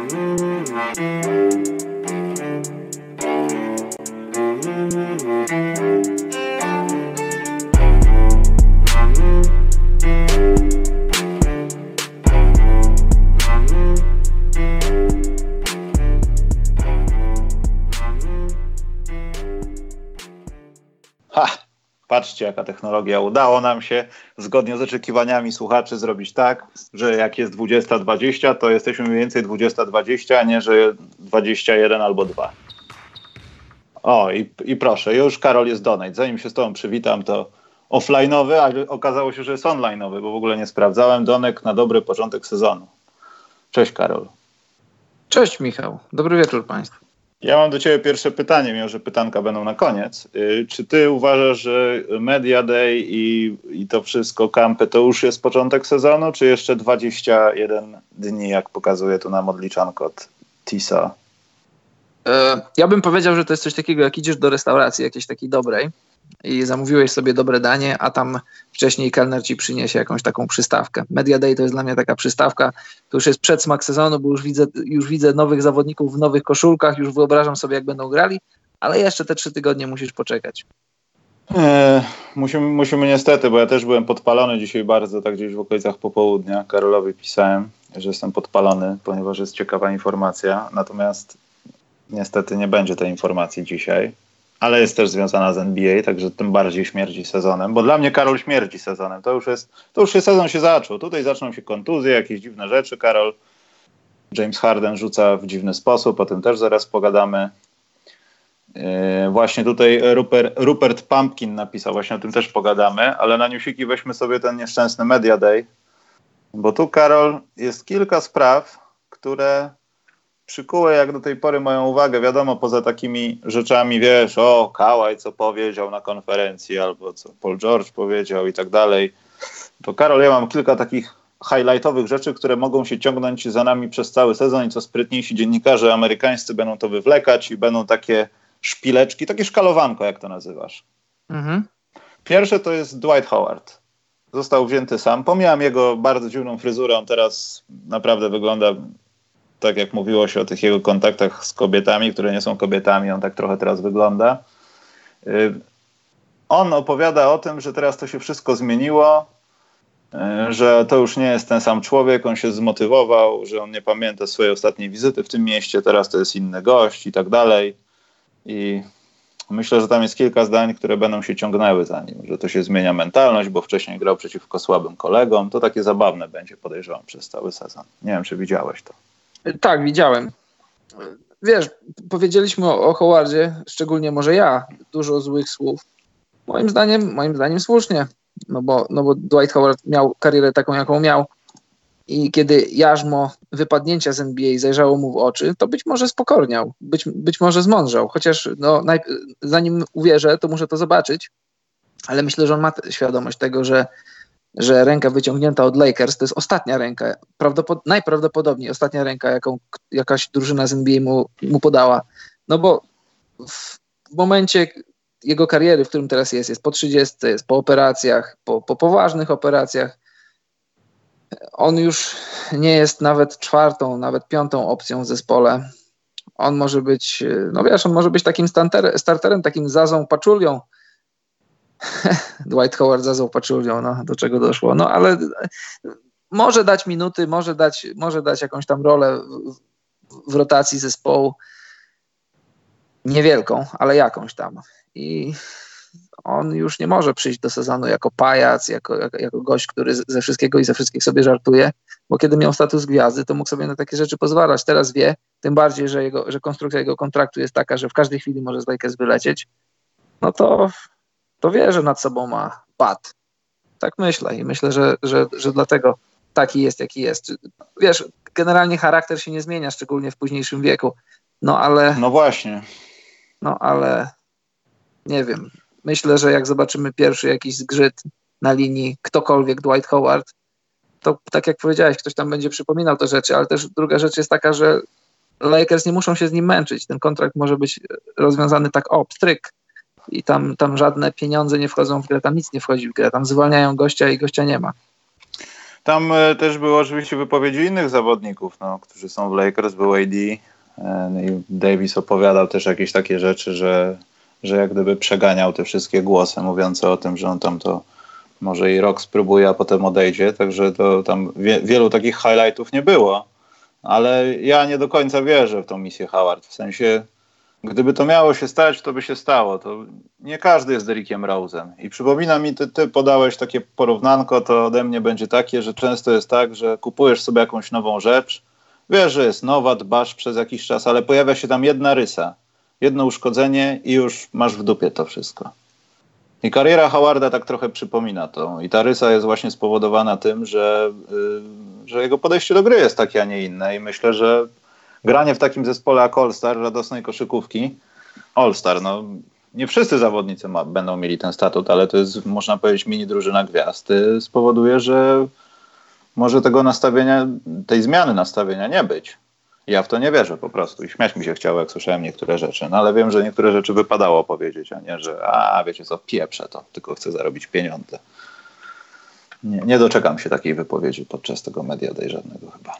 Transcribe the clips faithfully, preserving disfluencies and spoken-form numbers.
Patrzcie, jaka technologia. Udało nam się zgodnie z oczekiwaniami słuchaczy zrobić tak, że jak jest dwudziesta dwadzieścia, to jesteśmy mniej więcej dwudziesta dwadzieścia, a nie, że dwadzieścia jeden albo dwa. O, i, i proszę, już Karol jest donate. Zanim się z tobą przywitam, to offline'owy, ale okazało się, że jest online'owy, bo w ogóle nie sprawdzałem. Donek na dobry początek sezonu. Cześć, Karol. Cześć, Michał. Dobry wieczór Państwu. Ja mam do ciebie pierwsze pytanie, mimo że pytanka będą na koniec. Yy, czy ty uważasz, że Media Day i, i to wszystko, kampy, to już jest początek sezonu, czy jeszcze dwadzieścia jeden dni, jak pokazuje tu nam odliczanko od Tisa? Yy, ja bym powiedział, że to jest coś takiego, jak idziesz do restauracji jakiejś takiej dobrej i zamówiłeś sobie dobre danie, a tam wcześniej kelner ci przyniesie jakąś taką przystawkę. Media Day to jest dla mnie taka przystawka, to już jest przedsmak sezonu, bo już widzę, już widzę nowych zawodników w nowych koszulkach, już wyobrażam sobie, jak będą grali, ale jeszcze te trzy tygodnie musisz poczekać. Eee, musimy, musimy niestety, bo ja też byłem podpalony dzisiaj bardzo, tak gdzieś w okolicach popołudnia. Karolowi pisałem, że jestem podpalony, ponieważ jest ciekawa informacja, natomiast niestety nie będzie tej informacji dzisiaj. Ale jest też związana z N B A, także tym bardziej śmierdzi sezonem, bo dla mnie Karol śmierdzi sezonem. To już jest, to już się sezon się zaczął. Tutaj zaczną się kontuzje, jakieś dziwne rzeczy. Karol, James Harden rzuca w dziwny sposób, o tym też zaraz pogadamy. Yy, właśnie tutaj Rupert, Rupert Pumpkin napisał, właśnie o tym też pogadamy, ale na newsiki weźmy sobie ten nieszczęsny Media Day, bo tu, Karol, jest kilka spraw, które przykuły jak do tej pory moją uwagę, wiadomo, poza takimi rzeczami, wiesz, o, Kawhi co powiedział na konferencji, albo co Paul George powiedział i tak dalej. To Karol, ja mam kilka takich highlightowych rzeczy, które mogą się ciągnąć za nami przez cały sezon i co sprytniejsi dziennikarze amerykańscy będą to wywlekać i będą takie szpileczki, takie szkalowanko, jak to nazywasz. Mhm. Pierwsze to jest Dwight Howard. Został wzięty sam. Pomijam jego bardzo dziwną fryzurę, on teraz naprawdę wygląda tak jak mówiło się o tych jego kontaktach z kobietami, które nie są kobietami, on tak trochę teraz wygląda. Yy, on opowiada o tym, że teraz to się wszystko zmieniło, yy, że to już nie jest ten sam człowiek, on się zmotywował, że on nie pamięta swojej ostatniej wizyty w tym mieście, teraz to jest inny gość i tak dalej. I myślę, że tam jest kilka zdań, które będą się ciągnęły za nim, że to się zmienia mentalność, bo wcześniej grał przeciwko słabym kolegom. To takie zabawne będzie, podejrzewam, przez cały sezon. Nie wiem, czy widziałeś to. Tak, widziałem. Wiesz, powiedzieliśmy o, o Howardzie, szczególnie może ja, dużo złych słów. Moim zdaniem, moim zdaniem słusznie, no bo, no bo Dwight Howard miał karierę taką, jaką miał i kiedy jarzmo wypadnięcia z N B A zajrzało mu w oczy, to być może spokorniał, być, być może zmądrzał, chociaż no, najp- zanim uwierzę, to muszę to zobaczyć, ale myślę, że on ma t- świadomość tego, że że ręka wyciągnięta od Lakers to jest ostatnia ręka, prawdopod- najprawdopodobniej ostatnia ręka, jaką k- jakaś drużyna z N B A mu, mu podała. No bo w, w momencie jego kariery, w którym teraz jest, jest po trzydziestce, jest po operacjach, po, po poważnych operacjach, on już nie jest nawet czwartą, nawet piątą opcją w zespole. On może być, no wiesz, on może być takim starter, starterem, takim Zazą Pachulią. Dwight Howard Zazą Pachulią, no do czego doszło. No ale może dać minuty, może dać, może dać jakąś tam rolę w, w rotacji zespołu. Niewielką, ale jakąś tam. I on już nie może przyjść do sezonu jako pajac, jako, jako, jako gość, który ze wszystkiego i ze wszystkich sobie żartuje, bo kiedy miał status gwiazdy, to mógł sobie na takie rzeczy pozwalać. Teraz wie, tym bardziej, że, jego, że konstrukcja jego kontraktu jest taka, że w każdej chwili może z Lakers wylecieć, no to, to wie, że nad sobą ma pad. Tak myślę i myślę, że, że, że dlatego taki jest, jaki jest. Wiesz, generalnie charakter się nie zmienia, szczególnie w późniejszym wieku, no ale... No właśnie. No ale nie wiem. Myślę, że jak zobaczymy pierwszy jakiś zgrzyt na linii ktokolwiek Dwight Howard, to tak jak powiedziałeś, ktoś tam będzie przypominał te rzeczy, ale też druga rzecz jest taka, że Lakers nie muszą się z nim męczyć. Ten kontrakt może być rozwiązany tak o, pstryk i tam, tam żadne pieniądze nie wchodzą w grę, tam nic nie wchodzi w grę, tam zwalniają gościa i gościa nie ma. Tam e, też były oczywiście wypowiedzi innych zawodników, no, którzy są w Lakers. Był A D e, i Davis opowiadał też jakieś takie rzeczy, że, że jak gdyby przeganiał te wszystkie głosy mówiące o tym, że on tam to może i rok spróbuje, a potem odejdzie. Także to tam wie, wielu takich highlightów nie było. Ale ja nie do końca wierzę w tą misję Howard. W sensie, gdyby to miało się stać, to by się stało. To nie każdy jest Derrickiem Rose'em. I przypomina mi, ty, ty podałeś takie porównanko, to ode mnie będzie takie, że często jest tak, że kupujesz sobie jakąś nową rzecz, wiesz, że jest nowa, dbasz przez jakiś czas, ale pojawia się tam jedna rysa, jedno uszkodzenie i już masz w dupie to wszystko. I kariera Howarda tak trochę przypomina to. I ta rysa jest właśnie spowodowana tym, że, yy, że jego podejście do gry jest takie, a nie inne. I myślę, że granie w takim zespole jak All-Star, radosnej koszykówki, All-Star, no nie wszyscy zawodnicy ma, będą mieli ten statut, ale to jest, można powiedzieć, mini drużyna gwiazd, yy, spowoduje, że może tego nastawienia, tej zmiany nastawienia nie być. Ja w to nie wierzę po prostu i śmiać mi się chciało, jak słyszałem niektóre rzeczy. No ale wiem, że niektóre rzeczy wypadało powiedzieć, a nie, że a wiecie co, pieprzę to, tylko chcę zarobić pieniądze. Nie, nie doczekam się takiej wypowiedzi podczas tego Media Day żadnego chyba.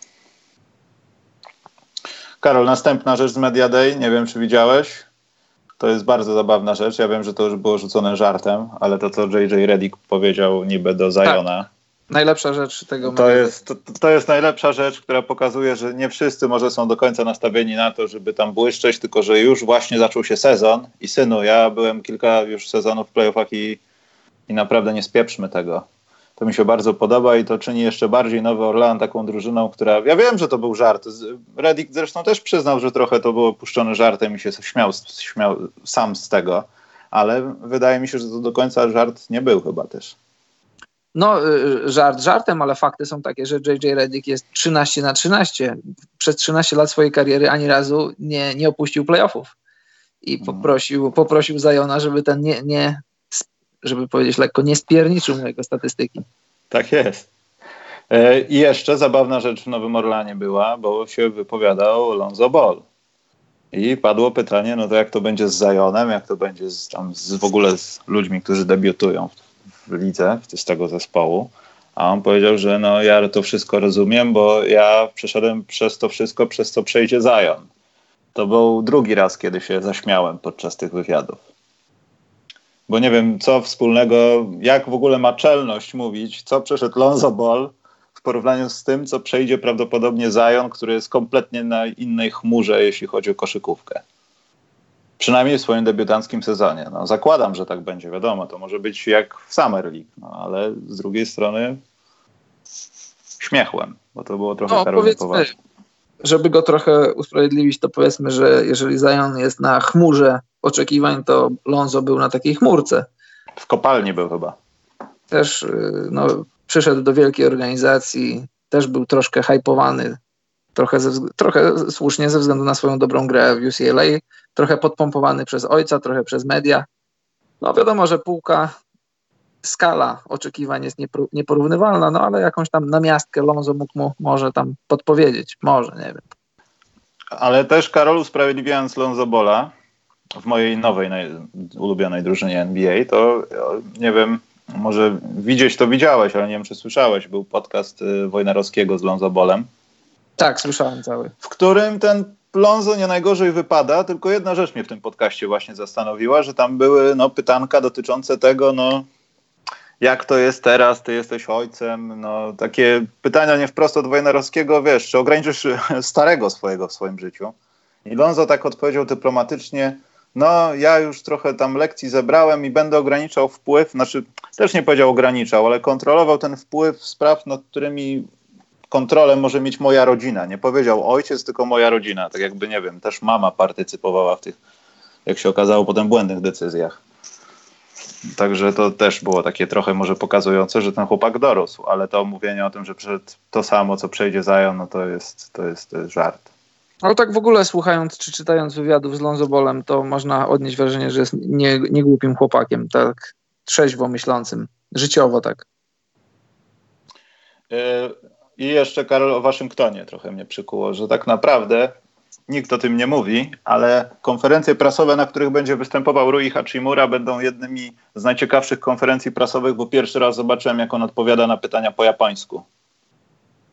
Karol, następna rzecz z Media Day, nie wiem czy widziałeś. To jest bardzo zabawna rzecz. Ja wiem, że to już było rzucone żartem, ale to co J J Redick powiedział niby do Ziona. Tak. Najlepsza rzecz tego. To jest, to, to jest najlepsza rzecz, która pokazuje, że nie wszyscy może są do końca nastawieni na to, żeby tam błyszczeć, tylko że już właśnie zaczął się sezon i synu, ja byłem kilka już sezonów w playoffach i, i naprawdę nie spieprzmy tego. To mi się bardzo podoba i to czyni jeszcze bardziej Nowy Orlean taką drużyną, która... Ja wiem, że to był żart. Redick zresztą też przyznał, że trochę to było puszczone żartem i się śmiał, śmiał sam z tego, ale wydaje mi się, że to do końca żart nie był chyba też. No, żart żartem, ale fakty są takie, że J J Redick jest trzynaście na trzynaście. Przez trzynaście lat swojej kariery ani razu nie, nie opuścił playoffów. I poprosił, poprosił Ziona, żeby ten nie, nie, żeby powiedzieć lekko, nie spierniczył mu jego statystyki. Tak jest. I jeszcze zabawna rzecz w Nowym Orleanie była, bo się wypowiadał Lonzo Ball. I padło pytanie, no to jak to będzie z Zionem, jak to będzie z, tam z, w ogóle z ludźmi, którzy debiutują w lidze, z tego zespołu, a on powiedział, że no ja to wszystko rozumiem, bo ja przeszedłem przez to wszystko, przez co przejdzie Zion. To był drugi raz, kiedy się zaśmiałem podczas tych wywiadów. Bo nie wiem, co wspólnego, jak w ogóle ma czelność mówić, co przeszedł Lonzo Ball w porównaniu z tym, co przejdzie prawdopodobnie Zion, który jest kompletnie na innej chmurze, jeśli chodzi o koszykówkę. Przynajmniej w swoim debiutanckim sezonie. No, zakładam, że tak będzie, wiadomo, to może być jak w Summer League, no, ale z drugiej strony śmiechłem, bo to było trochę no, karolnie poważnie. Żeby go trochę usprawiedliwić, to powiedzmy, że jeżeli Zion jest na chmurze oczekiwań, to Lonzo był na takiej chmurce. W kopalni był chyba. Też no, przyszedł do wielkiej organizacji, też był troszkę hypowany, trochę, ze, trochę słusznie ze względu na swoją dobrą grę w U C L A, trochę podpompowany przez ojca, trochę przez media. No wiadomo, że półka, skala oczekiwań jest niepor- nieporównywalna, no ale jakąś tam namiastkę Lonzo mógł mu może tam podpowiedzieć. Może, nie wiem. Ale też, Karol, usprawiedliwiając Lonzo Balla w mojej nowej, naj- ulubionej drużynie N B A, to nie wiem, może widzieć to widziałeś, ale nie wiem, czy słyszałeś, był podcast y, Wojnarowskiego z Lonzo Ballem. Tak, słyszałem cały. W którym ten Lonzo nie najgorzej wypada, tylko jedna rzecz mnie w tym podcaście właśnie zastanowiła, że tam były no, pytanka dotyczące tego, no jak to jest teraz, ty jesteś ojcem, no takie pytania nie wprost od Wojnarowskiego, wiesz, czy ograniczysz starego swojego w swoim życiu? I Lonzo tak odpowiedział dyplomatycznie, no ja już trochę tam lekcji zebrałem i będę ograniczał wpływ, znaczy też nie powiedział ograniczał, ale kontrolował ten wpływ spraw, nad którymi kontrolę może mieć moja rodzina. Nie powiedział ojciec, tylko moja rodzina. Tak jakby, nie wiem, też mama partycypowała w tych, jak się okazało, potem błędnych decyzjach. Także to też było takie trochę może pokazujące, że ten chłopak dorósł, ale to mówienie o tym, że przed to samo, co przejdzie Zion, no to jest, to jest, to jest żart. Ale tak w ogóle słuchając czy czytając wywiadów z Lonzo Ballem, to można odnieść wrażenie, że jest nie, nie głupim chłopakiem, tak trzeźwo myślącym, życiowo tak. Yy, I jeszcze, Karol, o Waszyngtonie trochę mnie przykuło, że tak naprawdę nikt o tym nie mówi, ale konferencje prasowe, na których będzie występował Rui Hachimura, będą jednymi z najciekawszych konferencji prasowych, bo pierwszy raz zobaczyłem, jak on odpowiada na pytania po japońsku.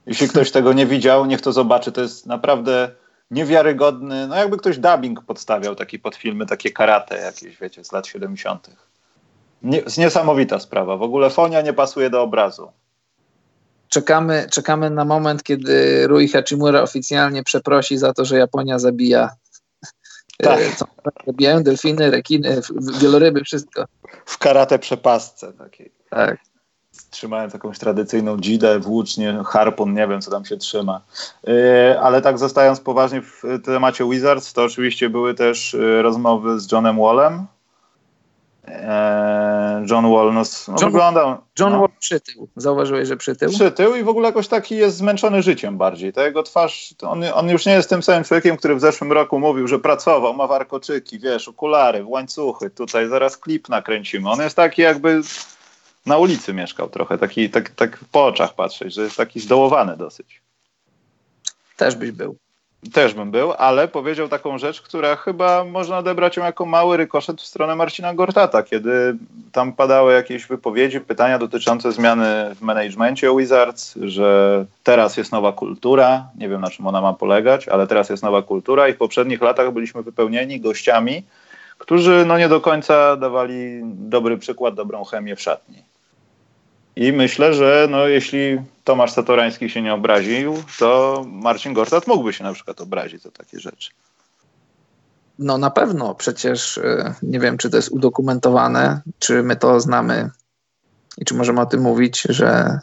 Jeśli ktoś tego nie widział, niech to zobaczy. To jest naprawdę niewiarygodny, no jakby ktoś dubbing podstawiał taki pod filmy, takie karate jakieś, wiecie, z lat siedemdziesiątych. Nie, jest niesamowita sprawa. W ogóle fonia nie pasuje do obrazu. Czekamy, czekamy na moment, kiedy Rui Hachimura oficjalnie przeprosi za to, że Japonia zabija. Tak. Co, zabijają delfiny, rekiny, wieloryby, wszystko. W karate przepastce takiej. Tak. Trzymając jakąś tradycyjną dzidę, włócznie, harpun, nie wiem co tam się trzyma. Yy, ale tak zostając poważnie w temacie Wizards, to oczywiście były też yy, rozmowy z Johnem Wallem. Yy, John Wall no, no John, wyglądał... John no, Wall przytył. Zauważyłeś, że przytył? Przytył i w ogóle jakoś taki jest zmęczony życiem bardziej. Ta jego twarz, to on, on już nie jest tym samym człowiekiem, który w zeszłym roku mówił, że pracował, ma warkoczyki, wiesz, okulary, łańcuchy, tutaj zaraz klip nakręcimy. On jest taki jakby... Na ulicy mieszkał trochę, taki, tak, tak po oczach patrzeć, że jest taki zdołowany dosyć. Też byś był. Też bym był, ale powiedział taką rzecz, która chyba można odebrać ją jako mały rykoszet w stronę Marcina Gortata, kiedy tam padały jakieś wypowiedzi, pytania dotyczące zmiany w managemencie Wizards, że teraz jest nowa kultura, nie wiem na czym ona ma polegać, ale teraz jest nowa kultura i w poprzednich latach byliśmy wypełnieni gościami, którzy no nie do końca dawali dobry przykład, dobrą chemię w szatni. I myślę, że no, jeśli Tomasz Satorański się nie obraził, to Marcin Gortat mógłby się na przykład obrazić za takie rzeczy. No na pewno, przecież nie wiem, czy to jest udokumentowane, czy my to znamy i czy możemy o tym mówić, że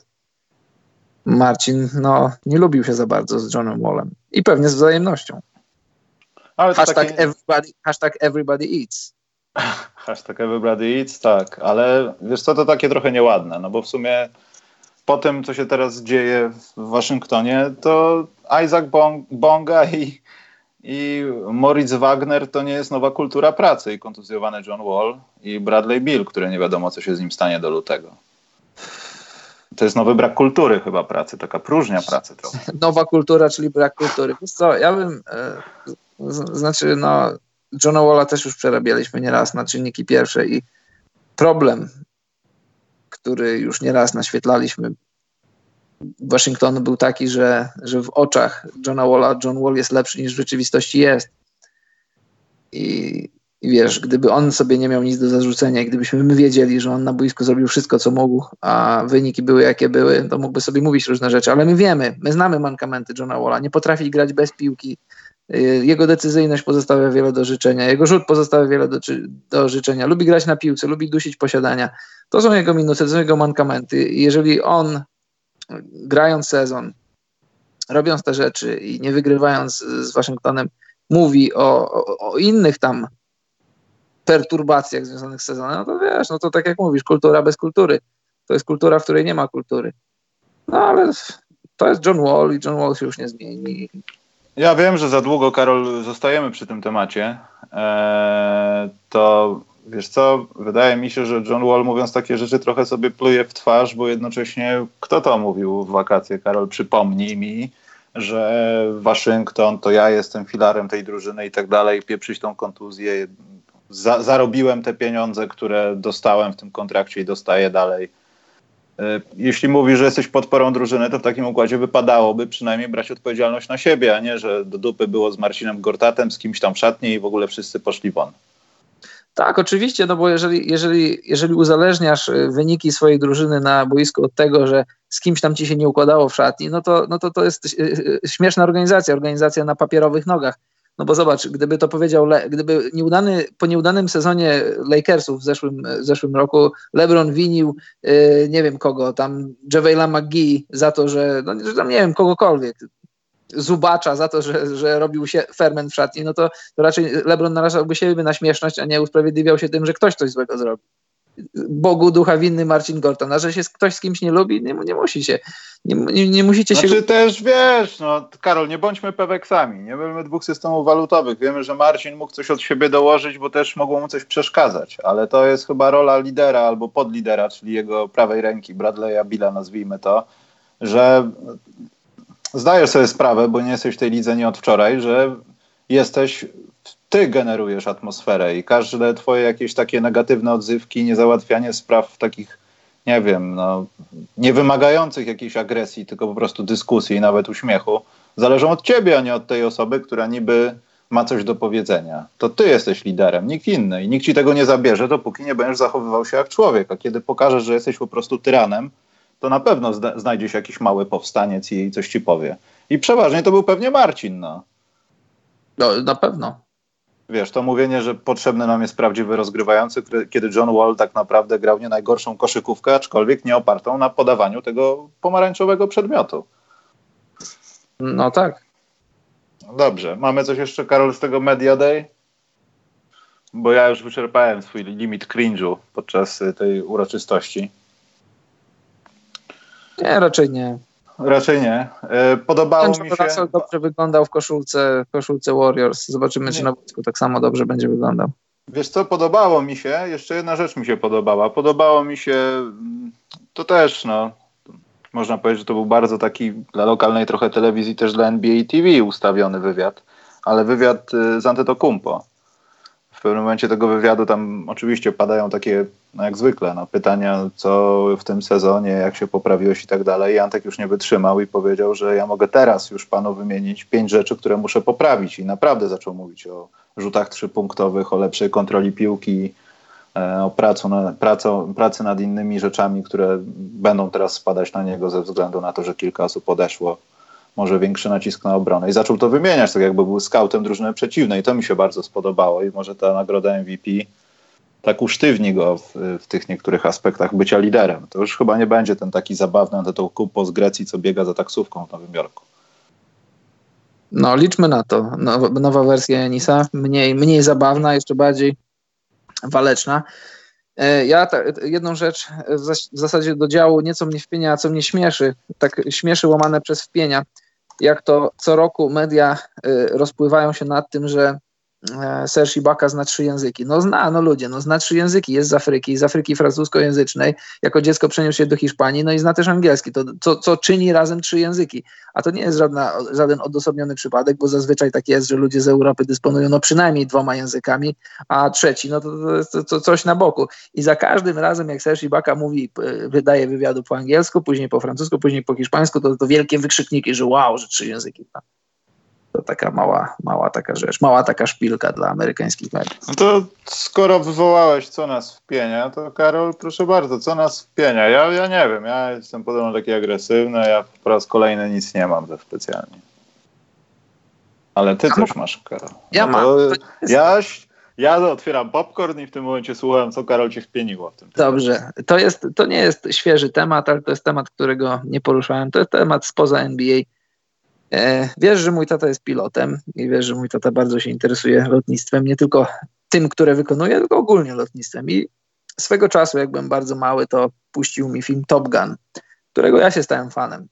Marcin no, nie lubił się za bardzo z Johnem Wallem i pewnie z wzajemnością. Ale hashtag, taki... everybody, hashtag everybody eats. Hashtag everybody eats, tak, ale wiesz co, to takie trochę nieładne, no bo w sumie po tym, co się teraz dzieje w Waszyngtonie, to Isaac Bong, Bonga i, i Moritz Wagner to nie jest nowa kultura pracy i kontuzjowany John Wall i Bradley Beal, który nie wiadomo, co się z nim stanie do lutego. To jest nowy brak kultury chyba pracy, taka próżnia pracy trochę. Nowa kultura, czyli brak kultury. Wiesz co, ja bym, e, z, znaczy no Johna Walla też już przerabialiśmy nieraz na czynniki pierwsze i problem, który już nieraz naświetlaliśmy Waszyngtonu był taki, że, że w oczach Johna Walla John Wall jest lepszy niż w rzeczywistości jest. I, i wiesz, gdyby on sobie nie miał nic do zarzucenia i gdybyśmy my wiedzieli, że on na boisku zrobił wszystko, co mógł, a wyniki były jakie były, to mógłby sobie mówić różne rzeczy, ale my wiemy, my znamy mankamenty Johna Walla, nie potrafi grać bez piłki. Jego decyzyjność pozostawia wiele do życzenia, jego rzut pozostawia wiele do, do życzenia, lubi grać na piłce, lubi dusić posiadania. To są jego minusy, to są jego mankamenty. I jeżeli on, grając sezon, robiąc te rzeczy i nie wygrywając z Waszyngtonem, mówi o, o, o innych tam perturbacjach związanych z sezonem, no to wiesz, no to tak jak mówisz, kultura bez kultury. To jest kultura, w której nie ma kultury. No ale to jest John Wall i John Wall się już nie zmieni. Ja wiem, że za długo, Karol, zostajemy przy tym temacie. Eee, to wiesz co, wydaje mi się, że John Wall, mówiąc takie rzeczy, trochę sobie pluje w twarz, bo jednocześnie kto to mówił w wakacje, Karol? Przypomnij mi, że Waszyngton to ja jestem filarem tej drużyny i tak dalej, pieprzyć tą kontuzję. Za, zarobiłem te pieniądze, które dostałem w tym kontrakcie i dostaję dalej. Jeśli mówisz, że jesteś podporą drużyny, to w takim układzie wypadałoby przynajmniej brać odpowiedzialność na siebie, a nie, że do dupy było z Marcinem Gortatem, z kimś tam w szatni i w ogóle wszyscy poszli won. Tak, oczywiście, no bo jeżeli, jeżeli, jeżeli uzależniasz wyniki swojej drużyny na boisku od tego, że z kimś tam ci się nie układało w szatni, no to, no to to jest śmieszna organizacja, organizacja na papierowych nogach. No bo zobacz, gdyby to powiedział, Le- gdyby nieudany, po nieudanym sezonie Lakersów w zeszłym, w zeszłym roku LeBron winił, yy, nie wiem kogo, tam JaVale'a McGee za to, że, no, że tam nie wiem, kogokolwiek, Zubacza za to, że, że robił się ferment w szatni, no to, to raczej LeBron narażałby siebie na śmieszność, a nie usprawiedliwiał się tym, że ktoś coś złego zrobił. Bogu ducha winny Marcin Gortat, a że się ktoś z kimś nie lubi, nie, nie musi się, nie, nie, nie musicie znaczy, się... Znaczy też wiesz, no Karol, nie bądźmy peweksami, nie mamy dwóch systemów walutowych, wiemy, że Marcin mógł coś od siebie dołożyć, bo też mogło mu coś przeszkadzać, ale to jest chyba rola lidera albo podlidera, czyli jego prawej ręki, Bradley'a Beala nazwijmy to, że zdajesz sobie sprawę, bo nie jesteś w tej lidze nie od wczoraj, że jesteś... Ty generujesz atmosferę i każde twoje jakieś takie negatywne odzywki, niezałatwianie spraw w takich nie wiem, no, nie wymagających jakiejś agresji, tylko po prostu dyskusji i nawet uśmiechu, zależą od ciebie, a nie od tej osoby, która niby ma coś do powiedzenia. To ty jesteś liderem, nikt inny i nikt ci tego nie zabierze, dopóki nie będziesz zachowywał się jak człowiek, a kiedy pokażesz, że jesteś po prostu tyranem, to na pewno zda- znajdzie się jakiś mały powstaniec i coś ci powie. I przeważnie to był pewnie Marcin, no. No, na pewno. Wiesz, to mówienie, że potrzebny nam jest prawdziwy rozgrywający, kiedy John Wall tak naprawdę grał nie najgorszą koszykówkę, aczkolwiek nie opartą na podawaniu tego pomarańczowego przedmiotu. No tak. Dobrze. Mamy coś jeszcze, Karol, z tego Media Day? Bo ja już wyczerpałem swój limit cringe'u podczas tej uroczystości. Nie, raczej nie. Raczej nie. Podobało Ten, mi się... Russell dobrze wyglądał w koszulce, koszulce Warriors. Zobaczymy, nie. czy na boisku tak samo dobrze będzie wyglądał. Wiesz co, podobało mi się, jeszcze jedna rzecz mi się podobała. Podobało mi się, to też, no, można powiedzieć, że to był bardzo taki dla lokalnej trochę telewizji, też dla N B A T V ustawiony wywiad, ale wywiad z Antetokounmpo. W pewnym momencie tego wywiadu tam oczywiście padają takie, no jak zwykle, no, pytania, co w tym sezonie, jak się poprawiłeś i tak dalej. I Antek już nie wytrzymał i powiedział, że ja mogę teraz już panu wymienić pięć rzeczy, które muszę poprawić. I naprawdę zaczął mówić o rzutach trzypunktowych, o lepszej kontroli piłki, o pracu na, praco, pracy nad innymi rzeczami, które będą teraz spadać na niego ze względu na to, że kilka osób odeszło. Może większy nacisk na obronę. I zaczął to wymieniać, tak jakby był skautem drużyny przeciwnej. I to mi się bardzo spodobało. I może ta nagroda M V P tak usztywni go w, w tych niektórych aspektach bycia liderem. To już chyba nie będzie ten taki zabawny Antetokounmpo z Grecji, co biega za taksówką w Nowym Jorku. No, liczmy na to. Nowa, nowa wersja Janisa, mniej, mniej zabawna, jeszcze bardziej waleczna. Ja ta, jedną rzecz w zasadzie do działu, nie co mnie wpienia, a co mnie śmieszy, tak śmieszy łamane przez wpienia, jak to co roku media rozpływają się nad tym, że Serge Ibaka zna trzy języki. No zna, no ludzie, no zna trzy języki, jest z Afryki, z Afryki francuskojęzycznej, jako dziecko przeniósł się do Hiszpanii, no i zna też angielski, to co, co czyni razem trzy języki. A to nie jest żadna, żaden odosobniony przypadek, bo zazwyczaj tak jest, że ludzie z Europy dysponują no przynajmniej dwoma językami, a trzeci, no to, to, to coś na boku. I za każdym razem, jak Serge Ibaka mówi, wydaje wywiadu po angielsku, później po francusku, później po hiszpańsku, to, to wielkie wykrzykniki, że wow, że trzy języki. To taka mała, mała taka rzecz, mała taka szpilka dla amerykańskich mediów. No to skoro wywołałeś, co nas wpienia, to Karol, proszę bardzo, co nas wpienia? Ja, ja nie wiem, ja jestem podobno taki agresywny, ja po raz kolejny nic nie mam za specjalnie. Ale ty ja coś mam. masz, Karol. Ja no mam. To jest... ja, ja otwieram popcorn i w tym momencie słucham, co Karol cię wpieniło w tym. Dobrze, to, jest, to nie jest świeży temat, ale to jest temat, którego nie poruszałem. To jest temat spoza N B A. Wiesz, że mój tata jest pilotem i wiesz, że mój tata bardzo się interesuje lotnictwem, nie tylko tym, które wykonuje, tylko ogólnie lotnictwem. I swego czasu, jak byłem bardzo mały, to puścił mi film Top Gun, którego ja się stałem fanem.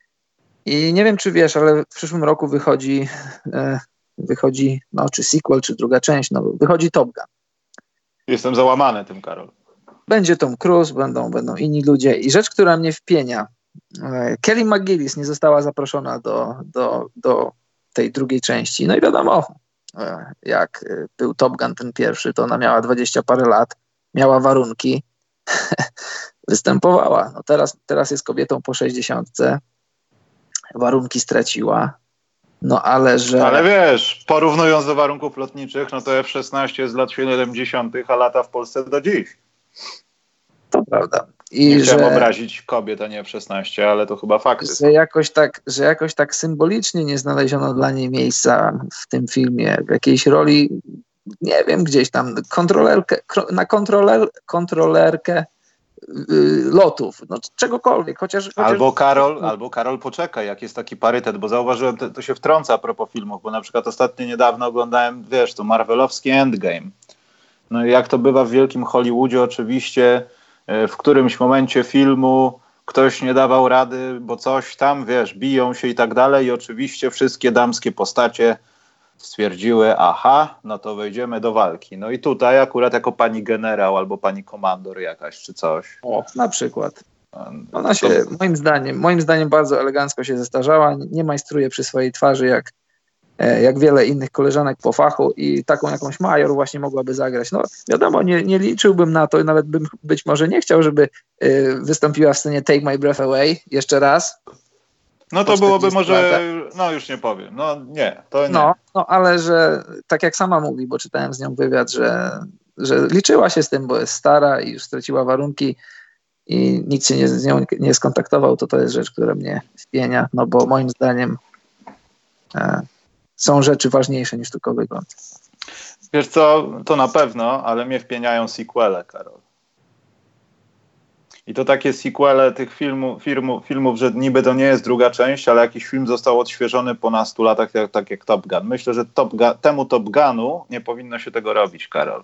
I nie wiem, czy wiesz, ale w przyszłym roku wychodzi, e, wychodzi, no, czy sequel, czy druga część, no, wychodzi Top Gun. Jestem załamany tym, Karol. Będzie Tom Cruise, będą, będą inni ludzie. I rzecz, która mnie wpienia, Kelly McGillis nie została zaproszona do, do, do tej drugiej części. No i wiadomo, jak był Top Gun ten pierwszy, to ona miała dwadzieścia parę lat, miała warunki, występowała. No teraz, teraz jest kobietą po sześćdziesiątce, warunki straciła, no ale że... Ale wiesz, porównując do warunków lotniczych, no to F szesnaście z lat siedemdziesiątych, a lata w Polsce do dziś. To prawda. I nie że, chciałem obrazić kobiet, a nie F szesnaście, ale to chyba fakty. Że jakoś, tak, że jakoś tak symbolicznie nie znaleziono dla niej miejsca w tym filmie, w jakiejś roli, nie wiem, gdzieś tam, kontrolerkę, na kontroler, kontrolerkę yy, lotów, no czegokolwiek, chociaż... chociaż... Albo Karol, albo Karol, poczekaj, jak jest taki parytet, bo zauważyłem, to, to się wtrąca a propos filmów, bo na przykład ostatnio niedawno oglądałem, wiesz, to marvelowski Endgame. No i jak to bywa w wielkim Hollywoodzie, oczywiście w którymś momencie filmu ktoś nie dawał rady, bo coś tam, wiesz, biją się i tak dalej i oczywiście wszystkie damskie postacie stwierdziły, aha, no to wejdziemy do walki. No i tutaj akurat jako pani generał albo pani komandor jakaś czy coś. O, na przykład. Ona się, to... moim zdaniem, moim zdaniem bardzo elegancko się zestarzała, nie majstruje przy swojej twarzy jak, jak wiele innych koleżanek po fachu i taką jakąś major właśnie mogłaby zagrać. No wiadomo, nie, nie liczyłbym na to, nawet bym być może nie chciał, żeby y, wystąpiła w scenie Take My Breath Away jeszcze raz. No to byłoby może, latach. no już nie powiem, no nie, to nie. No, no ale że tak jak sama mówi, bo czytałem z nią wywiad, że, że liczyła się z tym, bo jest stara i już straciła warunki i nikt się nie, z nią nie skontaktował, to to jest rzecz, która mnie wpienia, no bo moim zdaniem e, są rzeczy ważniejsze niż tylko wygląd. Wiesz co, to na pewno, ale mnie wpieniają sequele, Karol. I to takie sequele tych filmu, filmu, filmów, że niby to nie jest druga część, ale jakiś film został odświeżony po nastu latach, tak, tak jak Top Gun. Myślę, że Top Gun, temu Top Gunu nie powinno się tego robić, Karol.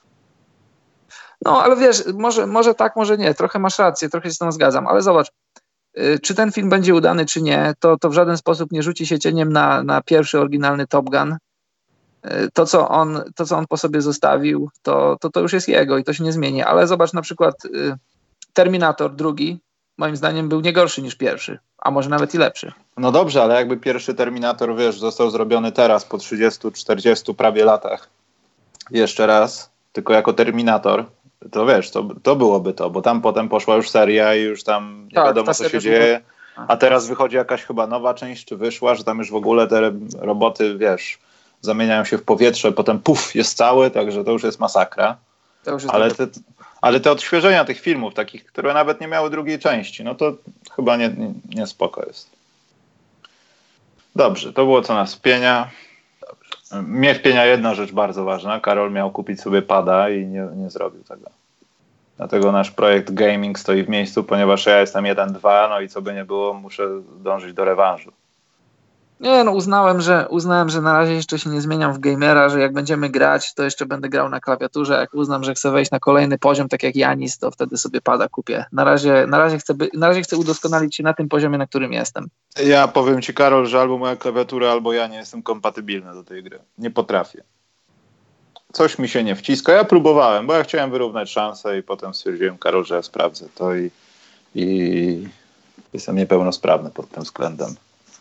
No, ale wiesz, może, może tak, może nie. Trochę masz rację, trochę się z tym zgadzam, ale zobacz, yy, czy ten film będzie udany, czy nie, to, to w żaden sposób nie rzuci się cieniem na, na pierwszy oryginalny Top Gun. Yy, to, co on, to, co on po sobie zostawił, to, to, to już jest jego i to się nie zmieni. Ale zobacz na przykład yy, Terminator drugi, moim zdaniem był nie gorszy niż pierwszy, a może nawet i lepszy. No dobrze, ale jakby pierwszy Terminator, wiesz, został zrobiony teraz po trzydziestu, czterdziestu prawie latach. Jeszcze raz, tylko jako Terminator. To wiesz, to, to byłoby to, bo tam potem poszła już seria i już tam nie tak, wiadomo, co się dzieje. A teraz wychodzi jakaś chyba nowa część, czy wyszła, że tam już w ogóle te roboty, wiesz, zamieniają się w powietrze, potem puf, jest cały, także to już jest masakra. To już jest ale, te, ale te odświeżenia tych filmów, takich, które nawet nie miały drugiej części, no to chyba nie, nie, nie spoko jest. Dobrze, to było co nas wpienia. Mnie wpienia jedna rzecz bardzo ważna. Karol miał kupić sobie pada i nie, nie zrobił tego. Dlatego nasz projekt gaming stoi w miejscu, ponieważ ja jestem jeden dwa, no i co by nie było, muszę dążyć do rewanżu. Nie, no uznałem, że uznałem, że na razie jeszcze się nie zmieniam w gamera, że jak będziemy grać, to jeszcze będę grał na klawiaturze. Jak uznam, że chcę wejść na kolejny poziom, tak jak Janis, to wtedy sobie pada kupię. Na razie, na razie, chcę, by, na razie chcę udoskonalić się na tym poziomie, na którym jestem. Ja powiem ci, Karol, że albo moja klawiatura, albo ja nie jestem kompatybilny do tej gry. Nie potrafię. Coś mi się nie wciska. Ja próbowałem, bo ja chciałem wyrównać szanse i potem stwierdziłem, Karol, że ja sprawdzę to i, i jestem niepełnosprawny pod tym względem.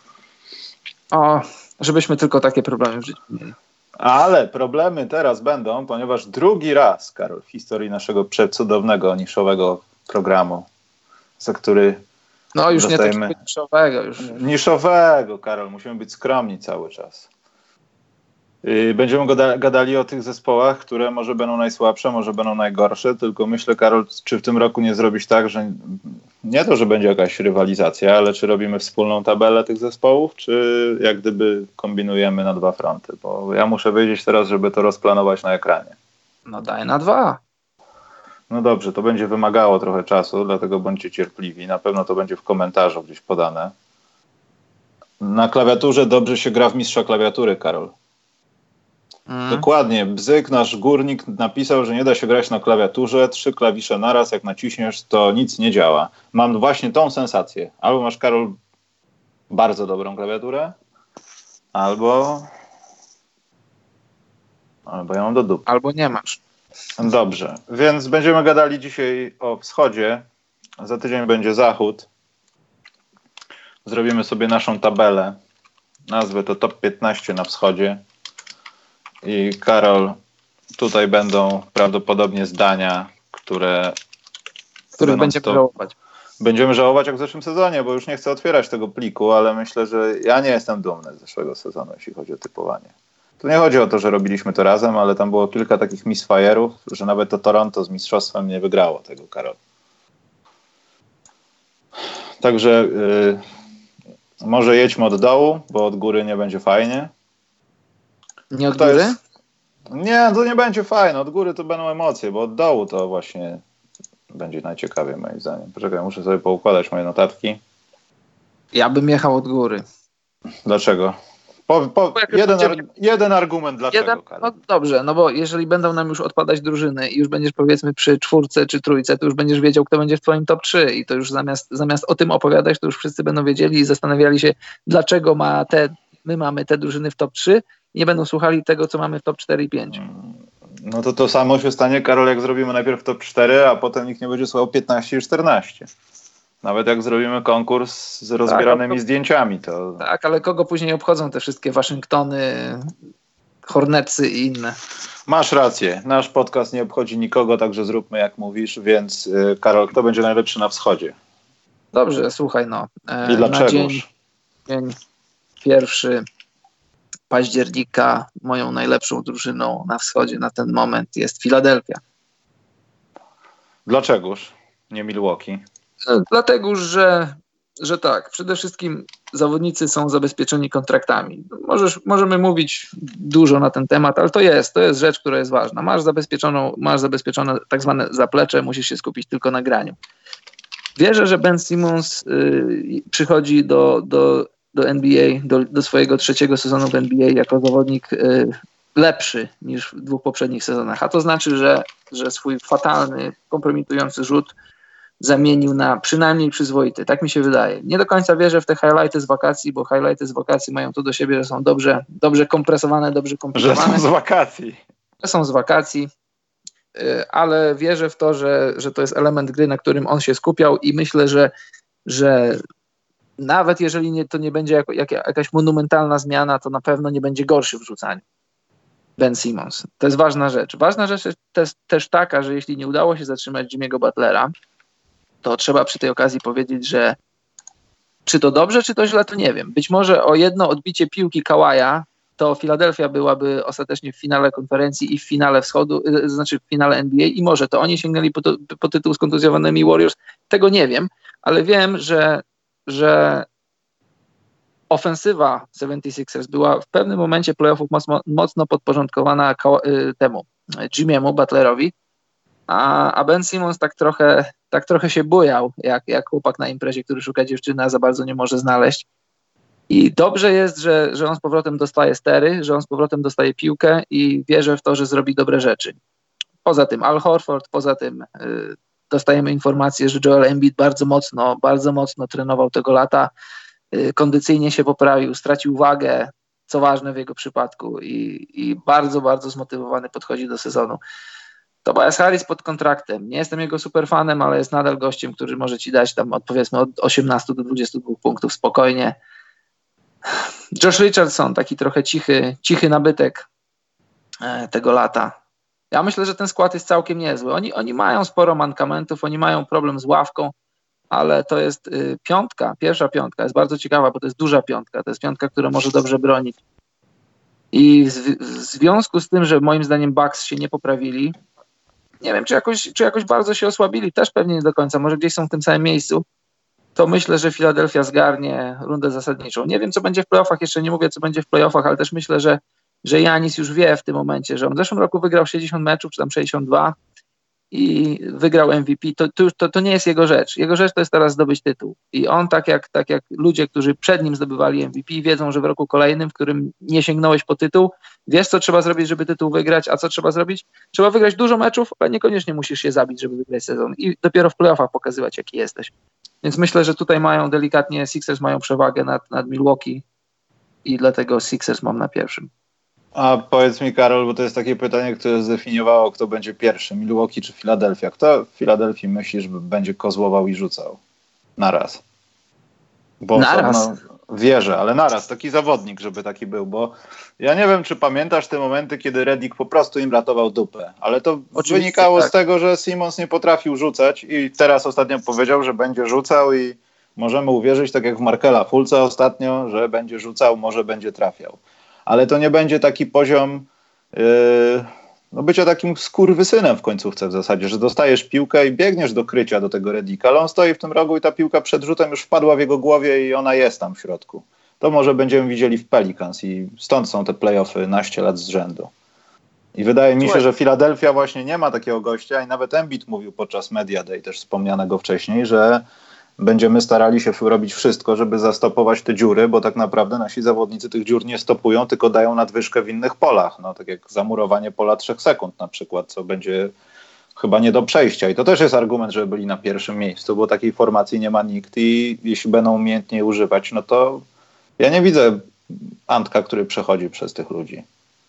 O, żebyśmy tylko takie problemy w życiu mieli. Ale problemy teraz będą, ponieważ drugi raz, Karol, w historii naszego przecudownego, niszowego programu, za który no już dostajemy... nie takiego niszowego. Już. Niszowego, Karol, musimy być skromni cały czas. Będziemy gadali o tych zespołach, które może będą najsłabsze, może będą najgorsze, tylko myślę, Karol, czy w tym roku nie zrobić tak, że nie to, że będzie jakaś rywalizacja, ale czy robimy wspólną tabelę tych zespołów, czy jak gdyby kombinujemy na dwa fronty, bo ja muszę wiedzieć teraz, żeby to rozplanować na ekranie. No daj na dwa. No dobrze, to będzie wymagało trochę czasu, dlatego bądźcie cierpliwi, na pewno to będzie w komentarzu gdzieś podane. Na klawiaturze dobrze się gra w mistrza klawiatury, Karol. Mm. Dokładnie. Bzyk, nasz górnik, napisał, że nie da się grać na klawiaturze. Trzy klawisze naraz, jak naciśniesz, to nic nie działa. Mam właśnie tą sensację. Albo masz, Karol, bardzo dobrą klawiaturę, albo... Albo ja mam do dupy. Albo nie masz. Dobrze. Więc będziemy gadali dzisiaj o wschodzie. Za tydzień będzie zachód. Zrobimy sobie naszą tabelę. Nazwę to top piętnaście na wschodzie. I Karol, tutaj będą prawdopodobnie zdania, które... Których będziemy to... żałować. Będziemy żałować jak w zeszłym sezonie, bo już nie chcę otwierać tego pliku, ale myślę, że ja nie jestem dumny z zeszłego sezonu, jeśli chodzi o typowanie. Tu nie chodzi o to, że robiliśmy to razem, ale tam było kilka takich misfire'ów, że nawet to Toronto z mistrzostwem nie wygrało tego, Karol. Także yy, może jedźmy od dołu, bo od góry nie będzie fajnie. Nie od Kto góry? Jest... Nie, to nie będzie fajne. Od góry to będą emocje, bo od dołu to właśnie będzie najciekawiej moim zdaniem. Poczekaj, muszę sobie poukładać moje notatki. Ja bym jechał od góry. Dlaczego? Po, po, jeden, ar- jeden argument dlaczego, jeden, no dobrze, no bo jeżeli będą nam już odpadać drużyny i już będziesz powiedzmy przy czwórce czy trójce, to już będziesz wiedział, kto będzie w twoim top trzy i to już zamiast, zamiast o tym opowiadać, to już wszyscy będą wiedzieli i zastanawiali się, dlaczego ma te, my mamy te drużyny w top trzy i nie będą słuchali tego, co mamy w top cztery i pięć. No to to samo się stanie, Karol, jak zrobimy najpierw top cztery, a potem nikt nie będzie słuchał piętnaście i czternaście. Nawet jak zrobimy konkurs z rozbieranymi tak, zdjęciami, to... Tak, ale kogo później obchodzą te wszystkie Waszyngtony, Hornetsy i inne? Masz rację. Nasz podcast nie obchodzi nikogo, także zróbmy jak mówisz, więc yy, Karol, kto będzie najlepszy na wschodzie? Dobrze, słuchaj, no. E, I dlaczegoż? Dzień, dzień pierwszy października moją najlepszą drużyną na wschodzie na ten moment jest Filadelfia. Dlaczegoż nie Milwaukee? No, dlatego, że, że tak, przede wszystkim zawodnicy są zabezpieczeni kontraktami. Możesz, możemy mówić dużo na ten temat, ale to jest, to jest rzecz, która jest ważna. Masz zabezpieczoną, masz zabezpieczone tak zwane zaplecze, musisz się skupić tylko na graniu. Wierzę, że Ben Simmons y, przychodzi do, do, do N B A, do, do swojego trzeciego sezonu w N B A jako zawodnik y, lepszy niż w dwóch poprzednich sezonach. A to znaczy, że, że swój fatalny, kompromitujący rzut zamienił na przynajmniej przyzwoity. Tak mi się wydaje. Nie do końca wierzę w te highlighty z wakacji, bo highlighty z wakacji mają to do siebie, że są dobrze, dobrze kompresowane, dobrze komplikowane. Że są z wakacji. Że są z wakacji. Ale wierzę w to, że, że to jest element gry, na którym on się skupiał i myślę, że, że nawet jeżeli nie, to nie będzie jako, jak, jakaś monumentalna zmiana, to na pewno nie będzie gorszy w rzucaniu. Ben Simmons. To jest ważna rzecz. Ważna rzecz jest też, też taka, że jeśli nie udało się zatrzymać Jimmy'ego Butlera, to trzeba przy tej okazji powiedzieć, że czy to dobrze, czy to źle, to nie wiem. Być może o jedno odbicie piłki Kawaja to Filadelfia byłaby ostatecznie w finale konferencji i w finale wschodu, znaczy w finale N B A i może to oni sięgnęli po, to, po tytuł z kontuzjowanymi Warriors. Tego nie wiem, ale wiem, że, że ofensywa seventy-sixers była w pewnym momencie playoffów mocno, mocno podporządkowana temu Jimmy'emu Butlerowi, a, a Ben Simmons tak trochę, tak trochę się bujał, jak, jak chłopak na imprezie, który szuka dziewczyny, a za bardzo nie może znaleźć. I dobrze jest, że, że on z powrotem dostaje stery, że on z powrotem dostaje piłkę i wierzę w to, że zrobi dobre rzeczy. Poza tym Al Horford, poza tym y, dostajemy informację, że Joel Embiid bardzo mocno, bardzo mocno trenował tego lata, y, kondycyjnie się poprawił, stracił wagę, co ważne w jego przypadku i, i bardzo, bardzo zmotywowany podchodzi do sezonu. Tobias Harris pod kontraktem. Nie jestem jego superfanem, ale jest nadal gościem, który może ci dać tam od, powiedzmy od osiemnastu do dwudziestu dwóch punktów spokojnie. Josh Richardson, taki trochę cichy, cichy nabytek e, tego lata. Ja myślę, że ten skład jest całkiem niezły. Oni, oni mają sporo mankamentów, oni mają problem z ławką, ale to jest y, piątka, pierwsza piątka jest bardzo ciekawa, bo to jest duża piątka, to jest piątka, która może dobrze bronić. I w, w związku z tym, że moim zdaniem Bucks się nie poprawili, nie wiem, czy jakoś, czy jakoś bardzo się osłabili, też pewnie nie do końca, może gdzieś są w tym samym miejscu, to myślę, że Filadelfia zgarnie rundę zasadniczą. Nie wiem, co będzie w playoffach, jeszcze nie mówię, co będzie w playoffach, ale też myślę, że, że Janis już wie w tym momencie, że on w zeszłym roku wygrał sześćdziesiąt meczów, czy tam sześćdziesiąt dwa i wygrał M V P. To, to, to, to nie jest jego rzecz. Jego rzecz to jest teraz zdobyć tytuł. I on, tak jak, tak jak ludzie, którzy przed nim zdobywali M V P, wiedzą, że w roku kolejnym, w którym nie sięgnąłeś po tytuł, wiesz, co trzeba zrobić, żeby tytuł wygrać, a co trzeba zrobić? Trzeba wygrać dużo meczów, ale niekoniecznie musisz się zabić, żeby wygrać sezon. I dopiero w playoffach pokazywać, jaki jesteś. Więc myślę, że tutaj mają delikatnie, Sixers mają przewagę nad, nad Milwaukee i dlatego Sixers mam na pierwszym. A powiedz mi, Karol, bo to jest takie pytanie, które zdefiniowało, kto będzie pierwszy, Milwaukee czy Filadelfia. Kto w Filadelfii myślisz, że będzie kozłował i rzucał? Naraz. Bo naraz? No, wierzę, ale naraz. Taki zawodnik, żeby taki był, bo ja nie wiem, czy pamiętasz te momenty, kiedy Redick po prostu im ratował dupę, ale to Oczywiście, wynikało tak. z tego, że Simmons nie potrafił rzucać i teraz ostatnio powiedział, że będzie rzucał i możemy uwierzyć, tak jak w Markela Fultza ostatnio, że będzie rzucał, może będzie trafiał. Ale to nie będzie taki poziom yy, no bycia takim skurwysynem w końcówce w zasadzie, że dostajesz piłkę i biegniesz do krycia do tego Redicka, ale on stoi w tym rogu i ta piłka przed rzutem już wpadła w jego głowie i ona jest tam w środku. To może będziemy widzieli w Pelicans i stąd są te play-offy naście lat z rzędu. I wydaje mi się, że Filadelfia właśnie nie ma takiego gościa i nawet Embiid mówił podczas Media Day, też wspomnianego wcześniej, że będziemy starali się robić wszystko, żeby zastopować te dziury, bo tak naprawdę nasi zawodnicy tych dziur nie stopują, tylko dają nadwyżkę w innych polach. No, tak jak zamurowanie pola trzech sekund na przykład, co będzie chyba nie do przejścia. I to też jest argument, żeby byli na pierwszym miejscu, bo takiej formacji nie ma nikt i jeśli będą umiejętnie używać, no to ja nie widzę Antka, który przechodzi przez tych ludzi.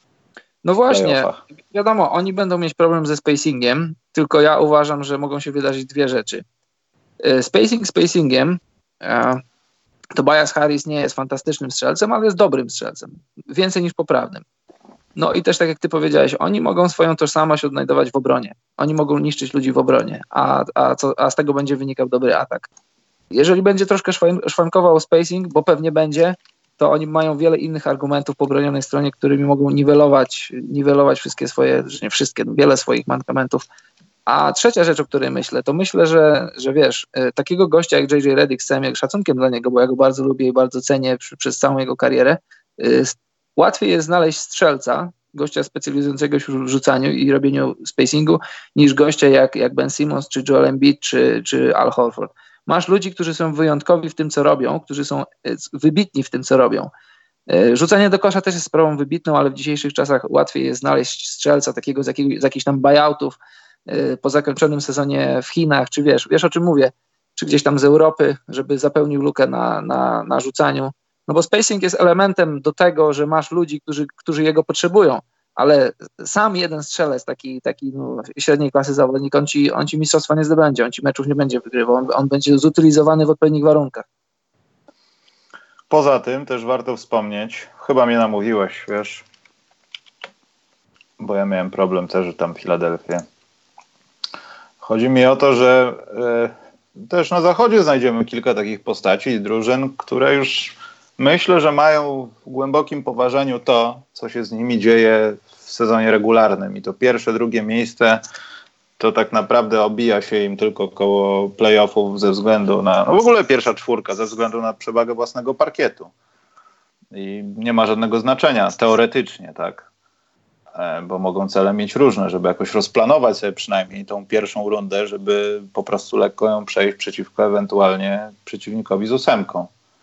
No właśnie, wiadomo, oni będą mieć problem ze spacingiem, tylko ja uważam, że mogą się wydarzyć dwie rzeczy. Spacing spacingiem. Tobias Harris nie jest fantastycznym strzelcem, ale jest dobrym strzelcem. Więcej niż poprawnym. No i też tak jak ty powiedziałeś, oni mogą swoją tożsamość odnajdować w obronie. Oni mogą niszczyć ludzi w obronie, a, a, co, a z tego będzie wynikał dobry atak. Jeżeli będzie troszkę szwankował spacing, bo pewnie będzie, to oni mają wiele innych argumentów po bronionej stronie, którymi mogą niwelować, niwelować wszystkie swoje, nie wszystkie, wiele swoich mankamentów. A trzecia rzecz, o której myślę, to myślę, że, że wiesz, takiego gościa jak J J Redick, z całym szacunkiem dla niego, bo ja go bardzo lubię i bardzo cenię przy, przez całą jego karierę, łatwiej jest znaleźć strzelca, gościa specjalizującego się w rzucaniu i robieniu spacingu, niż gościa jak, jak Ben Simmons, czy Joel Embiid, czy, czy Al Horford. Masz ludzi, którzy są wyjątkowi w tym, co robią, którzy są wybitni w tym, co robią. Rzucanie do kosza też jest sprawą wybitną, ale w dzisiejszych czasach łatwiej jest znaleźć strzelca takiego z, jakiego, z jakichś tam buyoutów po zakończonym sezonie w Chinach, czy wiesz, wiesz o czym mówię, czy gdzieś tam z Europy, żeby zapełnił lukę na, na, na rzucaniu. No bo spacing jest elementem do tego, że masz ludzi, którzy, którzy jego potrzebują, ale sam jeden strzelec, taki, taki no, średniej klasy zawodnik, on ci, on ci mistrzostwa nie zdobędzie, on ci meczów nie będzie wygrywał, on, on będzie zutylizowany w odpowiednich warunkach. Poza tym też warto wspomnieć, chyba mnie namówiłeś, wiesz, bo ja miałem problem też, że tam w Filadelfii. Chodzi mi o to, że y, też na zachodzie znajdziemy kilka takich postaci i drużyn, które już myślę, że mają w głębokim poważaniu to, co się z nimi dzieje w sezonie regularnym. I to pierwsze, drugie miejsce to tak naprawdę obija się im tylko koło playoffów ze względu na, no w ogóle pierwsza czwórka, ze względu na przewagę własnego parkietu. I nie ma żadnego znaczenia, teoretycznie, tak? Bo mogą cele mieć różne, żeby jakoś rozplanować sobie przynajmniej tą pierwszą rundę, żeby po prostu lekko ją przejść przeciwko ewentualnie przeciwnikowi z ósemką.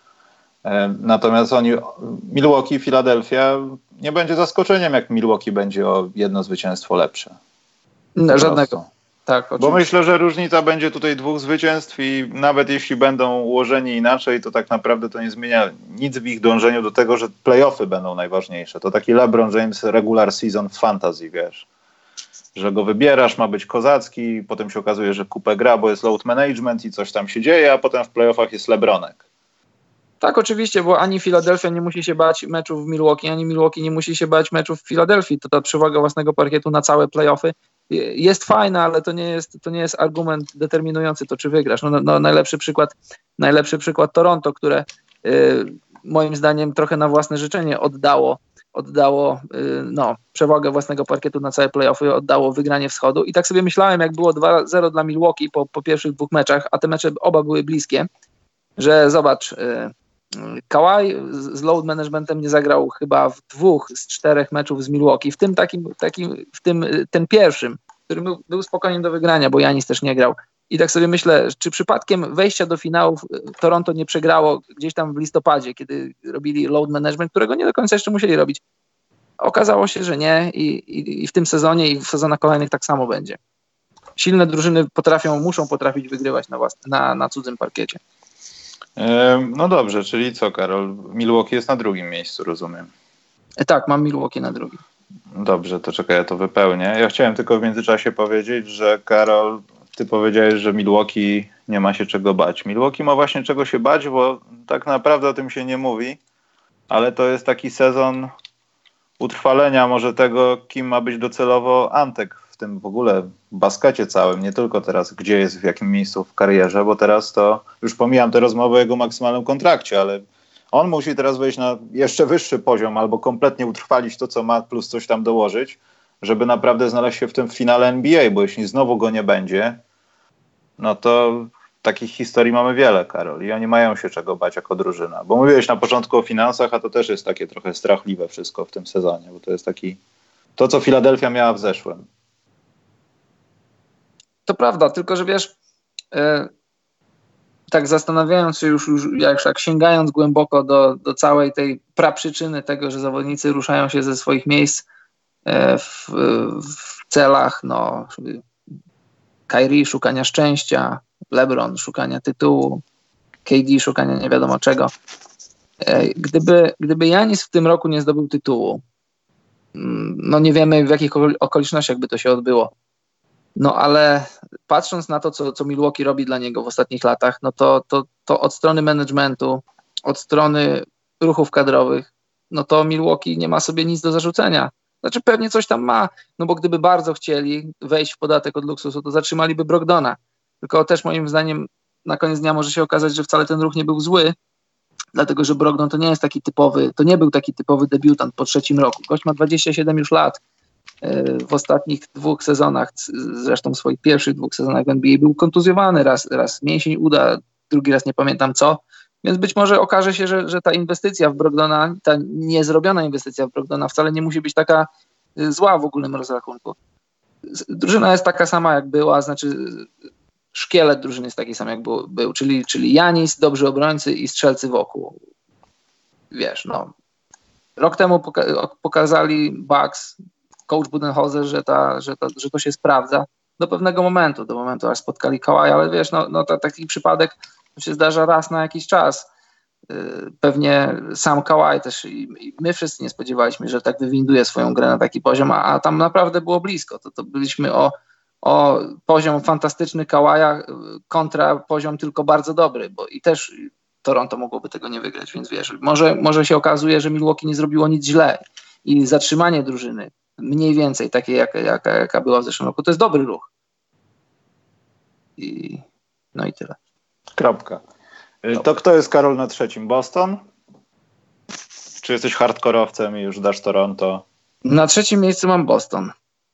Natomiast oni, Milwaukee, Filadelfia, nie będzie zaskoczeniem, jak Milwaukee będzie o jedno zwycięstwo lepsze. No, żadnego. Tak, oczywiście. Bo myślę, że różnica będzie tutaj dwóch zwycięstw i nawet jeśli będą ułożeni inaczej, to tak naprawdę to nie zmienia nic w ich dążeniu do tego, że play-offy będą najważniejsze. To taki LeBron James regular season fantasy, wiesz. Że go wybierasz, ma być kozacki, potem się okazuje, że kupę gra, bo jest load management i coś tam się dzieje, a potem w play-offach jest LeBronek. Tak, oczywiście, bo ani Philadelphia nie musi się bać meczów w Milwaukee, ani Milwaukee nie musi się bać meczów w Filadelfii. To ta przewaga własnego parkietu na całe playoffy jest fajna, ale to nie jest, to nie jest argument determinujący to, czy wygrasz. No, no, najlepszy przykład, najlepszy przykład Toronto, które y, moim zdaniem trochę na własne życzenie oddało, oddało y, no, przewagę własnego parkietu na całe playoffy, oddało wygranie wschodu. I tak sobie myślałem, jak było dwa zero dla Milwaukee po, po pierwszych dwóch meczach, a te mecze oba były bliskie, że zobacz, y, Kawhi z load managementem nie zagrał chyba w dwóch z czterech meczów z Milwaukee, w tym takim, takim w tym ten pierwszym, który był, był spokojnie do wygrania, bo Giannis też nie grał. I tak sobie myślę, czy przypadkiem wejścia do finałów Toronto nie przegrało gdzieś tam w listopadzie, kiedy robili load management, którego nie do końca jeszcze musieli robić. Okazało się, że nie i, i, i w tym sezonie i w sezonach kolejnych tak samo będzie. Silne drużyny potrafią, muszą potrafić wygrywać na, własne, na, na cudzym parkiecie. No dobrze, czyli co, Karol? Milwaukee jest na drugim miejscu, rozumiem. Tak, mam Milwaukee na drugim. Dobrze, to czekaj, ja to wypełnię. Ja chciałem tylko w międzyczasie powiedzieć, że Karol, ty powiedziałeś, że Milwaukee nie ma się czego bać. Milwaukee ma właśnie czego się bać, bo tak naprawdę o tym się nie mówi, ale to jest taki sezon utrwalenia może tego, kim ma być docelowo Antek w tym w ogóle baskecie całym, nie tylko teraz, gdzie jest, w jakim miejscu w karierze, bo teraz to, już pomijam tę rozmowę o jego maksymalnym kontrakcie, ale on musi teraz wejść na jeszcze wyższy poziom albo kompletnie utrwalić to, co ma, plus coś tam dołożyć, żeby naprawdę znaleźć się w tym finale N B A, bo jeśli znowu go nie będzie, no to takich historii mamy wiele, Karol, i oni mają się czego bać jako drużyna. Bo mówiłeś na początku o finansach, a to też jest takie trochę strachliwe wszystko w tym sezonie, bo to jest taki, to co Filadelfia miała w zeszłym. To prawda, tylko że wiesz, yy, tak zastanawiając się już, już jak, jak sięgając głęboko do, do całej tej praprzyczyny tego, że zawodnicy ruszają się ze swoich miejsc yy, w, w celach, no, Kyrie szukania szczęścia, LeBron szukania tytułu, K D szukania nie wiadomo czego. Yy, gdyby, gdyby Giannis w tym roku nie zdobył tytułu, yy, no nie wiemy w jakich okolicznościach by to się odbyło. No ale patrząc na to, co, co Milwaukee robi dla niego w ostatnich latach, no to, to, to od strony managementu, od strony ruchów kadrowych, no to Milwaukee nie ma sobie nic do zarzucenia. Znaczy pewnie coś tam ma, no bo gdyby bardzo chcieli wejść w podatek od luksusu, to zatrzymaliby Brogdona. Tylko też moim zdaniem na koniec dnia może się okazać, że wcale ten ruch nie był zły, dlatego że Brogdon to nie jest taki typowy, to nie był taki typowy debiutant po trzecim roku. Gość ma dwadzieścia siedem już lat. W ostatnich dwóch sezonach, zresztą w swoich pierwszych dwóch sezonach w N B A był kontuzjowany, raz, raz mięsień uda, drugi raz nie pamiętam co, więc być może okaże się, że, że ta inwestycja w Brogdona, ta niezrobiona inwestycja w Brogdona wcale nie musi być taka zła w ogólnym rozrachunku. Drużyna jest taka sama jak była, znaczy szkielet drużyny jest taki sam jak był, był czyli, czyli Janis, dobrzy obrońcy i strzelcy wokół. Wiesz, no. Rok temu poka- pokazali Bucks, coach Budenholzer, że, ta, że, ta, że to się sprawdza do pewnego momentu, do momentu aż spotkali Kawaja, ale wiesz, no, no to, taki przypadek się zdarza raz na jakiś czas. Yy, pewnie sam Kawhi też i, i my wszyscy nie spodziewaliśmy, że tak wywinduje swoją grę na taki poziom, a, a tam naprawdę było blisko. To, to byliśmy o, o poziom fantastyczny Kawaja kontra poziom tylko bardzo dobry, bo i też Toronto mogłoby tego nie wygrać, więc wiesz, może, może się okazuje, że Milwaukee nie zrobiło nic źle i zatrzymanie drużyny mniej więcej takiej, jaka, jaka, jaka była w zeszłym roku, to jest dobry ruch. I no i tyle. Kropka. To kto jest, Karol, na trzecim? Boston? Czy jesteś hardkorowcem i już dasz Toronto? Na trzecim miejscu mam Boston.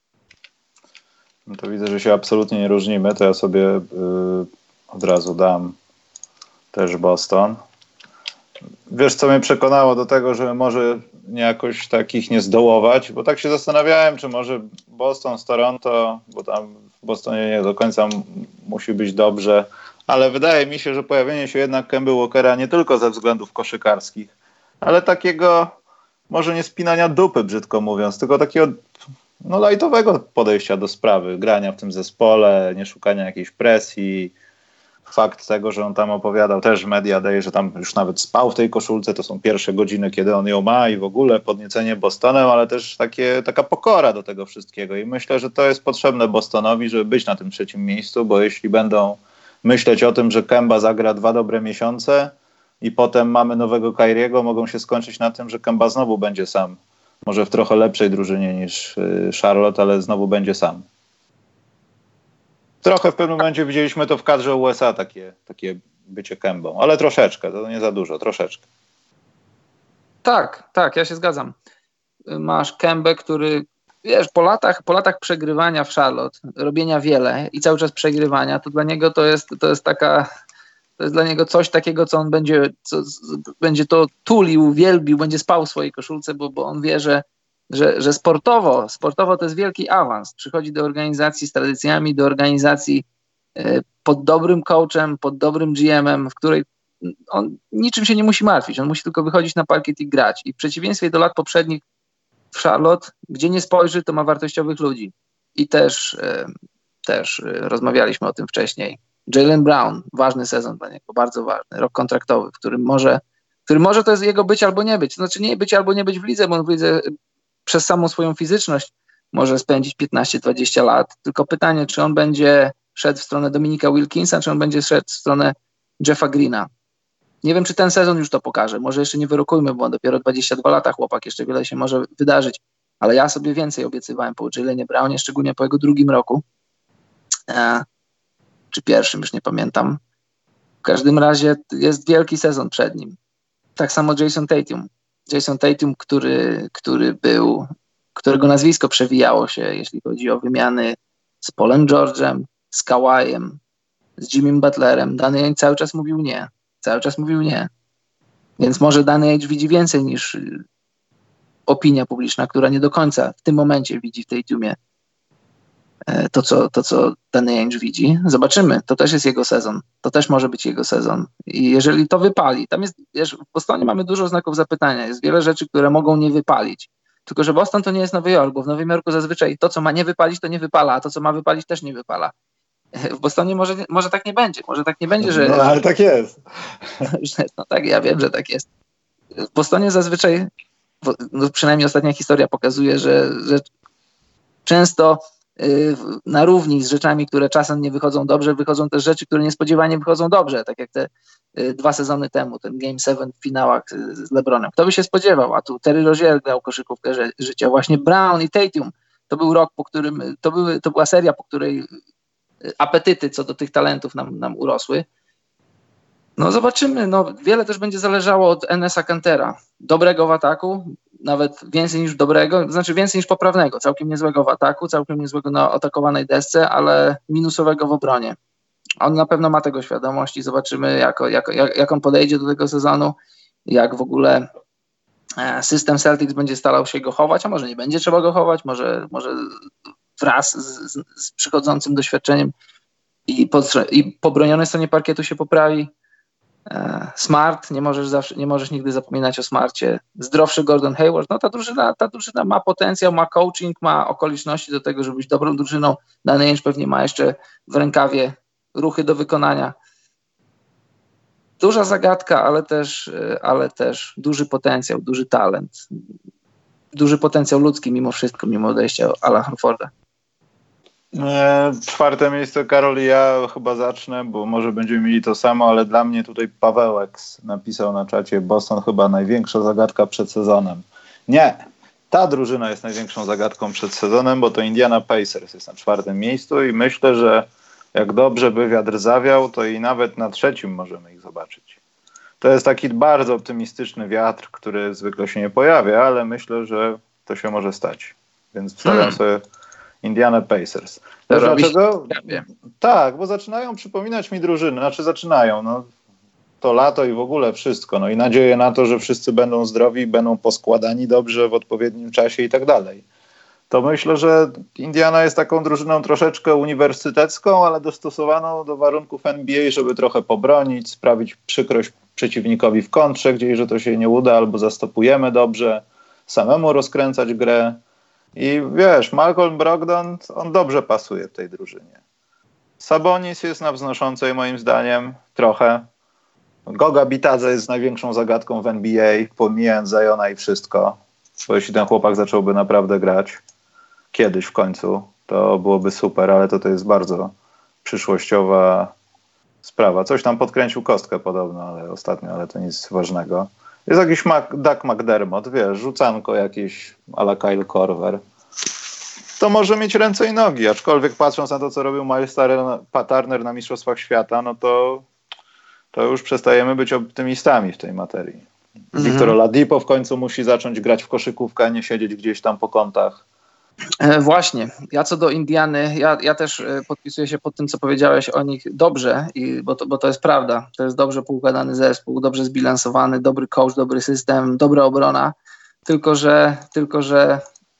No to widzę, że się absolutnie nie różnimy, to ja sobie yy, od razu dam też Boston. Wiesz, co mnie przekonało do tego, że może nie jakoś takich nie zdołować, bo tak się zastanawiałem, czy może Boston z Toronto, bo tam w Bostonie nie do końca m- musi być dobrze, ale wydaje mi się, że pojawienie się jednak Kemby Walkera nie tylko ze względów koszykarskich, ale takiego może nie spinania dupy, brzydko mówiąc, tylko takiego no lightowego podejścia do sprawy, grania w tym zespole, nie szukania jakiejś presji. Fakt tego, że on tam opowiadał, też media daje, że tam już nawet spał w tej koszulce, to są pierwsze godziny, kiedy on ją ma i w ogóle podniecenie Bostonem, ale też takie, taka pokora do tego wszystkiego i myślę, że to jest potrzebne Bostonowi, żeby być na tym trzecim miejscu, bo jeśli będą myśleć o tym, że Kemba zagra dwa dobre miesiące i potem mamy nowego Kyriego, mogą się skończyć na tym, że Kemba znowu będzie sam. Może w trochę lepszej drużynie niż Charlotte, ale znowu będzie sam. Trochę w pewnym momencie widzieliśmy to w kadrze U S A, takie, takie bycie Kembą, ale troszeczkę, to nie za dużo, troszeczkę. Tak, tak, ja się zgadzam. Masz Kembę, który, wiesz, po latach, po latach przegrywania w Charlotte, robienia wiele i cały czas przegrywania, to dla niego to jest, to jest taka, to jest dla niego coś takiego, co on będzie, co, będzie to tulił, wielbił, będzie spał w swojej koszulce, bo, bo on wie, że Że, że sportowo, sportowo to jest wielki awans. Przychodzi do organizacji z tradycjami, do organizacji y, pod dobrym coachem, pod dobrym G M-em, w której on niczym się nie musi martwić. On musi tylko wychodzić na parkiet i grać. I w przeciwieństwie do lat poprzednich w Charlotte, gdzie nie spojrzy, to ma wartościowych ludzi. I też, y, też y, rozmawialiśmy o tym wcześniej. Jaylen Brown, ważny sezon dla niego, bardzo ważny, rok kontraktowy, w którym może, w którym może to jest jego być albo nie być. To znaczy nie być albo nie być w lidze, bo on w lidze przez samą swoją fizyczność może spędzić piętnaście dwadzieścia lat. Tylko pytanie, czy on będzie szedł w stronę Dominika Wilkinsa, czy on będzie szedł w stronę Jeffa Greena. Nie wiem, czy ten sezon już to pokaże. Może jeszcze nie wyrokujmy, bo on dopiero dwadzieścia dwa lata, chłopak, jeszcze wiele się może wydarzyć. Ale ja sobie więcej obiecywałem po Jaylenie Brownie, szczególnie po jego drugim roku. E, czy pierwszym, już nie pamiętam. W każdym razie jest wielki sezon przed nim. Tak samo Jason Tatum. Jason Tatum, który, który był, którego nazwisko przewijało się, jeśli chodzi o wymiany z Paulem George'em, z Kawajem, z Jimmym Butlerem. Danny Ainge cały czas mówił nie. Cały czas mówił nie. Więc może Danny Ainge widzi więcej niż opinia publiczna, która nie do końca w tym momencie widzi w Tatumie to, co, to, co Danny Ainge widzi. Zobaczymy. To też jest jego sezon. To też może być jego sezon. I jeżeli to wypali, tam jest, wiesz, w Bostonie mamy dużo znaków zapytania. Jest wiele rzeczy, które mogą nie wypalić. Tylko że Boston to nie jest Nowy Jork, bo w Nowym Jorku zazwyczaj to, co ma nie wypalić, to nie wypala, a to, co ma wypalić, też nie wypala. W Bostonie może, może tak nie będzie. Może tak nie będzie, że... No, ale tak jest. Że, no tak, ja wiem, że tak jest. W Bostonie zazwyczaj, no przynajmniej ostatnia historia pokazuje, że, że często na równi z rzeczami, które czasem nie wychodzą dobrze, wychodzą też rzeczy, które niespodziewanie wychodzą dobrze, tak jak te dwa sezony temu, ten Game siedem w finałach z LeBronem. Kto by się spodziewał, a tu Terry Rozier grał koszykówkę życia, właśnie Brown i Tatum. To był rok, po którym, to, były, to była seria, po której apetyty co do tych talentów nam, nam urosły. No zobaczymy, no wiele też będzie zależało od Enesa Kantera. Dobrego w ataku, nawet więcej niż dobrego, znaczy więcej niż poprawnego, całkiem niezłego w ataku, całkiem niezłego na atakowanej desce, ale minusowego w obronie. On na pewno ma tego świadomość i zobaczymy, jak, jak, jak on podejdzie do tego sezonu, jak w ogóle system Celtics będzie starał się go chować, a może nie będzie trzeba go chować, może, może wraz z, z, z przychodzącym doświadczeniem i po, i po bronionej stronie parkietu się poprawi. Smart, nie możesz zawsze, nie możesz nigdy zapominać o Smarcie. Zdrowszy Gordon Hayward, no ta drużyna, ta drużyna ma potencjał, ma coaching, ma okoliczności do tego, żeby być dobrą drużyną. Danny Ainge pewnie ma jeszcze w rękawie ruchy do wykonania. Duża zagadka, ale też, ale też duży potencjał, duży talent. Duży potencjał ludzki mimo wszystko, mimo odejścia Ala Horforda. Czwarte miejsce, Karol, i ja chyba zacznę, bo może będziemy mieli to samo, ale dla mnie tutaj Pawełek napisał na czacie: Boston chyba największa zagadka przed sezonem. Nie, ta drużyna jest największą zagadką przed sezonem, bo to Indiana Pacers jest na czwartym miejscu i myślę, że jak dobrze by wiatr zawiał, to i nawet na trzecim możemy ich zobaczyć. To jest taki bardzo optymistyczny wiatr, który zwykle się nie pojawia, ale myślę, że to się może stać. Więc wstawiam hmm. sobie Indiana Pacers. Dlaczego? Tak, bo zaczynają przypominać mi drużyny. Znaczy zaczynają, no to lato i w ogóle wszystko. No i nadzieję na to, że wszyscy będą zdrowi, będą poskładani dobrze w odpowiednim czasie i tak dalej. To myślę, że Indiana jest taką drużyną troszeczkę uniwersytecką, ale dostosowaną do warunków N B A, żeby trochę pobronić, sprawić przykrość przeciwnikowi w kontrze, gdzieś, że to się nie uda, albo zastopujemy dobrze, samemu rozkręcać grę. I wiesz, Malcolm Brogdon, on dobrze pasuje w tej drużynie. Sabonis jest na wznoszącej moim zdaniem trochę. Goga Bitadze jest największą zagadką w N B A, pomijając Ziona i wszystko. Bo jeśli ten chłopak zacząłby naprawdę grać kiedyś w końcu, to byłoby super, ale to, to jest bardzo przyszłościowa sprawa. Coś tam podkręcił kostkę podobno, ale ostatnio, ale to nic ważnego. Jest jakiś Mac, Doug McDermott, wiesz, rzucanko jakieś a la Kyle Korver. To może mieć ręce i nogi, aczkolwiek patrząc na to, co robił Miles Turner na Mistrzostwach Świata, no to, to już przestajemy być optymistami w tej materii. Mm-hmm. Victor Oladipo w końcu musi zacząć grać w koszykówkę, a nie siedzieć gdzieś tam po kątach. E, właśnie. Ja co do Indiany, ja, ja też e, podpisuję się pod tym, co powiedziałeś o nich dobrze, i, bo, to, bo to jest prawda. To jest dobrze poukładany zespół, dobrze zbilansowany, dobry coach, dobry system, dobra obrona. Tylko, że, tylko, że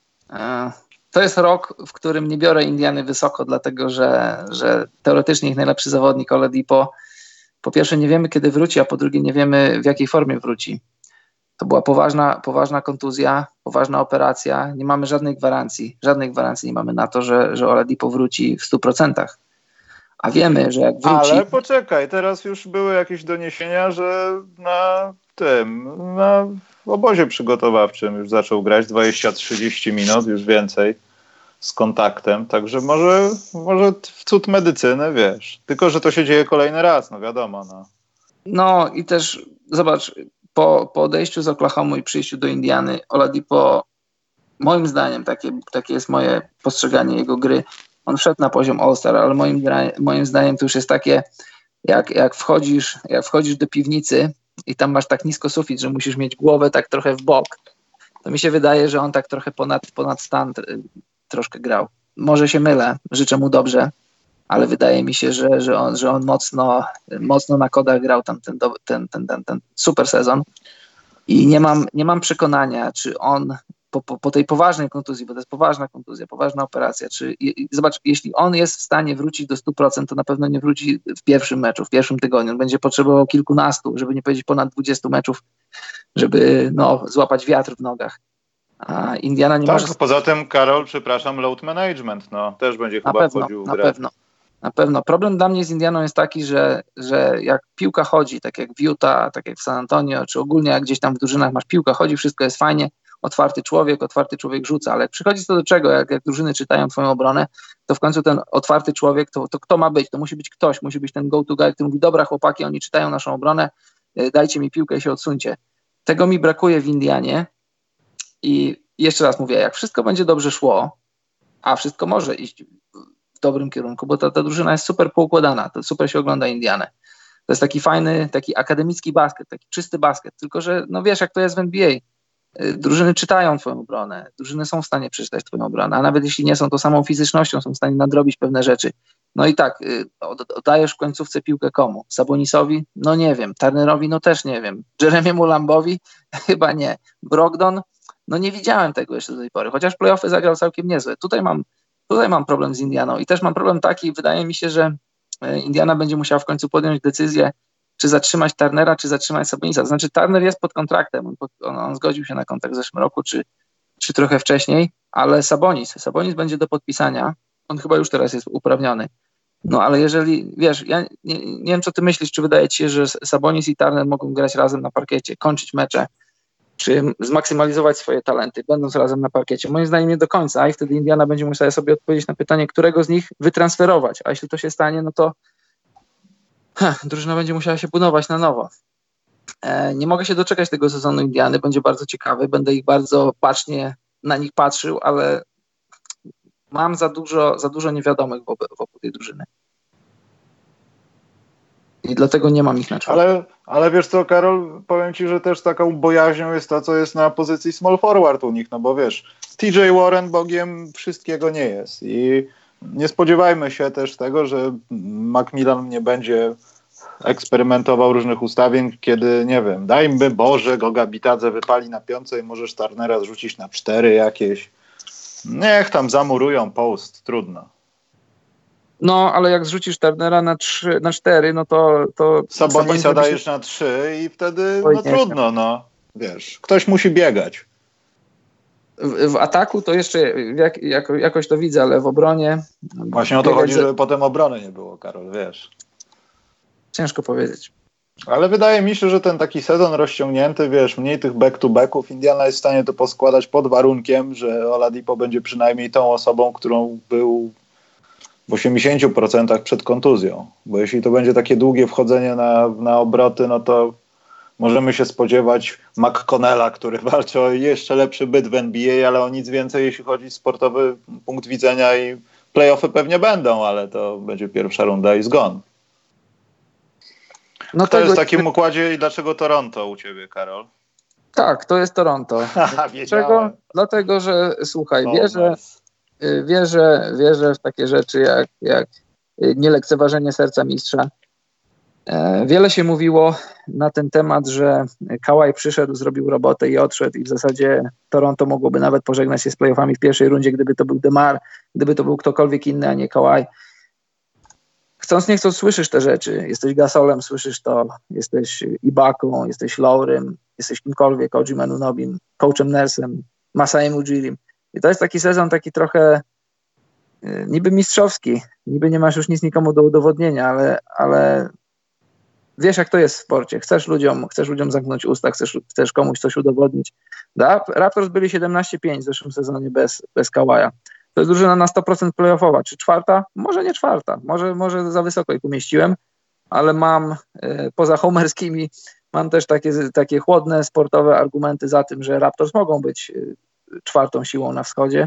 e, to jest rok, w którym nie biorę Indiany wysoko, dlatego, że, że teoretycznie ich najlepszy zawodnik Oladipo, po pierwsze nie wiemy, kiedy wróci, a po drugie nie wiemy, w jakiej formie wróci. To była poważna, poważna kontuzja, poważna operacja. Nie mamy żadnej gwarancji. Żadnej gwarancji nie mamy na to, że, że Oladipo wróci w stu procentach. A wiemy, że jak wróci... Ale poczekaj, teraz już były jakieś doniesienia, że na tym, na obozie przygotowawczym już zaczął grać dwadzieścia trzydzieści minut, już więcej z kontaktem. Także może, może w cud medycyny, wiesz. Tylko, że to się dzieje kolejny raz, no wiadomo. No, no i też zobacz... Po, po odejściu z Oklahomy i przyjściu do Indiany, Oladipo, moim zdaniem, takie, takie jest moje postrzeganie jego gry, on wszedł na poziom All-Star, ale moim, moim zdaniem to już jest takie, jak, jak, wchodzisz, jak wchodzisz do piwnicy i tam masz tak nisko sufit, że musisz mieć głowę tak trochę w bok, to mi się wydaje, że on tak trochę ponad, ponad stan troszkę grał. Może się mylę, życzę mu dobrze, ale wydaje mi się, że, że, on, że on mocno, mocno na kodach grał tam ten, ten, ten, ten, ten super sezon i nie mam, nie mam przekonania, czy on po, po, po tej poważnej kontuzji, bo to jest poważna kontuzja, poważna operacja, czy i, zobacz, jeśli on jest w stanie wrócić do stu procent, to na pewno nie wróci w pierwszym meczu, w pierwszym tygodniu. On będzie potrzebował kilkunastu, żeby nie powiedzieć ponad dwudziestu meczów, żeby no, złapać wiatr w nogach. A Indiana nie tak, może... Poza tym, Karol, przepraszam, load management, no, też będzie na chyba pewno, wchodził w na grę. pewno. Na pewno. Problem dla mnie z Indianą jest taki, że, że jak piłka chodzi, tak jak w Utah, tak jak w San Antonio, czy ogólnie jak gdzieś tam w drużynach masz piłka chodzi, wszystko jest fajnie, otwarty człowiek, otwarty człowiek rzuca, ale jak przychodzi to do czego, jak, jak drużyny czytają twoją obronę, to w końcu ten otwarty człowiek, to, to kto ma być? To musi być ktoś, musi być ten go-to guy, który mówi, dobra chłopaki, oni czytają naszą obronę, dajcie mi piłkę i się odsuńcie. Tego mi brakuje w Indianie i jeszcze raz mówię, jak wszystko będzie dobrze szło, a wszystko może iść w dobrym kierunku, bo ta, ta drużyna jest super poukładana, to super się ogląda Indianę. To jest taki fajny, taki akademicki basket, taki czysty basket, tylko że no wiesz, jak to jest w N B A. Drużyny czytają twoją obronę, drużyny są w stanie przeczytać twoją obronę, a nawet jeśli nie są, to samą fizycznością są w stanie nadrobić pewne rzeczy. No i tak, oddajesz w końcówce piłkę komu? Sabonisowi? No nie wiem. Turnerowi? No też nie wiem. Jeremiemu Lambowi? Chyba nie. Brogdon? No nie widziałem tego jeszcze do tej pory, chociaż playoffy zagrał całkiem niezłe. Tutaj mam, tutaj mam problem z Indianą i też mam problem taki, wydaje mi się, że Indiana będzie musiała w końcu podjąć decyzję, czy zatrzymać Turnera, czy zatrzymać Sabonisa. To znaczy Turner jest pod kontraktem, on, pod, on, on zgodził się na kontrakt w zeszłym roku, czy, czy trochę wcześniej, ale Sabonis, Sabonis będzie do podpisania, on chyba już teraz jest uprawniony. No ale jeżeli, wiesz, ja nie, nie wiem, co ty myślisz, czy wydaje ci się, że Sabonis i Turner mogą grać razem na parkiecie, kończyć mecze, czy zmaksymalizować swoje talenty, będąc razem na parkiecie. Moim zdaniem nie do końca, i wtedy Indiana będzie musiała sobie odpowiedzieć na pytanie, którego z nich wytransferować, a jeśli to się stanie, no to ha, drużyna będzie musiała się budować na nowo. E, nie mogę się doczekać tego sezonu Indiany, będzie bardzo ciekawy, będę ich bardzo bacznie na nich patrzył, ale mam za dużo, za dużo niewiadomych wokół, wokół tej drużyny. I dlatego nie mam ich na czwartym. Ale, ale wiesz co, Karol, powiem ci, że też taką bojaźnią jest to, co jest na pozycji small forward u nich, no bo wiesz, T J Warren Bogiem wszystkiego nie jest i nie spodziewajmy się też tego, że Macmillan nie będzie eksperymentował różnych ustawień, kiedy, nie wiem, dajmy Boże, Goga Bitadze wypali na piątce i możesz Turnera zrzucić na cztery jakieś. Niech tam zamurują post, trudno. No, ale jak zrzucisz Turnera na, trzy, na cztery, no to... to Sabonisa dajesz się... na trzy i wtedy Oj, no trudno, no. Wiesz, ktoś musi biegać. W, w ataku to jeszcze jak, jako, jakoś to widzę, ale w obronie... Właśnie o to chodzi, żeby potem obrony nie było, Karol, wiesz. Ciężko powiedzieć. Ale wydaje mi się, że ten taki sezon rozciągnięty, wiesz, mniej tych back-to-backów, Indiana jest w stanie to poskładać pod warunkiem, że Oladipo będzie przynajmniej tą osobą, którą był w osiemdziesięciu procentach przed kontuzją. Bo jeśli to będzie takie długie wchodzenie na, na obroty, no to możemy się spodziewać McConnella, który walczy o jeszcze lepszy byt w N B A, ale o nic więcej, jeśli chodzi o sportowy punkt widzenia, i playoffy pewnie będą, ale to będzie pierwsza runda i zgon. No to jest w takim układzie i dlaczego Toronto u ciebie, Karol? Tak, to jest Toronto. Dlaczego? Dlatego, że słuchaj, no, wierzę, wierzę, wierzę w takie rzeczy jak, jak nielekceważenie serca mistrza. Wiele się mówiło na ten temat, że Kawhi przyszedł, zrobił robotę i odszedł i w zasadzie Toronto mogłoby nawet pożegnać się z playoffami w pierwszej rundzie, gdyby to był DeMar, gdyby to był ktokolwiek inny, a nie Kawhi. Chcąc nie chcąc słyszysz te rzeczy. Jesteś Gasolem, słyszysz to. Jesteś Ibaką, jesteś Laurym, jesteś kimkolwiek, O G Anunobim, coachem Nersem, Masajem Ujirim. I to jest taki sezon taki trochę y, niby mistrzowski. Niby nie masz już nic nikomu do udowodnienia, ale, ale wiesz, jak to jest w sporcie. Chcesz ludziom, chcesz ludziom zamknąć usta, chcesz, chcesz komuś coś udowodnić. Da? Raptors byli siedemnaście pięć w zeszłym sezonie bez, bez Kawaja. To jest drużyna na sto procent playoffowa. Czy czwarta? Może nie czwarta. Może, może za wysoko ich umieściłem, ale mam e, poza homerskimi mam też takie, takie chłodne, sportowe argumenty za tym, że Raptors mogą być e, czwartą siłą na wschodzie.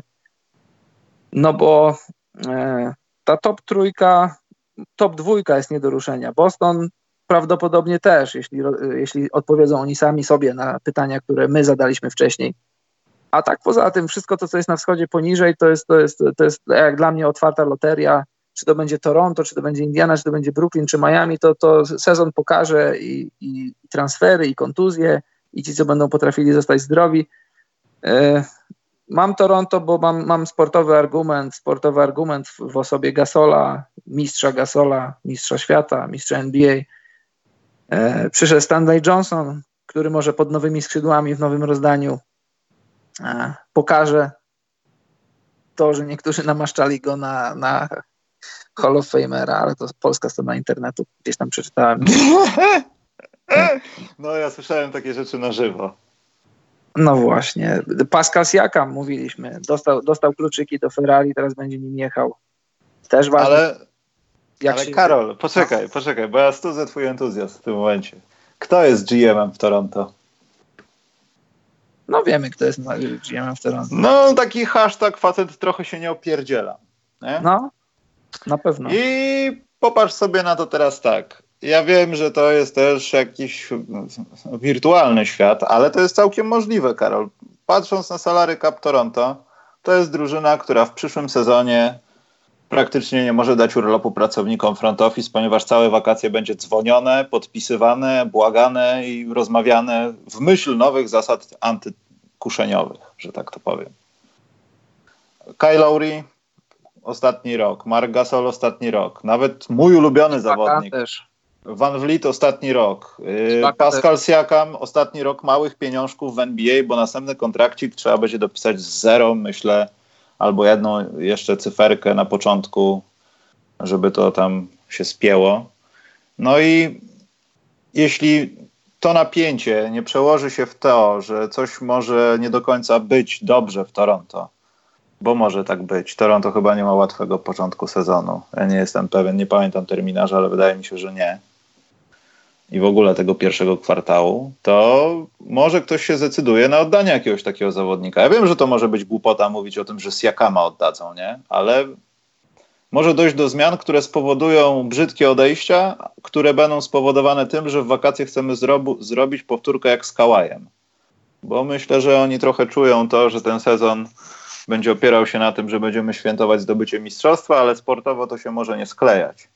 No bo e, ta top trójka, top dwójka jest nie do ruszenia. Boston prawdopodobnie też, jeśli, jeśli odpowiedzą oni sami sobie na pytania, które my zadaliśmy wcześniej. A tak poza tym wszystko to, co jest na wschodzie poniżej, to jest, to jest, to jest jak dla mnie otwarta loteria. Czy to będzie Toronto, czy to będzie Indiana, czy to będzie Brooklyn, czy Miami, to, to sezon pokaże i, i transfery, i kontuzje, i ci, co będą potrafili zostać zdrowi. Yy, mam Toronto, bo mam, mam sportowy argument, sportowy argument w, w osobie Gasola, mistrza Gasola, mistrza świata, mistrza N B A. Yy, przyszedł Stanley Johnson, który może pod nowymi skrzydłami w nowym rozdaniu pokaże to, że niektórzy namaszczali go na, na Hall of Famera, ale to polska strona internetu, gdzieś tam przeczytałem. No ja słyszałem takie rzeczy na żywo. No właśnie. Pascal Siakam, mówiliśmy, dostał, dostał kluczyki do Ferrari, teraz będzie nim jechał. Też ważne. Ale, jak ale się... Karol, poczekaj, poczekaj, bo ja studzę twój entuzjazm w tym momencie. Kto jest G M-em w Toronto? No wiemy, kto jest G M-em w Toronto. No taki hashtag facet trochę się nie opierdziela. Nie? No, na pewno. I popatrz sobie na to teraz tak. Ja wiem, że to jest też jakiś wirtualny świat, ale to jest całkiem możliwe, Karol. Patrząc na salary cap Toronto, to jest drużyna, która w przyszłym sezonie praktycznie nie może dać urlopu pracownikom front office, ponieważ całe wakacje będzie dzwonione, podpisywane, błagane i rozmawiane w myśl nowych zasad antykuszeniowych, że tak to powiem. Kyle Lowry ostatni rok, Marc Gasol ostatni rok, nawet mój ulubiony zawodnik też. Van Vliet ostatni rok, yy, Pascal Siakam ostatni rok małych pieniążków w N B A, bo następny kontrakcik trzeba będzie dopisać z zero, myślę, albo jedną jeszcze cyferkę na początku, żeby to tam się spięło. No i jeśli to napięcie nie przełoży się w to, że coś może nie do końca być dobrze w Toronto, bo może tak być. Toronto chyba nie ma łatwego początku sezonu. Ja nie jestem pewien, nie pamiętam terminarza, ale wydaje mi się, że nie. I w ogóle tego pierwszego kwartału, to może ktoś się zdecyduje na oddanie jakiegoś takiego zawodnika. Ja wiem, że to może być głupota mówić o tym, że Siakama oddadzą, nie? Ale może dojść do zmian, które spowodują brzydkie odejścia, które będą spowodowane tym, że w wakacje chcemy zrobu- zrobić powtórkę jak z Kałajem. Bo myślę, że oni trochę czują to, że ten sezon będzie opierał się na tym, że będziemy świętować zdobycie mistrzostwa, ale sportowo to się może nie sklejać.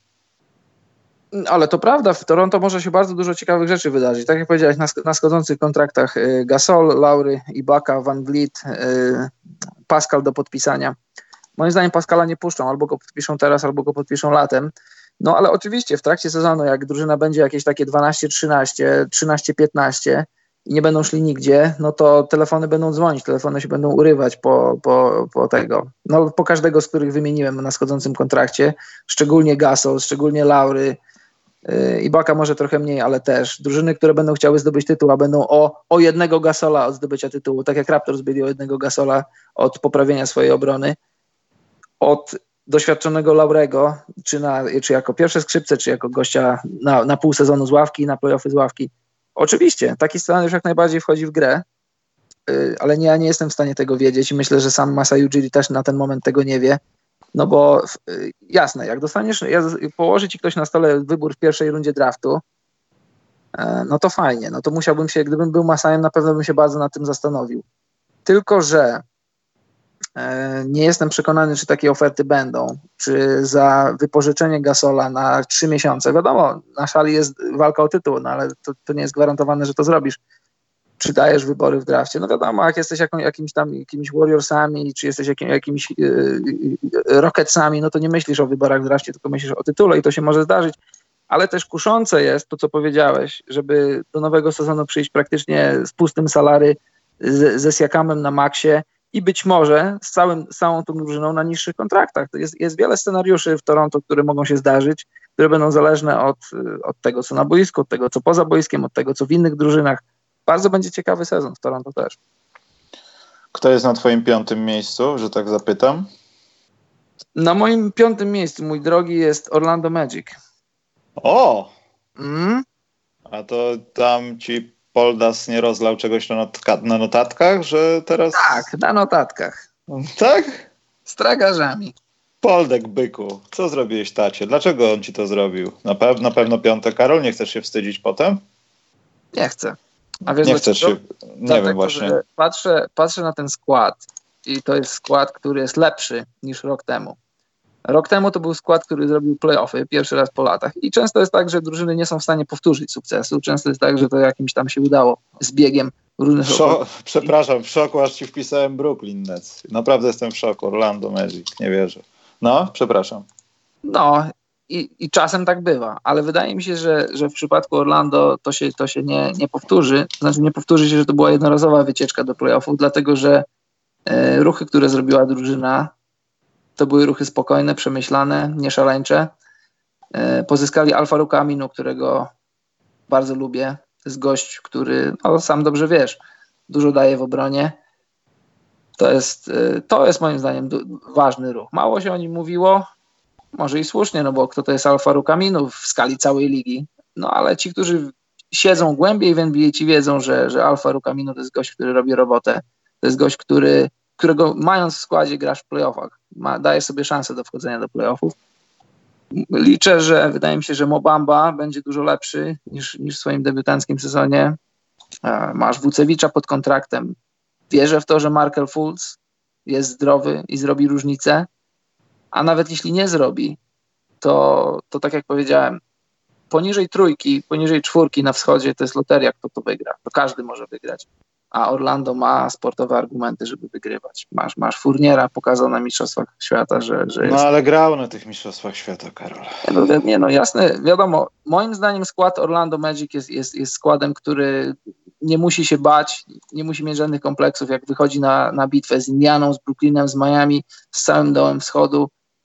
Ale to prawda, w Toronto może się bardzo dużo ciekawych rzeczy wydarzyć. Tak jak powiedziałeś, na, sk- na schodzących kontraktach y, Gasol, Lowry, Ibaka, Van Vliet, y, Pascal do podpisania. Moim zdaniem Pascala nie puszczą, albo go podpiszą teraz, albo go podpiszą latem. No ale oczywiście w trakcie sezonu, jak drużyna będzie jakieś takie dwanaście trzynaście, trzynaście piętnaście i nie będą szli nigdzie, no to telefony będą dzwonić, telefony się będą urywać po, po, po tego, no po każdego, z których wymieniłem na schodzącym kontrakcie, szczególnie Gasol, szczególnie Lowry, Ibaka może trochę mniej, ale też drużyny, które będą chciały zdobyć tytuł, a będą o, o jednego Gasola od zdobycia tytułu, tak jak Raptors byli o jednego Gasola od poprawienia swojej obrony, od doświadczonego Laurego, czy, na, czy jako pierwsze skrzypce, czy jako gościa na, na pół sezonu z ławki, na playoffy z ławki. Oczywiście, taki scenariusz jak najbardziej wchodzi w grę, yy, ale nie, ja nie jestem w stanie tego wiedzieć i myślę, że sam Masai Ujiri też na ten moment tego nie wie. No bo y, jasne, jak dostaniesz, ja, położy ci ktoś na stole wybór w pierwszej rundzie draftu, y, no to fajnie, no to musiałbym się, gdybym był Masajem, na pewno bym się bardzo nad tym zastanowił. Tylko że y, nie jestem przekonany, czy takie oferty będą, czy za wypożyczenie Gasola na trzy miesiące, wiadomo, na szali jest walka o tytuł, no ale to, to nie jest gwarantowane, że to zrobisz. Czy dajesz wybory w drafcie? No wiadomo, jak jesteś jaką, jakimś tam jakimiś Warriorsami, czy jesteś jakim, jakimiś yy, Rocketsami, no to nie myślisz o wyborach w drafcie, tylko myślisz o tytule i to się może zdarzyć. Ale też kuszące jest to, co powiedziałeś, żeby do nowego sezonu przyjść praktycznie z pustym salary, z, ze Siakamem na maksie i być może z, całym, z całą tą drużyną na niższych kontraktach. To jest, jest wiele scenariuszy w Toronto, które mogą się zdarzyć, które będą zależne od, od tego, co na boisku, od tego, co poza boiskiem, od tego, co w innych drużynach. Bardzo będzie ciekawy sezon w Toronto też. Kto jest na twoim piątym miejscu, że tak zapytam? Na moim piątym miejscu, mój drogi, jest Orlando Magic. O! Mm? A to tam ci Poldas nie rozlał czegoś na, notka- na notatkach, że teraz... Tak, na notatkach. Tak? Z tragarzami. Poldek, byku, co zrobiłeś tacie? Dlaczego on ci to zrobił? Na, pe- na pewno piąte, Karol? Nie chcesz się wstydzić potem? Nie chcę. A wiesz, nie chcesz się... Nie Dlatego, wiem właśnie. że Patrzę, patrzę na ten skład i to jest skład, który jest lepszy niż rok temu. Rok temu to był skład, który zrobił play-offy pierwszy raz po latach i często jest tak, że drużyny nie są w stanie powtórzyć sukcesu. Często jest tak, że to jakimś tam się udało z biegiem różnych... Szo- przepraszam, w szoku aż ci wpisałem Brooklyn Nets. Naprawdę jestem w szoku. Orlando Magic, nie wierzę. No, przepraszam. No i, i czasem tak bywa, ale wydaje mi się, że, że w przypadku Orlando to się, to się nie, nie powtórzy. Znaczy nie powtórzy się, że to była jednorazowa wycieczka do playoffów, dlatego że e, ruchy, które zrobiła drużyna, to były ruchy spokojne, przemyślane, nieszaleńcze. E, pozyskali Al-Farouqa Aminu, którego bardzo lubię. To jest gość, który, no sam dobrze wiesz, dużo daje w obronie. To jest, to jest moim zdaniem ważny ruch. Mało się o nim mówiło, może i słusznie, no bo kto to jest Al-Farouq Aminu w skali całej ligi. No ale ci, którzy siedzą głębiej w N B A, ci wiedzą, że, że Al-Farouq Aminu to jest gość, który robi robotę. To jest gość, który, którego mając w składzie grasz w playoffach. Ma, daje sobie szansę do wchodzenia do playoffów. Liczę, że wydaje mi się, że Mo Bamba będzie dużo lepszy niż, niż w swoim debiutanckim sezonie. Masz Wucewicza pod kontraktem. Wierzę w to, że Markel Fultz jest zdrowy i zrobi różnicę, a nawet jeśli nie zrobi, to, to tak jak powiedziałem, poniżej trójki, poniżej czwórki na wschodzie to jest loteria, kto to wygra. To każdy może wygrać. A Orlando ma sportowe argumenty, żeby wygrywać. Masz, masz Fourniera, pokazał na Mistrzostwach Świata, że, że jest... No ale grał na tych Mistrzostwach Świata, Karol. Nie no, nie, no jasne, wiadomo. Moim zdaniem skład Orlando Magic jest, jest, jest składem, który nie musi się bać, nie musi mieć żadnych kompleksów, jak wychodzi na, na bitwę z Indianą, z Brooklynem, z Miami, z całym dołem wschodu.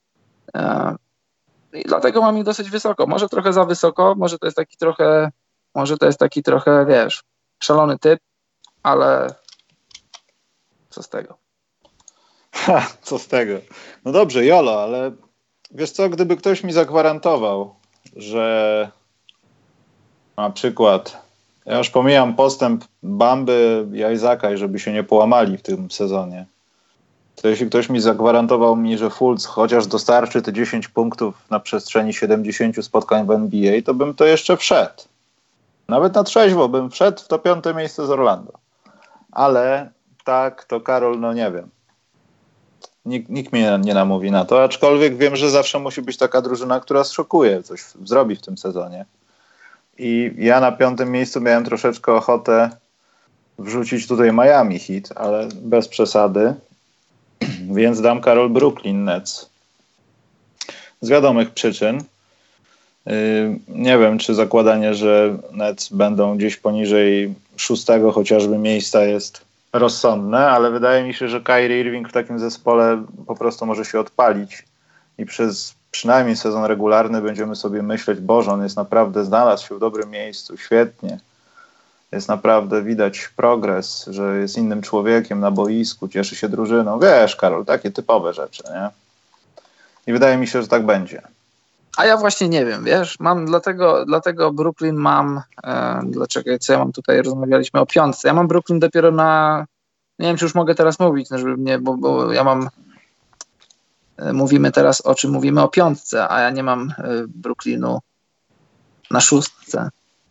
I dlatego mam ich dosyć wysoko. Może trochę za wysoko, może to jest taki trochę, może to jest taki trochę, wiesz, szalony typ, ale co z tego? Ha, co z tego? No dobrze, Jolo, ale wiesz co, gdyby ktoś mi zagwarantował, że na przykład, ja już pomijam postęp Bamby i Isaaca i żeby się nie połamali w tym sezonie, to jeśli ktoś mi zagwarantował mi, że Fultz chociaż dostarczy te dziesięć punktów na przestrzeni siedemdziesięciu spotkań w N B A, to bym to jeszcze wszedł. Nawet na trzeźwo bym wszedł w to piąte miejsce z Orlando. Ale tak, to Karol, no nie wiem. Nikt, nikt mnie nie namówi na to, aczkolwiek wiem, że zawsze musi być taka drużyna, która zszokuje, coś zrobi w tym sezonie. I ja na piątym miejscu miałem troszeczkę ochotę wrzucić tutaj Miami Heat, ale bez przesady. Więc dam, Karol, Brooklyn Nets. Z wiadomych przyczyn. Yy, nie wiem, czy zakładanie, że Nets będą gdzieś poniżej szóstego chociażby miejsca jest rozsądne, ale wydaje mi się, że Kyrie Irving w takim zespole po prostu może się odpalić i przez przynajmniej sezon regularny będziemy sobie myśleć, Boże, on jest naprawdę, znalazł się w dobrym miejscu, świetnie. Jest naprawdę, widać progres, że jest innym człowiekiem na boisku, cieszy się drużyną. Wiesz, Karol, takie typowe rzeczy, nie? I wydaje mi się, że tak będzie. A ja właśnie nie wiem, wiesz, mam dlatego, dlatego Brooklyn mam, e, dlaczego, co ja mam tutaj, rozmawialiśmy o piątce, ja mam Brooklyn dopiero na, nie wiem, czy już mogę teraz mówić, no, żeby mnie, bo, bo ja mam, e, mówimy teraz o czym mówimy o piątce, a ja nie mam e, Brooklynu na szóstce.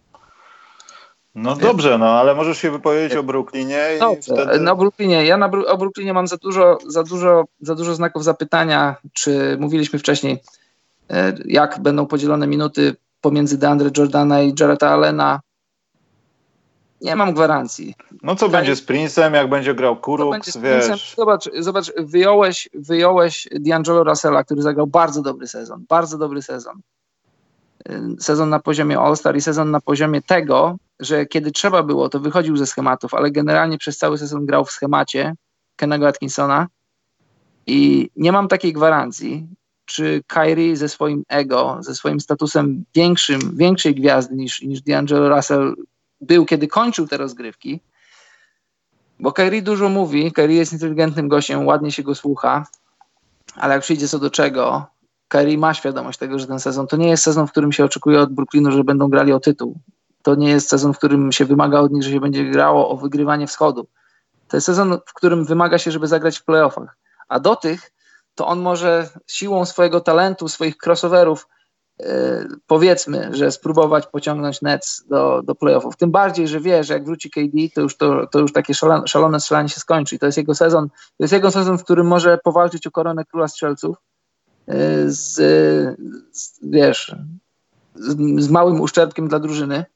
No dobrze, no ale możesz się wypowiedzieć o Brooklynie i dobrze. wtedy... Na Brooklynie, ja na, o Brooklynie mam za dużo, za dużo, za dużo znaków zapytania, czy mówiliśmy wcześniej, jak będą podzielone minuty pomiędzy DeAndre Jordana i Jarretta Allena. Nie mam gwarancji. No co Kaj... będzie z Prince'em, jak będzie grał Kuruks, wiesz. Zobacz, zobacz wyjąłeś, wyjąłeś D'Angelo Russella, który zagrał bardzo dobry sezon, bardzo dobry sezon. Sezon na poziomie All-Star i sezon na poziomie tego, że kiedy trzeba było, to wychodził ze schematów, ale generalnie przez cały sezon grał w schemacie Kennego Atkinsona i nie mam takiej gwarancji, czy Kyrie ze swoim ego, ze swoim statusem większym, większej gwiazdy niż, niż D'Angelo Russell był, kiedy kończył te rozgrywki, bo Kyrie dużo mówi, Kyrie jest inteligentnym gościem, ładnie się go słucha, ale jak przyjdzie co do czego, Kyrie ma świadomość tego, że ten sezon to nie jest sezon, w którym się oczekuje od Brooklynu, że będą grali o tytuł. To nie jest sezon, w którym się wymaga od nich, że się będzie grało o wygrywanie wschodu. To jest sezon, w którym wymaga się, żeby zagrać w playoffach. A do tych to on może siłą swojego talentu, swoich crossoverów, yy, powiedzmy, że spróbować pociągnąć Nets do, do playoffów. Tym bardziej, że wie, że jak wróci K D, to już, to, to już takie szalone, szalone strzelanie się skończy. I to jest jego sezon, to jest jego sezon, w którym może powalczyć o koronę króla strzelców yy, z, z, wiesz, z, z małym uszczerbkiem dla drużyny.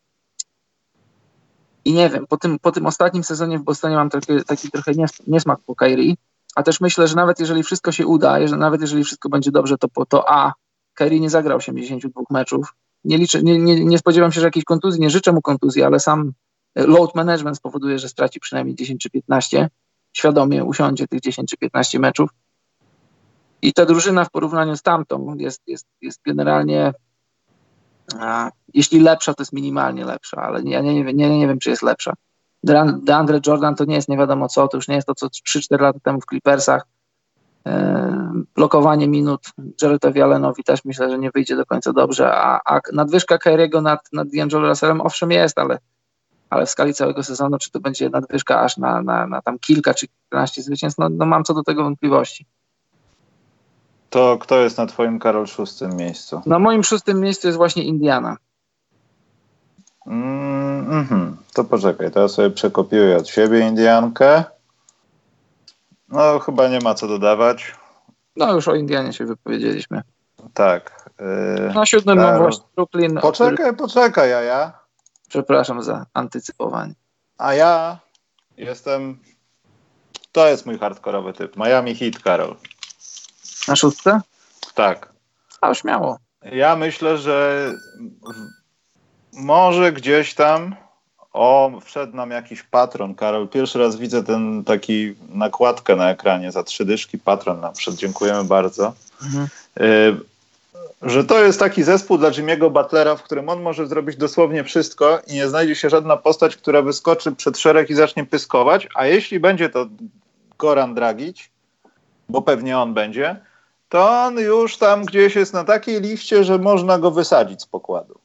I nie wiem, po tym, po tym ostatnim sezonie w Bostonie mam taki, taki trochę niesmak po Kyrie, a też myślę, że nawet jeżeli wszystko się uda, jeżeli, nawet jeżeli wszystko będzie dobrze, to, po, to a, Kyrie nie zagrał osiemdziesięciu dwóch meczów. Nie, liczę, nie, nie, nie spodziewam się, że jakiejś kontuzji, nie życzę mu kontuzji, ale sam load management spowoduje, że straci przynajmniej dziesięć czy piętnaście. Świadomie usiądzie tych dziesięć czy piętnaście meczów. I ta drużyna w porównaniu z tamtą jest, jest, jest generalnie, a, jeśli lepsza, to jest minimalnie lepsza, ale ja nie, nie, nie, nie wiem, czy jest lepsza. DeAndre Jordan to nie jest nie wiadomo co, to już nie jest to, co trzy cztery lata temu w Clippersach. Blokowanie minut Jarrettowi Allenowi też myślę, że nie wyjdzie do końca dobrze, a, a nadwyżka Kyriego nad, nad D'Angelo Russellem owszem jest, ale, ale w skali całego sezonu, czy to będzie nadwyżka aż na, na, na tam kilka czy kilkanaście zwycięstw, no, no mam co do tego wątpliwości. To kto jest na twoim, Karol, szóstym miejscu? Na moim szóstym miejscu jest właśnie Indiana. Mm, mm-hmm. To poczekaj, to ja sobie przekopiuję od siebie Indiankę. No chyba nie ma co dodawać. No już o Indianie się wypowiedzieliśmy. Tak. Yy, na siódmym Karol... mam właśnie Brooklyn. Poczekaj, który... poczekaj, a ja? Przepraszam za antycypowanie. A ja jestem... To jest mój hardkorowy typ. Miami Heat, Karol. Na szóstce? Tak. A śmiało. Ja myślę, że może gdzieś tam o, wszedł nam jakiś patron, Karol. Pierwszy raz widzę ten taki nakładkę na ekranie za trzy dyszki. Patron nam wszedł. Dziękujemy bardzo. Mhm. Y- że to jest taki zespół dla Jimmy'ego Butlera, w którym on może zrobić dosłownie wszystko i nie znajdzie się żadna postać, która wyskoczy przed szereg i zacznie pyskować, a jeśli będzie to Goran Dragic, bo pewnie on będzie, to on już tam gdzieś jest na takiej liście, że można go wysadzić z pokładu.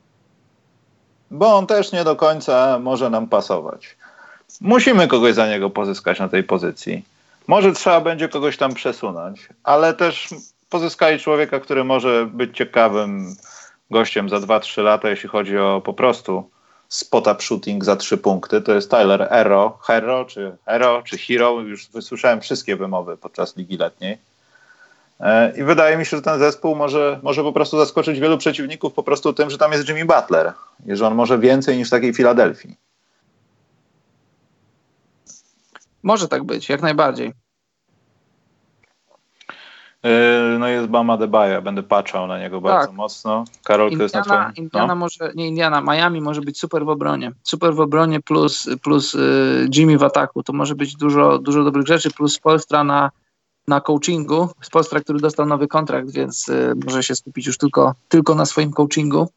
Bo on też nie do końca może nam pasować. Musimy kogoś za niego pozyskać na tej pozycji. Może trzeba będzie kogoś tam przesunąć, ale też pozyskali człowieka, który może być ciekawym gościem za dwa trzy lata, jeśli chodzi o po prostu spot-up shooting za trzy punkty. To jest Tyler Hero, Hero czy Hero, czy Hero. Już wysłyszałem wszystkie wymowy podczas ligi letniej. I wydaje mi się, że ten zespół może, może po prostu zaskoczyć wielu przeciwników po prostu tym, że tam jest Jimmy Butler i że on może więcej niż w takiej Filadelfii. Może tak być, jak najbardziej. No jest Bam Adebayo, będę patrzał na niego bardzo tak. mocno. Karol, to jest na twoim... Indiana no? może, nie Indiana, Miami może być super w obronie. Super w obronie plus, plus y, Jimmy w ataku. To może być dużo, dużo dobrych rzeczy, plus Spoelstra na, na coachingu. Spoelstra, który dostał nowy kontrakt, więc y, może się skupić już tylko, tylko na swoim coachingu.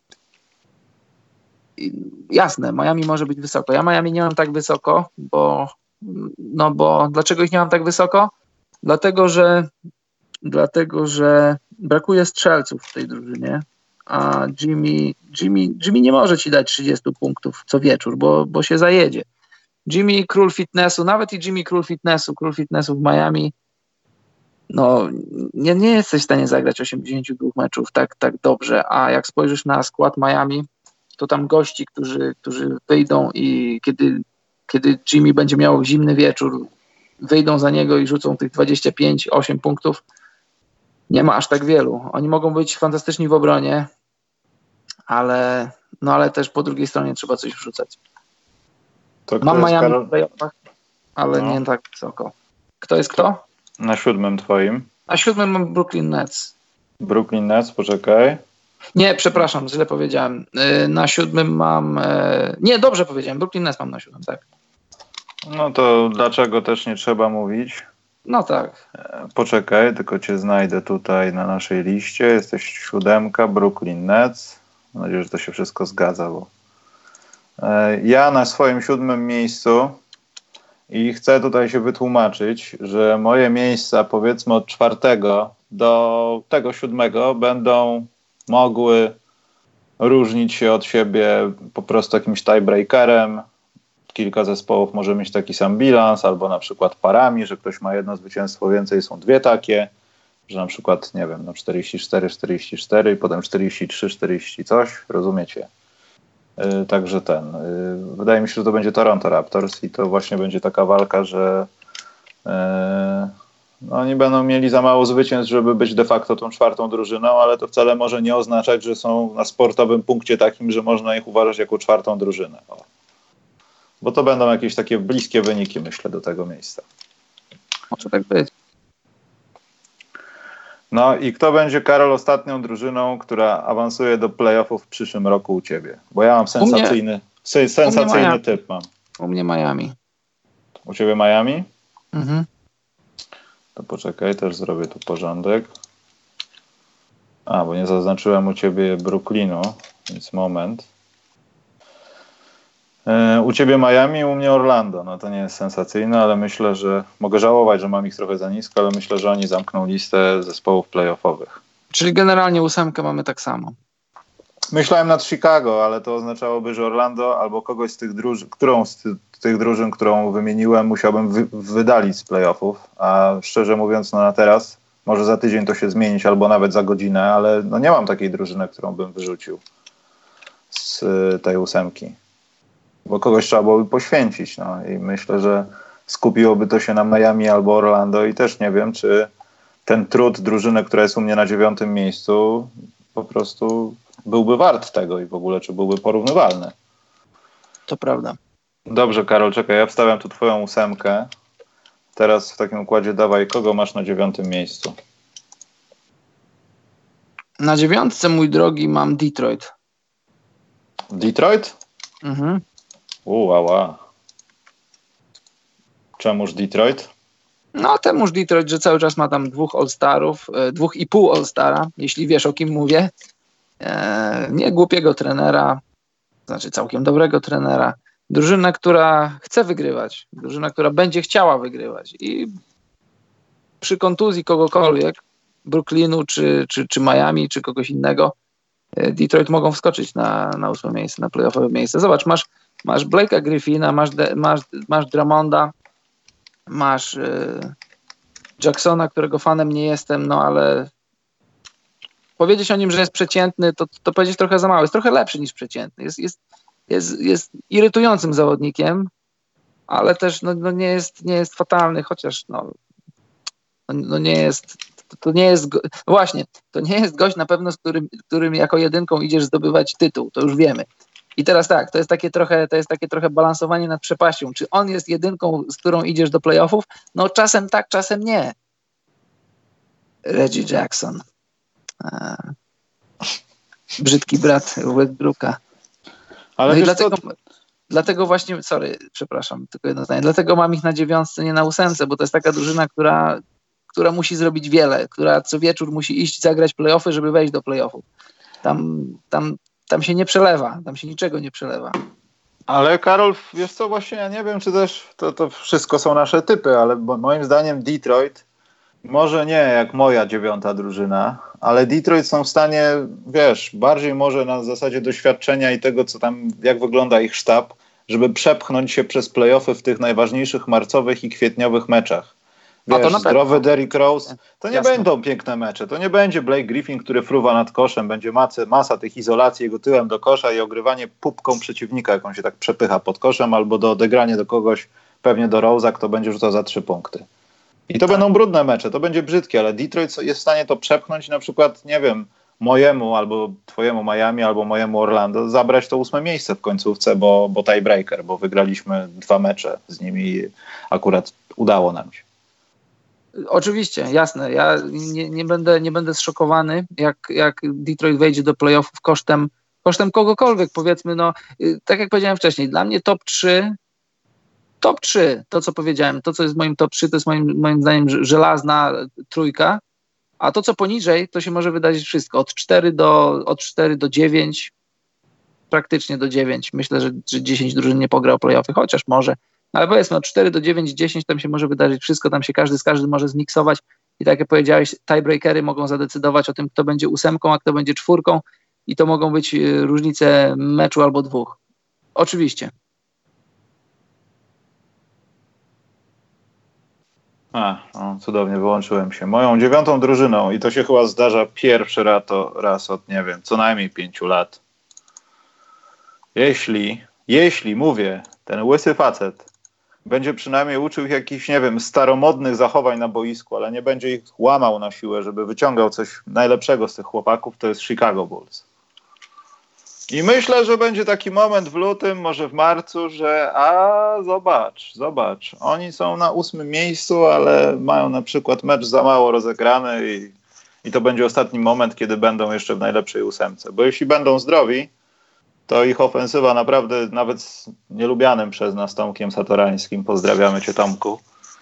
I, jasne, Miami może być wysoko. Ja Miami nie mam tak wysoko, bo no bo dlaczego ich nie mam tak wysoko? Dlatego, że Dlatego, że brakuje strzelców w tej drużynie, a Jimmy, Jimmy, Jimmy nie może ci dać trzydzieści punktów co wieczór, bo, bo się zajedzie. Jimmy król fitnessu, nawet i Jimmy król fitnessu, król fitnessu w Miami, no nie, nie jesteś w stanie zagrać osiemdziesiąt dwa meczów tak, tak dobrze, a jak spojrzysz na skład Miami, to tam gości, którzy, którzy wyjdą i kiedy, kiedy Jimmy będzie miał zimny wieczór, wyjdą za niego i rzucą tych dwadzieścia pięć osiem punktów, nie ma aż tak wielu. Oni mogą być fantastyczni w obronie, ale, no ale też po drugiej stronie trzeba coś wrzucać. To mam Miami Karol... w playoffach, ale no. nie tak wysoko. Kto jest kto? Na siódmym twoim. Na siódmym mam Brooklyn Nets. Brooklyn Nets, poczekaj. Nie, przepraszam, źle powiedziałem. Na siódmym mam... Nie, dobrze powiedziałem. Brooklyn Nets mam na siódmym, tak. No to dlaczego też nie trzeba mówić? No tak. Poczekaj, tylko cię znajdę tutaj na naszej liście. Jesteś siódemka, Brooklyn Nets. Mam nadzieję, że to się wszystko zgadza, bo ja na swoim siódmym miejscu i chcę tutaj się wytłumaczyć, że moje miejsca powiedzmy od czwartego do tego siódmego będą mogły różnić się od siebie po prostu jakimś tiebreakerem. Kilka zespołów może mieć taki sam bilans, albo na przykład parami, że ktoś ma jedno zwycięstwo więcej, są dwie takie, że na przykład, nie wiem, no czterdzieści cztery czterdzieści cztery i potem czterdzieści trzy czterdzieści coś, rozumiecie? Yy, także ten, yy, wydaje mi się, że to będzie Toronto Raptors i to właśnie będzie taka walka, że yy, no, oni będą mieli za mało zwycięstw, żeby być de facto tą czwartą drużyną, ale to wcale może nie oznaczać, że są na sportowym punkcie takim, że można ich uważać jako czwartą drużynę. O. Bo to będą jakieś takie bliskie wyniki, myślę, do tego miejsca. Może tak być. No i kto będzie, Karol, ostatnią drużyną, która awansuje do playoffów w przyszłym roku u ciebie? Bo ja mam sensacyjny, mnie, sensacyjny typ mam. U mnie Miami. U ciebie Miami? Mhm. To poczekaj, też zrobię tu porządek. A, bo nie zaznaczyłem u ciebie Brooklynu, więc moment. U ciebie Miami, u mnie Orlando. No to nie jest sensacyjne, ale myślę, że mogę żałować, że mam ich trochę za nisko, ale myślę, że oni zamkną listę zespołów playoffowych. Czyli generalnie ósemkę mamy tak samo. Myślałem nad Chicago, ale to oznaczałoby, że Orlando albo kogoś z tych drużyn, którą z ty, tych drużyn, którą wymieniłem, musiałbym wy, wydalić z playoffów. A szczerze mówiąc, no na teraz, może za tydzień to się zmienić, albo nawet za godzinę, ale no nie mam takiej drużyny, którą bym wyrzucił z tej ósemki. Bo kogoś trzeba byłoby poświęcić. No. I myślę, że skupiłoby to się na Miami albo Orlando i też nie wiem, czy ten trud drużyny, która jest u mnie na dziewiątym miejscu, po prostu byłby wart tego i w ogóle, czy byłby porównywalny. To prawda. Dobrze, Karol, czekaj, ja wstawiam tu twoją ósemkę. Teraz w takim układzie dawaj, kogo masz na dziewiątym miejscu? Na dziewiątce, mój drogi, mam Detroit. Detroit? Mhm. Uła. Czemuż Detroit? No temuż Detroit, że cały czas ma tam dwóch All-Starów, e, dwóch i pół All-Stara, jeśli wiesz, o kim mówię. E, nie głupiego trenera, znaczy całkiem dobrego trenera. Drużyna, która chce wygrywać. Drużyna, która będzie chciała wygrywać. I przy kontuzji kogokolwiek, Brooklynu, czy, czy, czy Miami, czy kogoś innego, Detroit mogą wskoczyć na, na ósme miejsce, na playoffowe miejsce. Zobacz, masz, masz Blake'a Griffina, masz, de, masz, masz Drummonda, masz y, Jacksona, którego fanem nie jestem, no ale powiedzieć o nim, że jest przeciętny, to, to powiedzieć trochę za mało. Jest trochę lepszy niż przeciętny. Jest, jest, jest, jest irytującym zawodnikiem, ale też no, no nie, jest, nie jest fatalny, chociaż no, no, no nie jest... To, to nie jest, go- właśnie, to nie jest gość na pewno, z którym, którym jako jedynką idziesz zdobywać tytuł, to już wiemy. I teraz tak, to jest takie trochę, to jest takie trochę balansowanie nad przepaścią. Czy on jest jedynką, z którą idziesz do playoffów? No czasem tak, czasem nie. Reggie Jackson. A, brzydki brat Westbrooka. Ale No i wiesz dlatego, co? dlatego właśnie, sorry, przepraszam, tylko jedno zdanie. Dlatego mam ich na dziewiątce, nie na ósemce, bo to jest taka drużyna, która która musi zrobić wiele, która co wieczór musi iść zagrać playoffy, żeby wejść do playoffów. Tam, tam, tam się nie przelewa, tam się niczego nie przelewa. Ale Karol, wiesz co, właśnie ja nie wiem, czy też to, to wszystko są nasze typy, ale moim zdaniem Detroit, może nie jak moja dziewiąta drużyna, ale Detroit są w stanie, wiesz, bardziej może na zasadzie doświadczenia i tego, co tam, jak wygląda ich sztab, żeby przepchnąć się przez playoffy w tych najważniejszych marcowych i kwietniowych meczach. Wiesz, zdrowy Derrick Rose, to nie Jasne. Będą piękne mecze, to nie będzie Blake Griffin, który fruwa nad koszem, będzie macy, masa tych izolacji jego tyłem do kosza i ogrywanie pupką przeciwnika, jak on się tak przepycha pod koszem, albo do odegranie do kogoś, pewnie do Rose'a, kto będzie rzucał za trzy punkty. I to tak. Będą brudne mecze, to będzie brzydkie, ale Detroit jest w stanie to przepchnąć i na przykład, nie wiem, mojemu albo twojemu Miami, albo mojemu Orlando zabrać to ósme miejsce w końcówce, bo, bo tiebreaker, bo wygraliśmy dwa mecze z nimi i akurat udało nam się. Oczywiście, jasne. Ja nie, nie, będę, nie będę zszokowany, jak, jak Detroit wejdzie do playoffów kosztem, kosztem kogokolwiek. Powiedzmy, no, tak jak powiedziałem wcześniej, dla mnie top trzy, top trzy, to co powiedziałem, to co jest w moim top trzy, to jest moim, moim zdaniem żelazna trójka, a to co poniżej, to się może wydarzyć wszystko. Od cztery do, od cztery do dziewięć, praktycznie do dziewięć. Myślę, że, że dziesięć drużyn nie pogra o playoffy, chociaż może. Ale powiedzmy od cztery do dziewięć, dziesięć tam się może wydarzyć wszystko, tam się każdy z każdym może zmiksować i tak jak powiedziałeś, tiebreakery mogą zadecydować o tym, kto będzie ósemką, a kto będzie czwórką i to mogą być różnice meczu albo dwóch. Oczywiście. A, no, cudownie, wyłączyłem się. Moją dziewiątą drużyną i to się chyba zdarza pierwszy raz, to raz od, nie wiem, co najmniej pięciu lat. Jeśli, jeśli, mówię, ten łysy facet będzie przynajmniej uczył ich jakichś, nie wiem, staromodnych zachowań na boisku, ale nie będzie ich łamał na siłę, żeby wyciągał coś najlepszego z tych chłopaków, to jest Chicago Bulls. I myślę, że będzie taki moment w lutym, może w marcu, że a zobacz, zobacz, oni są na ósmym miejscu, ale mają na przykład mecz za mało rozegrany i, i to będzie ostatni moment, kiedy będą jeszcze w najlepszej ósemce. Bo jeśli będą zdrowi, to ich ofensywa naprawdę, nawet z nielubianym przez nas Tomkiem Satorańskim, pozdrawiamy cię Tomku,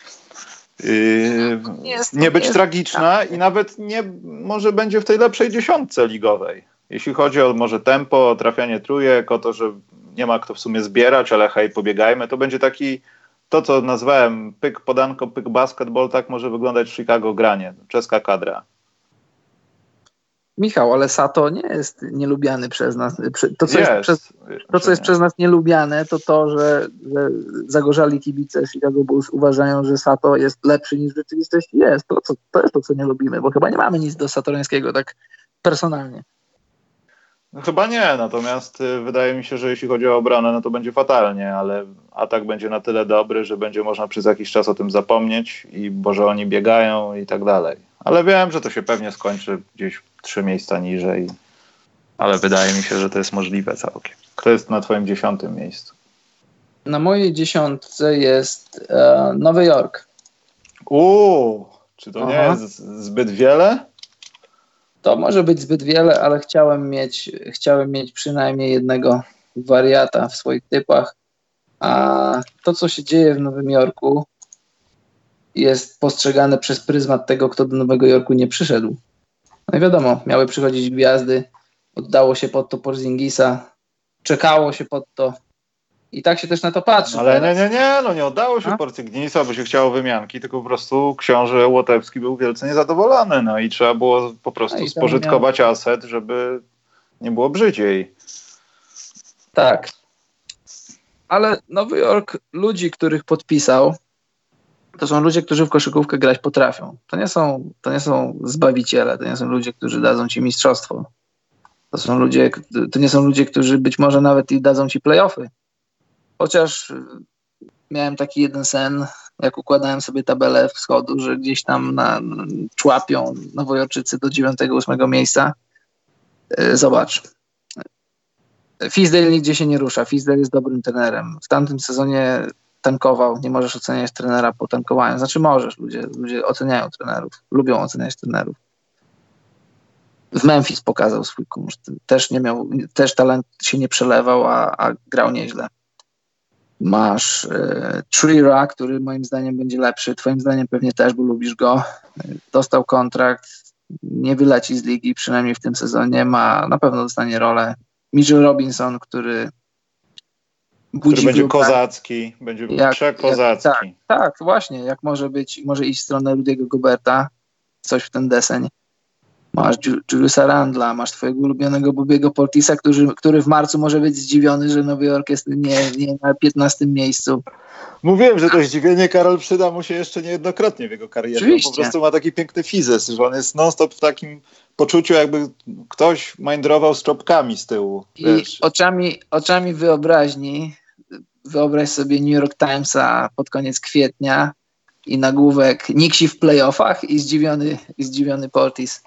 yy, jest, nie być jest, tragiczna tak. I nawet nie, może będzie w tej lepszej dziesiątce ligowej. Jeśli chodzi o może tempo, trafianie trójek, o to, że nie ma kto w sumie zbierać, ale hej, pobiegajmy. To będzie taki, to co nazwałem pyk podanko, pyk basketball, tak może wyglądać w Chicago granie, czeska kadra. Michał, ale Sato nie jest nielubiany przez nas. To, co jest, jest, przez, to, co jest przez nas nielubiane, to to, że, że zagorzali kibice Chicago Bulls uważają, że Sato jest lepszy niż w rzeczywistości jest. To, co, to jest to, co nie lubimy, bo chyba nie mamy nic do Satorańskiego tak personalnie. No chyba nie, natomiast y, wydaje mi się, że jeśli chodzi o obronę, no to będzie fatalnie, ale atak będzie na tyle dobry, że będzie można przez jakiś czas o tym zapomnieć i bo że oni biegają i tak dalej. Ale wiem, że to się pewnie skończy gdzieś trzy miejsca niżej, ale wydaje mi się, że to jest możliwe całkiem. Kto jest na twoim dziesiątym miejscu? Na mojej dziesiątce jest e, Nowy Jork. Uuu, czy to Aha. nie jest zbyt wiele? To może być zbyt wiele, ale chciałem mieć, chciałem mieć przynajmniej jednego wariata w swoich typach. A to, co się dzieje w Nowym Jorku, jest postrzegane przez pryzmat tego, kto do Nowego Jorku nie przyszedł. No i wiadomo, miały przychodzić gwiazdy, oddało się pod to Porzingisa, czekało się pod to i tak się też na to patrzy. Ale teraz. nie, nie, nie, no nie oddało się Porzingisa, bo się chciało wymianki, tylko po prostu książę Łotewski był wielce niezadowolony, no i trzeba było po prostu spożytkować miał... aset, żeby nie było brzydziej. Tak. Ale Nowy Jork, ludzi, których podpisał, to są ludzie, którzy w koszykówkę grać potrafią. To nie są, to nie są zbawiciele, to nie są ludzie, którzy dadzą ci mistrzostwo. To są ludzie, to nie są ludzie, którzy być może nawet i dadzą ci play-offy. Chociaż miałem taki jeden sen, jak układałem sobie tabelę wschodu, że gdzieś tam na, na, człapią Nowojorczycy do dziewiątego, ósmego miejsca. Zobacz. Fizdale nigdzie się nie rusza. Fizdale jest dobrym trenerem. W tamtym sezonie tankował. Nie możesz oceniać trenera po tankowaniu. Znaczy możesz. Ludzie, ludzie oceniają trenerów. Lubią oceniać trenerów. W Memphis pokazał swój kunszt. Też nie miał, też talent się nie przelewał, a, a grał nieźle. Masz e, Trira, który moim zdaniem będzie lepszy. Twoim zdaniem pewnie też, bo lubisz go. Dostał kontrakt. Nie wyleci z ligi, przynajmniej w tym sezonie. Ma, na pewno dostanie rolę. Mitchell Robinson, który budzi który będzie kozacki, będzie jak, przekozacki. Jak, tak, tak, właśnie, jak może być, może iść w stronę Rudy'ego Goberta, coś w ten deseń. Masz Juliusa Randla, masz twojego ulubionego Bobiego Portisa, który, który w marcu może być zdziwiony, że Nowy Jork jest nie, nie na piętnastym miejscu. Mówiłem, że to zdziwienie, Karol, przyda mu się jeszcze niejednokrotnie w jego karierze. Oczywiście. On po prostu ma taki piękny fizes, że on jest non-stop w takim poczuciu, jakby ktoś mindrował z czopkami z tyłu. I oczami, oczami wyobraźni wyobraź sobie New York Timesa pod koniec kwietnia i nagłówek Nixi w playoffach i zdziwiony, i zdziwiony Portis.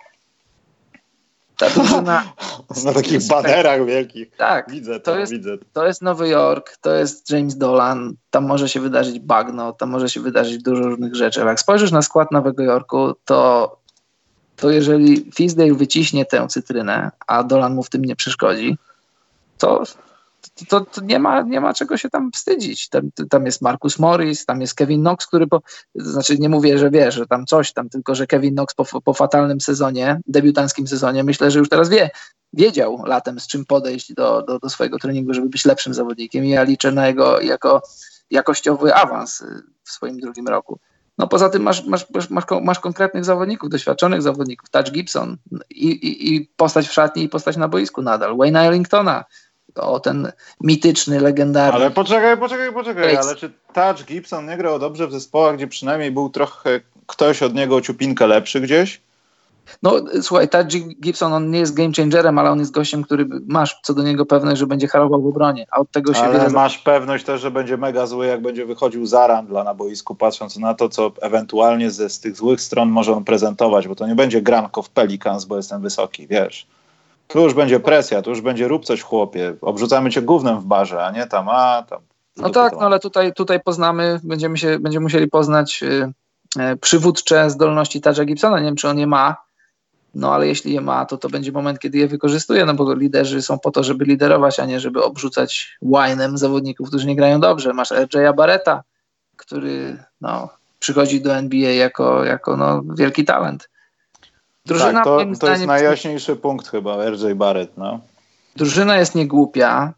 Ta drużyna na takich banerach wielkich. Tak, widzę to, to jest, widzę. To jest Nowy Jork, to jest James Dolan, tam może się wydarzyć bagno, tam może się wydarzyć dużo różnych rzeczy, ale jak spojrzysz na skład Nowego Jorku, to, to jeżeli Fizdale wyciśnie tę cytrynę, a Dolan mu w tym nie przeszkodzi, to, to, to nie, ma, nie ma czego się tam wstydzić. Tam, tam jest Marcus Morris, tam jest Kevin Knox, który po, znaczy nie mówię, że wie, że tam coś tam, tylko że Kevin Knox po, po fatalnym sezonie, debiutanckim sezonie, myślę, że już teraz wie, wiedział latem, z czym podejść do, do, do swojego treningu, żeby być lepszym zawodnikiem i ja liczę na jego jako jakościowy awans w swoim drugim roku. No poza tym masz, masz, masz, masz konkretnych zawodników, doświadczonych zawodników, Touch Gibson i, i, i postać w szatni i postać na boisku nadal, Wayne'a Ellingtona, o ten mityczny, legendarny. Ale poczekaj, poczekaj, poczekaj, ale czy Touch Gibson nie grał dobrze w zespołach, gdzie przynajmniej był trochę ktoś od niego ciupinkę lepszy gdzieś? No słuchaj, Touch Gibson, on nie jest game changerem, ale on jest gościem, który masz co do niego pewność, że będzie harował w obronie, a od tego się ale wiele... masz pewność też, że będzie mega zły, jak będzie wychodził za Randla na boisku, patrząc na to, co ewentualnie ze, z tych złych stron może on prezentować, bo to nie będzie granko w Pelicans, bo jestem wysoki, wiesz. Tu już będzie presja, tu już będzie rób coś chłopie, obrzucamy cię gównem w barze, a nie tam, a tam. No tak, no ale tutaj, tutaj poznamy, będziemy, się, będziemy musieli poznać yy, yy, przywódcze zdolności Toucha Gibsona, nie wiem czy on je ma, no ale jeśli je ma, to to będzie moment, kiedy je wykorzystuje, no bo liderzy są po to, żeby liderować, a nie żeby obrzucać łajnem zawodników, którzy nie grają dobrze. Masz R J Barretta, który no, przychodzi do N B A jako, jako no, wielki talent. Drużyna, tak, to, to zdaniem, jest najjaśniejszy punkt chyba, R J Barrett. No. Drużyna jest niegłupia.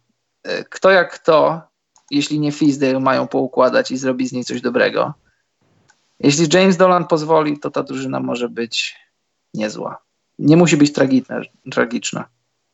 kto jak kto, jeśli nie Fizdale, mają poukładać i zrobić z niej coś dobrego. Jeśli James Dolan pozwoli, to ta drużyna może być niezła. Nie musi być tragiczna. tragiczna.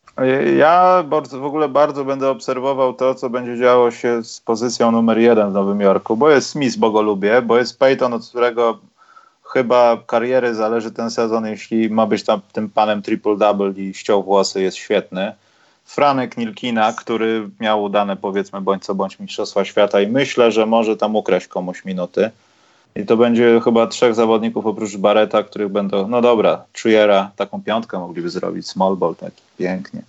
Ja bardzo, w ogóle bardzo będę obserwował to, co będzie działo się z pozycją numer jeden w Nowym Jorku, bo jest Smith, bo go lubię, bo jest Peyton, od którego chyba kariery zależy ten sezon, jeśli ma być tam tym panem triple-double i ściął włosy, jest świetny. Franek Nilkina, który miał udane, powiedzmy, bądź co bądź mistrzostwa świata i myślę, że może tam ukraść komuś minuty. I to będzie chyba trzech zawodników oprócz Barretta, których będą, no dobra, Triera, taką piątkę mogliby zrobić, small ball taki pięknie.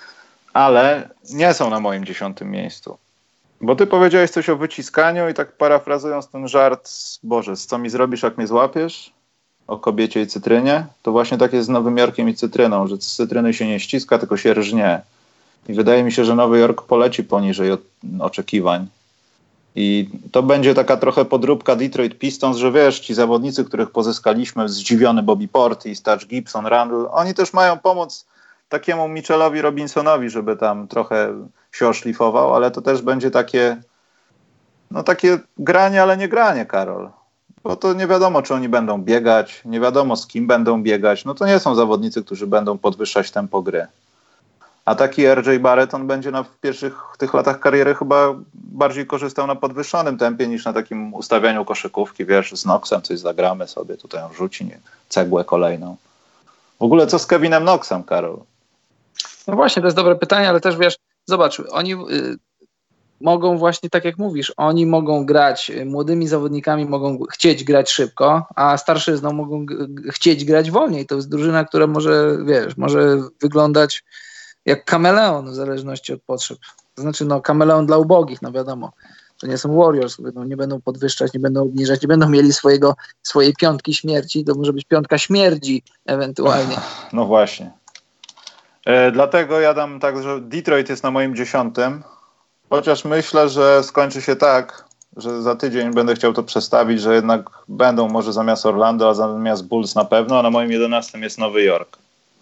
Ale nie są na moim dziesiątym miejscu. Bo ty powiedziałeś coś o wyciskaniu i tak parafrazując ten żart, Boże, z co mi zrobisz, jak mnie złapiesz? O kobiecie i cytrynie? To właśnie tak jest z Nowym Jorkiem i cytryną, że z cytryny się nie ściska, tylko się rżnie. I wydaje mi się, że Nowy Jork poleci poniżej oczekiwań. I to będzie taka trochę podróbka Detroit Pistons, że wiesz, ci zawodnicy, których pozyskaliśmy, zdziwiony Bobby Portis, Touch Gibson, Randle, oni też mają pomóc takiemu Mitchellowi Robinsonowi, żeby tam trochę się oszlifował, ale to też będzie takie, no takie granie, ale nie granie, Karol. Bo to nie wiadomo, czy oni będą biegać, nie wiadomo, z kim będą biegać. No to nie są zawodnicy, którzy będą podwyższać tempo gry. A taki R J Barrett, on będzie na, w pierwszych tych latach kariery chyba bardziej korzystał na podwyższonym tempie niż na takim ustawianiu koszykówki. Wiesz, z Knoxem coś zagramy sobie, tutaj on rzuci nie, cegłę kolejną. W ogóle co z Kevinem Knoxem, Karol? No właśnie, to jest dobre pytanie, ale też wiesz, zobacz, oni y, mogą właśnie, tak jak mówisz, oni mogą grać, młodymi zawodnikami mogą chcieć grać szybko, a starszyzną mogą g- chcieć grać wolniej. To jest drużyna, która może, wiesz, może wyglądać jak kameleon w zależności od potrzeb. To znaczy, no, kameleon dla ubogich, no wiadomo. To nie są Warriors, no, nie będą podwyższać, nie będą obniżać, nie będą mieli swojego, swojej piątki śmierci, to może być piątka śmierdzi ewentualnie. No właśnie. E, dlatego ja dam tak, że Detroit jest na moim dziesiątym, chociaż myślę, że skończy się tak, że za tydzień będę chciał to przestawić, że jednak będą może zamiast Orlando, a zamiast Bulls na pewno, a na moim jedenastym jest Nowy Jork.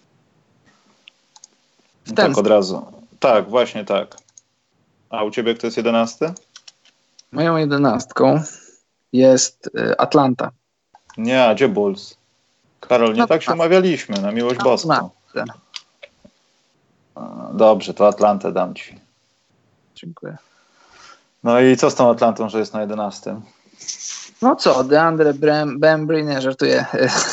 W ten tak od razu. Tak, właśnie tak. A u ciebie kto jest jedenasty? Moją jedenastką jest Atlanta. Nie, a gdzie Bulls? Karol, nie No, tak się umawialiśmy, na miłość no, boską. no. Dobrze, to Atlantę dam ci. Dziękuję. No i co z tą Atlantą, że jest na jedenastym? No co, DeAndre Bembry, nie żartuję.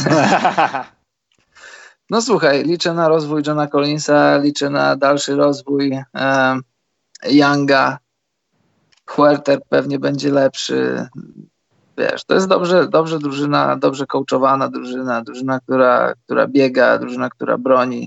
No słuchaj, liczę na rozwój Johna Collinsa, liczę na dalszy rozwój um, Younga. Huerter pewnie będzie lepszy. Wiesz, to jest dobrze, dobrze drużyna, dobrze coachowana drużyna, drużyna, która, która biega, drużyna, która broni.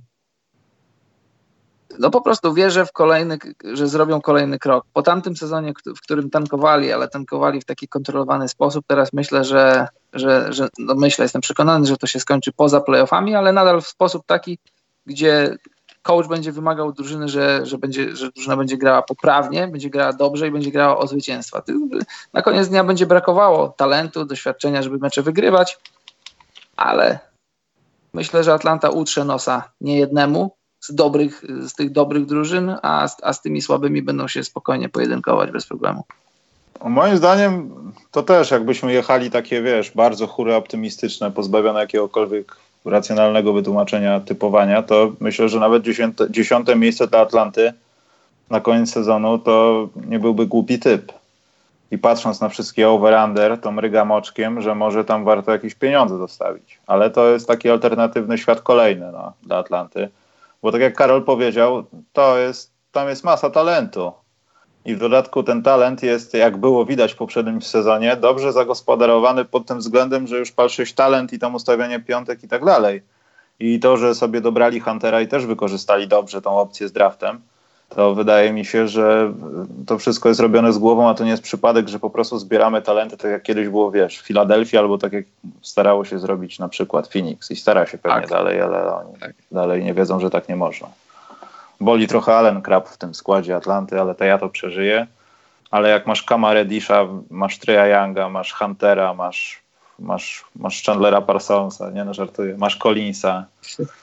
No po prostu wierzę w kolejny, że zrobią kolejny krok. Po tamtym sezonie, w którym tankowali, ale tankowali w taki kontrolowany sposób, teraz myślę, że, że, że no myślę, jestem przekonany, że to się skończy poza playoffami, ale nadal w sposób taki, gdzie coach będzie wymagał od drużyny, że, że, będzie, że drużyna będzie grała poprawnie, będzie grała dobrze i będzie grała o zwycięstwa. Na koniec dnia będzie brakowało talentu, doświadczenia, żeby mecze wygrywać, ale myślę, że Atlanta utrze nosa niejednemu z dobrych, z tych dobrych drużyn, a, a z tymi słabymi będą się spokojnie pojedynkować bez problemu. Moim zdaniem to też jakbyśmy jechali takie, wiesz, bardzo chóry optymistyczne, pozbawione jakiegokolwiek racjonalnego wytłumaczenia, typowania, to myślę, że nawet dziesiąte, dziesiąte miejsce dla Atlanty na koniec sezonu to nie byłby głupi typ. I patrząc na wszystkie over-under, to mrygam oczkiem, że może tam warto jakieś pieniądze dostawić. Ale to jest taki alternatywny świat kolejny no, dla Atlanty. Bo tak jak Karol powiedział, to jest, tam jest masa talentu. I w dodatku ten talent jest, jak było widać w poprzednim sezonie, dobrze zagospodarowany pod tym względem, że już patrzysz talent i tam ustawianie piątek i tak dalej. I to, że sobie dobrali Huntera i też wykorzystali dobrze tą opcję z draftem, to wydaje mi się, że to wszystko jest robione z głową, a to nie jest przypadek, że po prostu zbieramy talenty, tak jak kiedyś było, wiesz, w Filadelfii, albo tak jak starało się zrobić na przykład Phoenix i stara się pewnie tak dalej, ale oni tak dalej nie wiedzą, że tak nie można. Boli trochę Allen Crabbe w tym składzie Atlanty, ale to ja to przeżyję. Ale jak masz Kama Reddisha, masz Treya Younga, masz Huntera, masz, masz, masz Chandlera Parsonsa, nie no żartuję, masz Collinsa,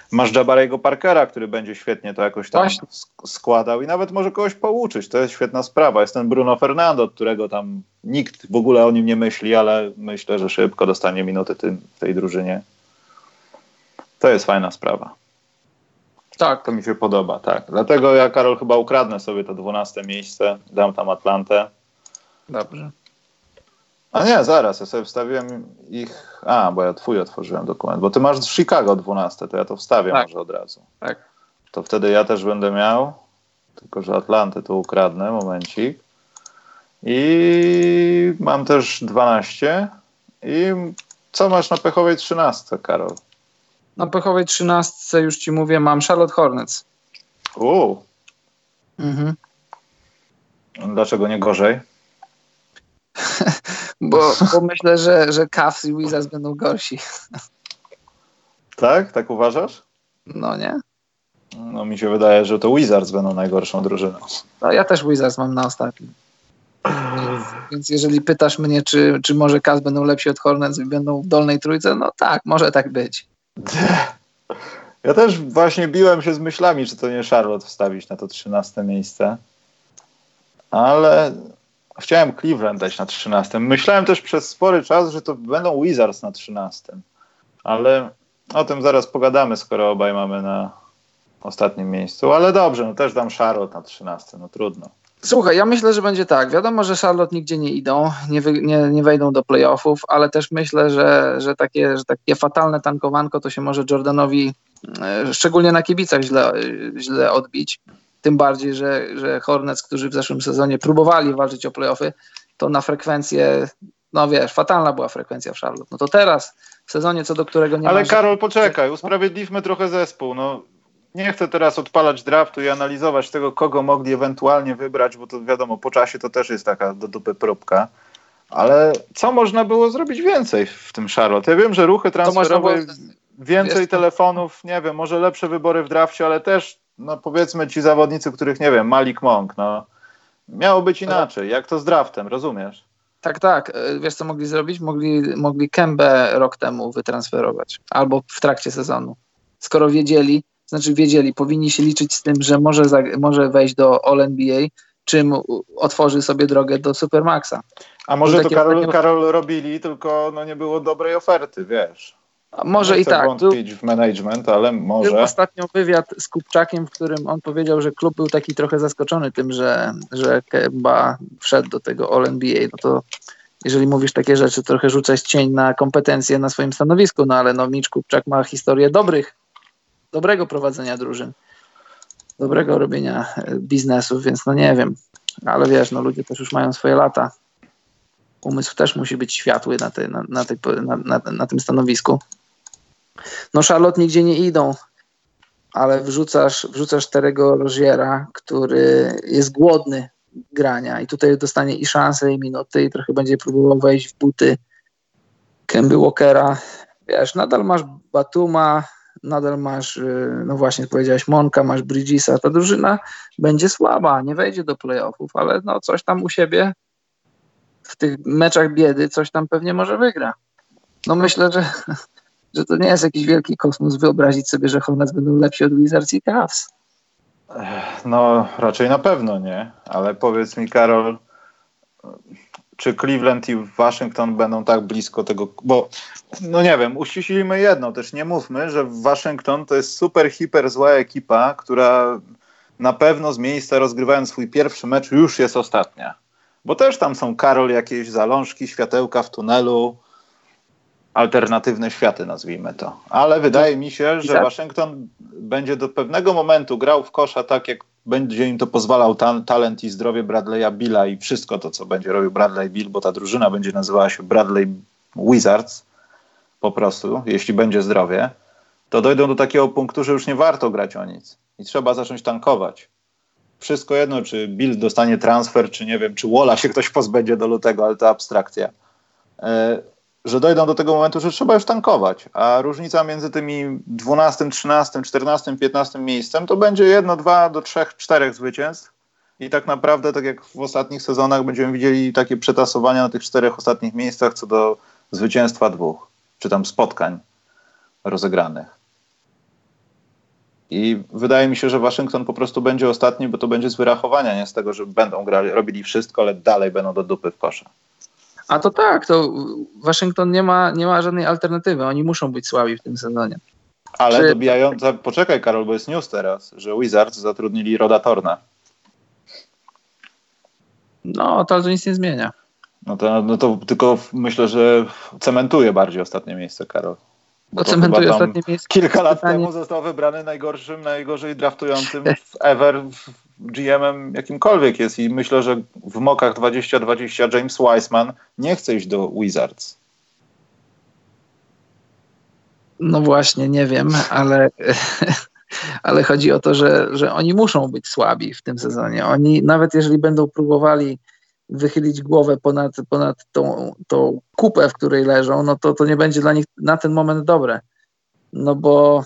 masz Jabarego Parkera, który będzie świetnie to jakoś tam Właśnie. składał i nawet może kogoś pouczyć. To jest świetna sprawa. Jest ten Bruno Fernando, od którego tam nikt w ogóle o nim nie myśli, ale myślę, że szybko dostanie minuty tym, w tej drużynie. To jest fajna sprawa. Tak. To mi się podoba, tak. Dlatego ja, Karol, chyba ukradnę sobie to dwunaste miejsce, dam tam Atlantę. Dobrze. A nie, zaraz, ja sobie wstawiłem ich... A, bo ja twój otworzyłem dokument, bo ty masz Chicago dwunaste, to ja to wstawię tak. może od razu. Tak. To wtedy ja też będę miał, tylko że Atlantę tu ukradnę, momencik. I mam też dwanaście. I co masz na pechowej trzynastce, Karol? Na pechowej trzynastce już ci mówię, mam Charlotte Hornets. Uuu. Mhm. Dlaczego nie gorzej? bo, bo myślę, że, że Cavs i Wizards będą gorsi. Tak? Tak uważasz? No nie? No mi się wydaje, że to Wizards będą najgorszą drużyną. No ja też Wizards mam na ostatnim. Więc jeżeli pytasz mnie, czy, czy może Cavs będą lepsi od Hornets i będą w dolnej trójce, no tak, może tak być. Ja też właśnie biłem się z myślami, czy to nie Charlotte wstawić na to trzynaste miejsce. Ale chciałem Cleveland dać na trzynastym. Myślałem też przez spory czas, że to będą Wizards na trzynastym. Ale o tym zaraz pogadamy, skoro obaj mamy na ostatnim miejscu. Ale dobrze, no też dam Charlotte na trzynastym. No trudno. Słuchaj, ja myślę, że będzie tak. Wiadomo, że Charlotte nigdzie nie idą, nie, wy, nie, nie wejdą do playoffów, ale też myślę, że, że, takie, że takie fatalne tankowanko to się może Jordanowi, e, szczególnie na kibicach, źle, źle odbić. Tym bardziej, że, że Hornets, którzy w zeszłym sezonie próbowali walczyć o playoffy, to na frekwencję, no wiesz, fatalna była frekwencja w Charlotte. No to teraz, w sezonie, co do którego nie ma... Ale Karol, poczekaj, usprawiedliwmy trochę zespół. No, nie chcę teraz odpalać draftu i analizować tego, kogo mogli ewentualnie wybrać, bo to wiadomo, po czasie to też jest taka do dupy próbka. Ale co można było zrobić więcej w tym Charlotte? Ja wiem, że ruchy transferowe, było... więcej jest... telefonów, nie wiem, może lepsze wybory w drafcie, ale też, no powiedzmy ci zawodnicy, których, nie wiem, Malik Monk, no miało być inaczej. Jak to z draftem, rozumiesz? Tak, tak. Wiesz, co mogli zrobić? Mogli, mogli Kembę rok temu wytransferować. Albo w trakcie sezonu. Skoro wiedzieli, znaczy wiedzieli, powinni się liczyć z tym, że może, za, może wejść do All N B A, czym otworzy sobie drogę do Supermaxa. A może to Karol, ostatnio... Karol robili, tylko no nie było dobrej oferty, wiesz. A może nie i tak. wątpić w management, ale może. Był ostatnio wywiad z Kupczakiem, w którym on powiedział, że klub był taki trochę zaskoczony tym, że, że Kemba wszedł do tego All N B A. No to jeżeli mówisz takie rzeczy, trochę rzucać cień na kompetencje na swoim stanowisku, no ale no Mitch Kupczak ma historię dobrych, dobrego prowadzenia drużyn, dobrego robienia biznesów, więc no nie wiem. Ale wiesz, no ludzie też już mają swoje lata. Umysł też musi być światły na, tej, na, na, tej, na, na, na tym stanowisku. No Charlotte nigdzie nie idą, ale wrzucasz, wrzucasz Terry'ego Roziera, który jest głodny grania i tutaj dostanie i szansę, i minuty i trochę będzie próbował wejść w buty Kemby Walkera. Wiesz, nadal masz Batuma, nadal masz, no właśnie powiedziałeś, Monka, masz Bridgesa. Ta drużyna będzie słaba, nie wejdzie do playoffów, ale no coś tam u siebie w tych meczach biedy, coś tam pewnie może wygra. No myślę, że że to nie jest jakiś wielki kosmos wyobrazić sobie, że Hornets będą lepsi od Wizards i Cavs. No raczej na pewno nie, ale powiedz mi, Karol, czy Cleveland i Waszyngton będą tak blisko tego, bo no nie wiem, uściślimy jedno, też nie mówmy, że Waszyngton to jest super, hiper zła ekipa, która na pewno z miejsca rozgrywając swój pierwszy mecz już jest ostatnia, bo też tam są, Karol, jakieś zalążki, światełka w tunelu, alternatywne światy, nazwijmy to. Ale wydaje mi się, że Waszyngton będzie do pewnego momentu grał w kosza tak, jak będzie im to pozwalał ta- talent i zdrowie Bradley'a Billa i wszystko to, co będzie robił Bradley Bill, bo ta drużyna będzie nazywała się Bradley Wizards po prostu, jeśli będzie zdrowie, to dojdą do takiego punktu, że już nie warto grać o nic i trzeba zacząć tankować. Wszystko jedno, czy Bill dostanie transfer, czy nie wiem, czy Walla się ktoś pozbędzie do lutego, ale to abstrakcja. Yy, że dojdą do tego momentu, że trzeba już tankować, a różnica między tymi dwunastym, trzynastym, czternastym, piętnastym miejscem to będzie jedno, dwa do trzech, czterech zwycięstw i tak naprawdę, tak jak w ostatnich sezonach, będziemy widzieli takie przetasowania na tych czterech ostatnich miejscach co do zwycięstwa dwóch, czy tam spotkań rozegranych. I wydaje mi się, że Waszyngton po prostu będzie ostatni, bo to będzie z wyrachowania, nie z tego, że będą grali, robili wszystko, ale dalej będą do dupy w kosza. A to tak, to Waszyngton nie ma, nie ma żadnej alternatywy. Oni muszą być słabi w tym sezonie. Ale Czy... dobijająca, poczekaj Karol, bo jest news teraz, że Wizards zatrudnili Roda Torna. No, to, to nic nie zmienia. No to, no to tylko myślę, że cementuje bardziej ostatnie miejsce, Karol. Bo to cementuje ostatnie miejsce. Kilka lat pytanie... temu został wybrany najgorszym, najgorzej draftującym ever G M-em jakimkolwiek jest i myślę, że w mokach dwadzieścia dwadzieścia James Wiseman nie chce iść do Wizards. No właśnie, nie wiem, ale, ale chodzi o to, że, że oni muszą być słabi w tym sezonie. Oni, nawet jeżeli będą próbowali wychylić głowę ponad, ponad tą, tą kupę, w której leżą, no to, to nie będzie dla nich na ten moment dobre. No bo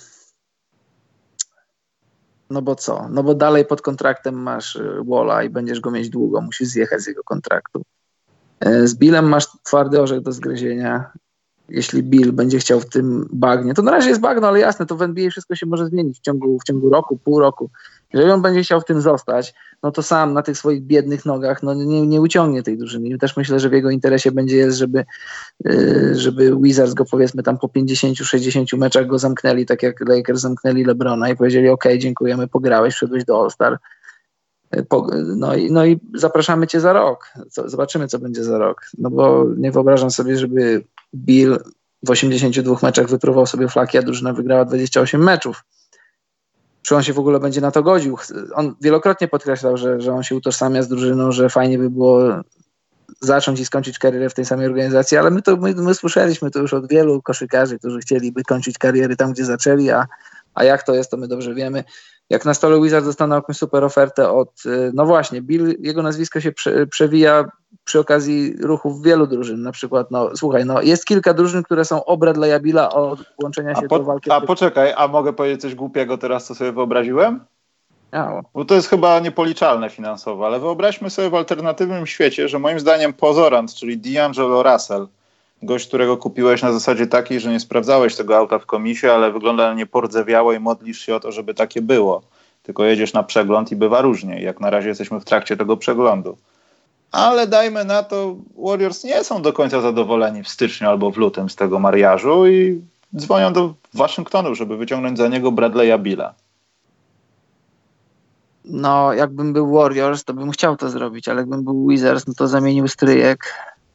no bo co? No bo dalej pod kontraktem masz Walla i będziesz go mieć długo, musisz zjechać z jego kontraktu. Z Billem masz twardy orzech do zgryzienia. Jeśli Bill będzie chciał w tym bagnie, to na razie jest bagno, ale jasne, to w N B A wszystko się może zmienić w ciągu, w ciągu roku, pół roku. Jeżeli on będzie chciał w tym zostać, no to sam na tych swoich biednych nogach no nie, nie uciągnie tej drużyny. I też myślę, że w jego interesie będzie jest, żeby, żeby Wizards go powiedzmy tam po pięćdziesięciu sześćdziesięciu meczach go zamknęli, tak jak Lakers zamknęli LeBrona i powiedzieli ok, dziękujemy, pograłeś, wszedłeś do All-Star. No i, no i zapraszamy cię za rok. Co, zobaczymy, co będzie za rok. No bo nie wyobrażam sobie, żeby Bill w osiemdziesięciu dwóch meczach wypróbował sobie flaki, a drużyna wygrała dwadzieścia osiem meczów. Czy on się w ogóle będzie na to godził? On wielokrotnie podkreślał, że, że on się utożsamia z drużyną, że fajnie by było zacząć i skończyć karierę w tej samej organizacji, ale my to my, my słyszeliśmy to już od wielu koszykarzy, którzy chcieliby kończyć kariery tam, gdzie zaczęli, a, a jak to jest, to my dobrze wiemy. Jak na stole Wizards dostaną jakąś super ofertę od, no właśnie, Bill, jego nazwisko się prze, przewija przy okazji ruchów wielu drużyn, na przykład, no słuchaj, no jest kilka drużyn, które są obre dla Jabila od włączenia się a po, do walki. A poczekaj, a mogę powiedzieć coś głupiego teraz, co sobie wyobraziłem? Ja. Bo to jest chyba niepoliczalne finansowo, ale wyobraźmy sobie w alternatywnym świecie, że moim zdaniem pozorant, czyli D'Angelo Russell, gość, którego kupiłeś na zasadzie takiej, że nie sprawdzałeś tego auta w komisie, ale wygląda na nie pordzewiało i modlisz się o to, żeby takie było. Tylko jedziesz na przegląd i bywa różnie. Jak na razie jesteśmy w trakcie tego przeglądu. Ale dajmy na to, Warriors nie są do końca zadowoleni w styczniu albo w lutym z tego mariażu i dzwonią do Waszyngtonu, żeby wyciągnąć za niego Bradley'a Billa. No, jakbym był Warriors, to bym chciał to zrobić, ale jakbym był Wizards, no to zamienił stryjek.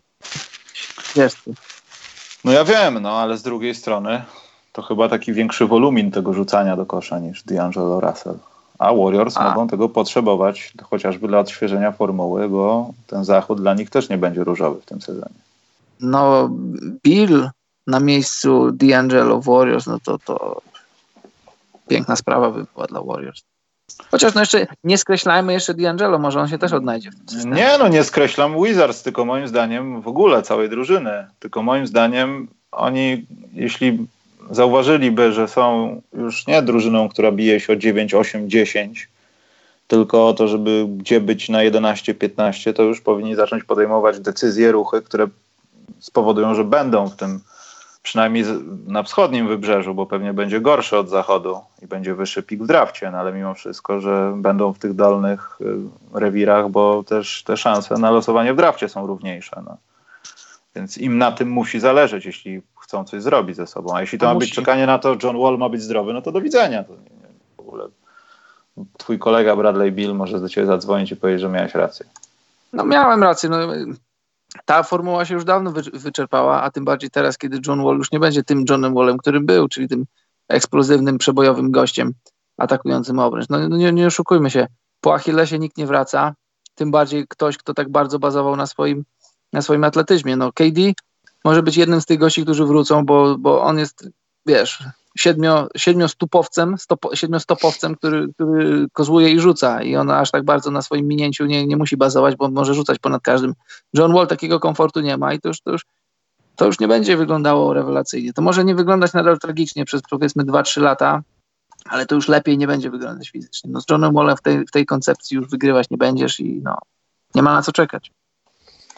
Wiesz ty. No ja wiem, no ale z drugiej strony to chyba taki większy wolumin tego rzucania do kosza niż D'Angelo Russell. A Warriors A. mogą tego potrzebować chociażby dla odświeżenia formuły, bo ten zachód dla nich też nie będzie różowy w tym sezonie. No Bill na miejscu D'Angelo w Warriors, no to, to piękna sprawa by była dla Warriors. Chociaż no jeszcze nie skreślajmy jeszcze D'Angelo, może on się też odnajdzie w tym systemie. Nie, no nie skreślam Wizards, tylko moim zdaniem w ogóle całej drużyny. Tylko moim zdaniem oni, jeśli zauważyliby, że są już nie drużyną, która bije się o dziewięć, osiem, dziesięć, tylko o to, żeby gdzie być na jedenaście, piętnaście, to już powinni zacząć podejmować decyzje, ruchy, które spowodują, że będą w tym, przynajmniej na wschodnim wybrzeżu, bo pewnie będzie gorszy od zachodu i będzie wyższy pik w drafcie, no ale mimo wszystko, że będą w tych dolnych rewirach, bo też te szanse na losowanie w drafcie są równiejsze. No. Więc im na tym musi zależeć, jeśli chcą coś zrobić ze sobą. A jeśli to, to ma musi. być czekanie na to, John Wall ma być zdrowy, no to do widzenia. To nie, nie, w ogóle twój kolega Bradley Beal może do ciebie zadzwonić i powiedzieć, że miałeś rację. No miałem rację. No, ta formuła się już dawno wy, wyczerpała, a tym bardziej teraz, kiedy John Wall już nie będzie tym Johnem Wallem, którym był, czyli tym eksplozywnym, przebojowym gościem atakującym obręcz. No, no nie, nie oszukujmy się. Po Achillesie nikt nie wraca. Tym bardziej ktoś, kto tak bardzo bazował na swoim, na swoim atletyzmie. No K D może być jednym z tych gości, którzy wrócą, bo, bo on jest, wiesz, siedmio, siedmiostopowcem, stopo, siedmiostopowcem, który, który kozłuje i rzuca i on aż tak bardzo na swoim minięciu nie, nie musi bazować, bo może rzucać ponad każdym. John Wall takiego komfortu nie ma i to już, to już, to już nie będzie wyglądało rewelacyjnie. To może nie wyglądać nadal tragicznie przez powiedzmy dwa trzy lata, ale to już lepiej nie będzie wyglądać fizycznie. No z Johnem Wallem w tej, w tej koncepcji już wygrywać nie będziesz i no, nie ma na co czekać.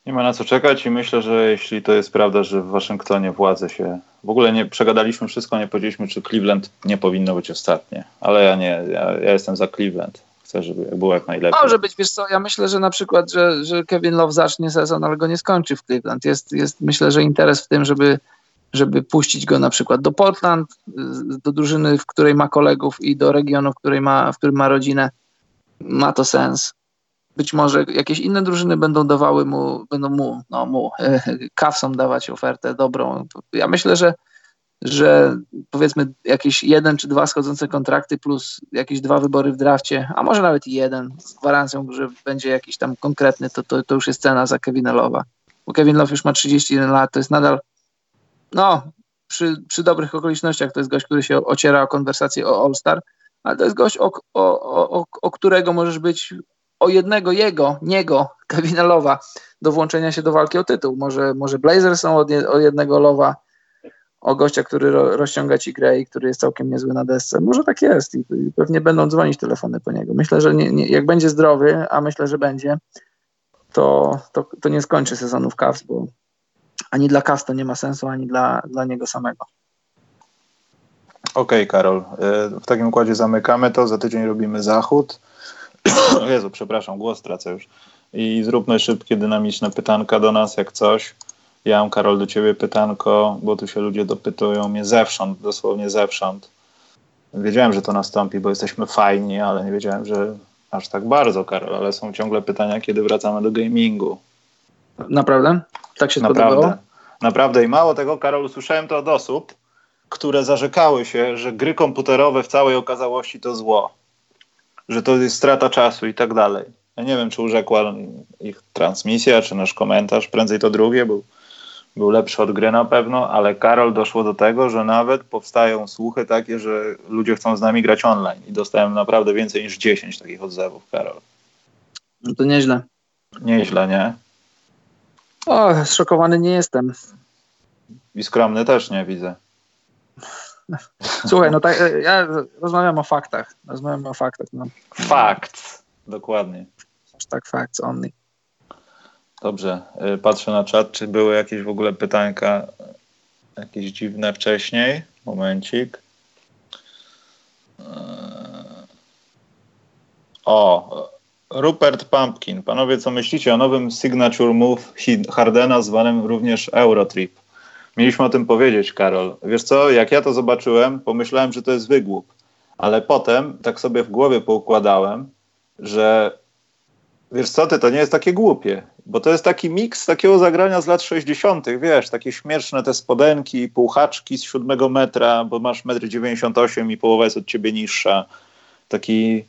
Nie ma na co czekać i myślę, że jeśli to jest prawda, że w Waszyngtonie władze się... W ogóle nie przegadaliśmy wszystko, nie powiedzieliśmy, czy Cleveland nie powinno być ostatnie. Ale ja nie, ja, ja jestem za Cleveland. Chcę, żeby było jak najlepiej. Może być, wiesz co, ja myślę, że na przykład, że, że Kevin Love zacznie sezon, ale go nie skończy w Cleveland. Jest, jest myślę, że interes w tym, żeby, żeby puścić go na przykład do Portland, do drużyny, w której ma kolegów i do regionu, w, której ma, w którym ma rodzinę. Ma to sens. Być może jakieś inne drużyny będą dawały mu, będą mu, no mu, Cavsom dawać ofertę dobrą. Ja myślę, że, że powiedzmy jakieś jeden czy dwa schodzące kontrakty plus jakieś dwa wybory w drafcie, a może nawet i jeden z gwarancją, że będzie jakiś tam konkretny, to, to, to już jest cena za Kevina Love'a. Bo Kevin Love już ma trzydzieści jeden lat, to jest nadal, no, przy, przy dobrych okolicznościach to jest gość, który się ociera o konwersację o All-Star, ale to jest gość, o, o, o, o którego możesz być o jednego jego, niego, Kevina Love'a do włączenia się do walki o tytuł. Może, może Blazers są od je, o jednego Love'a, o gościa, który ro, rozciąga ci grę i który jest całkiem niezły na desce. Może tak jest i, i pewnie będą dzwonić telefony po niego. Myślę, że nie, nie, jak będzie zdrowy, a myślę, że będzie, to, to, to nie skończy sezonu w Cavs, bo ani dla Cavs to nie ma sensu, ani dla, dla niego samego. Okej, okay, Karol. W takim układzie zamykamy to. Za tydzień robimy zachód. Jezu, przepraszam, głos tracę już. I zróbmy szybkie, dynamiczne pytanka do nas, jak coś. Ja mam, Karol, do ciebie pytanko, bo tu się ludzie dopytują mnie zewsząd, dosłownie zewsząd. Wiedziałem, że to nastąpi, bo jesteśmy fajni, ale nie wiedziałem, że aż tak bardzo, Karol. Ale są ciągle pytania, kiedy wracamy do gamingu. Naprawdę? Tak się Naprawdę. podobało? Naprawdę. I mało tego, Karol, usłyszałem to od osób, które zarzekały się, że gry komputerowe w całej okazałości to zło. Że to jest strata czasu i tak dalej. Ja nie wiem, czy urzekła ich transmisja, czy nasz komentarz. Prędzej to drugie, był, był lepszy od gry na pewno, ale Karol, doszło do tego, że nawet powstają słuchy takie, że ludzie chcą z nami grać online i dostałem naprawdę więcej niż dziesięć takich odzewów, Karol. No to nieźle. Nieźle, nie? O, zszokowany nie jestem. I skromny też nie widzę. Słuchaj, no tak, ja rozmawiam o faktach. Rozmawiam o faktach. No. Facts. Dokładnie. Tak, facts only. Dobrze. Patrzę na czat, czy były jakieś w ogóle pytanka jakieś dziwne wcześniej. Momencik. O, Rupert Pumpkin. Panowie, co myślicie o nowym signature move Hardena, zwanym również Eurotrip? Mieliśmy o tym powiedzieć, Karol. Wiesz co, jak ja to zobaczyłem, pomyślałem, że to jest wygłup. Ale potem tak sobie w głowie poukładałem, że wiesz co, ty, to nie jest takie głupie. Bo to jest taki miks takiego zagrania z lat sześćdziesiątych, wiesz, takie śmieszne te spodenki, półhaczki z siódmego metra, bo masz metr dziewięćdziesiąt osiem i połowa jest od ciebie niższa. Taki,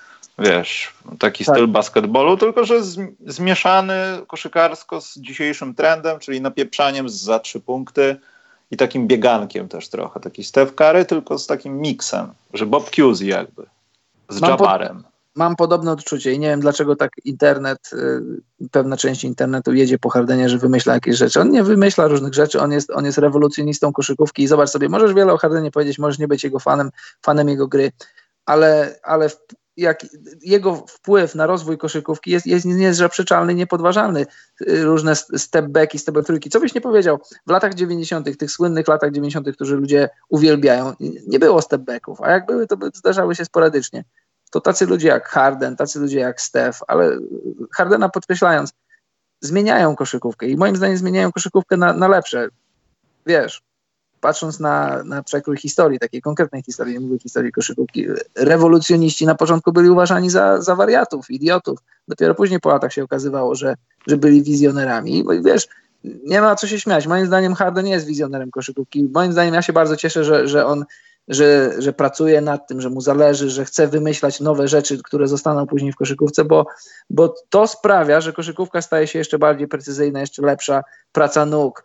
wiesz, taki tak. Styl basketbolu, tylko że z, zmieszany koszykarsko z dzisiejszym trendem, czyli napieprzaniem za trzy punkty i takim biegankiem też trochę. Taki Steph Curry, tylko z takim miksem, że Bob Cousy jakby, z mam Jabbarem. Po, mam podobne odczucie i nie wiem, dlaczego tak internet, y, pewna część internetu jedzie po Hardenie, że wymyśla jakieś rzeczy. On nie wymyśla różnych rzeczy, on jest, on jest rewolucjonistą koszykówki i zobacz sobie, możesz wiele o Hardenie powiedzieć, możesz nie być jego fanem, fanem jego gry, ale, ale w, jak jego wpływ na rozwój koszykówki jest, jest niezaprzeczalny, niepodważalny. Różne step backi, step back trójki. Co byś nie powiedział, w latach dziewięćdziesiątych, tych słynnych latach dziewięćdziesiątych, którzy ludzie uwielbiają, nie było step backów, a jak były, to zdarzały się sporadycznie. To tacy ludzie jak Harden, tacy ludzie jak Steph, ale Hardena podkreślając, zmieniają koszykówkę i moim zdaniem zmieniają koszykówkę na, na lepsze. Wiesz, patrząc na, na przekrój historii, takiej konkretnej historii, nie mówię historii koszykówki, rewolucjoniści na początku byli uważani za, za wariatów, idiotów. Dopiero później po latach się okazywało, że, że byli wizjonerami. I wiesz, nie ma co się śmiać. Moim zdaniem Harden nie jest wizjonerem koszykówki. Moim zdaniem ja się bardzo cieszę, że, że on że, że pracuje nad tym, że mu zależy, że chce wymyślać nowe rzeczy, które zostaną później w koszykówce, bo, bo to sprawia, że koszykówka staje się jeszcze bardziej precyzyjna, jeszcze lepsza, praca nóg,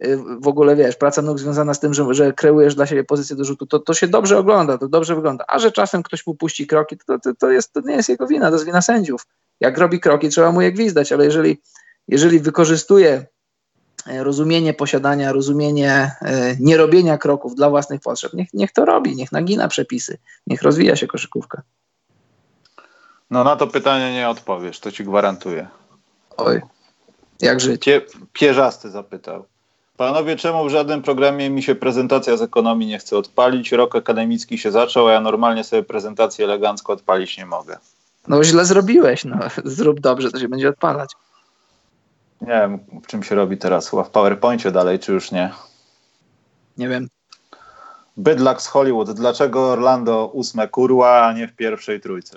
w ogóle wiesz, praca nóg związana z tym, że, że kreujesz dla siebie pozycję do rzutu, to, to się dobrze ogląda, to dobrze wygląda, a że czasem ktoś puści kroki, to, to, to, jest, to nie jest jego wina, to jest wina sędziów. Jak robi kroki, trzeba mu je gwizdać, ale jeżeli, jeżeli wykorzystuje rozumienie posiadania, rozumienie e, nierobienia kroków dla własnych potrzeb, niech, niech to robi, niech nagina przepisy, niech rozwija się koszykówka. No na to pytanie nie odpowiesz, to ci gwarantuję. Oj. Jak żyć? Pie, Pierzasty zapytał. Panowie, czemu w żadnym programie mi się prezentacja z ekonomii nie chce odpalić? Rok akademicki się zaczął, a ja normalnie sobie prezentację elegancko odpalić nie mogę. No źle zrobiłeś, no. Zrób dobrze, to się będzie odpalać. Nie wiem, w czym się robi teraz. Chyba w PowerPoincie dalej, czy już nie? Nie wiem. Bydlak z Hollywood. Dlaczego Orlando ósme kurła, a nie w pierwszej trójce?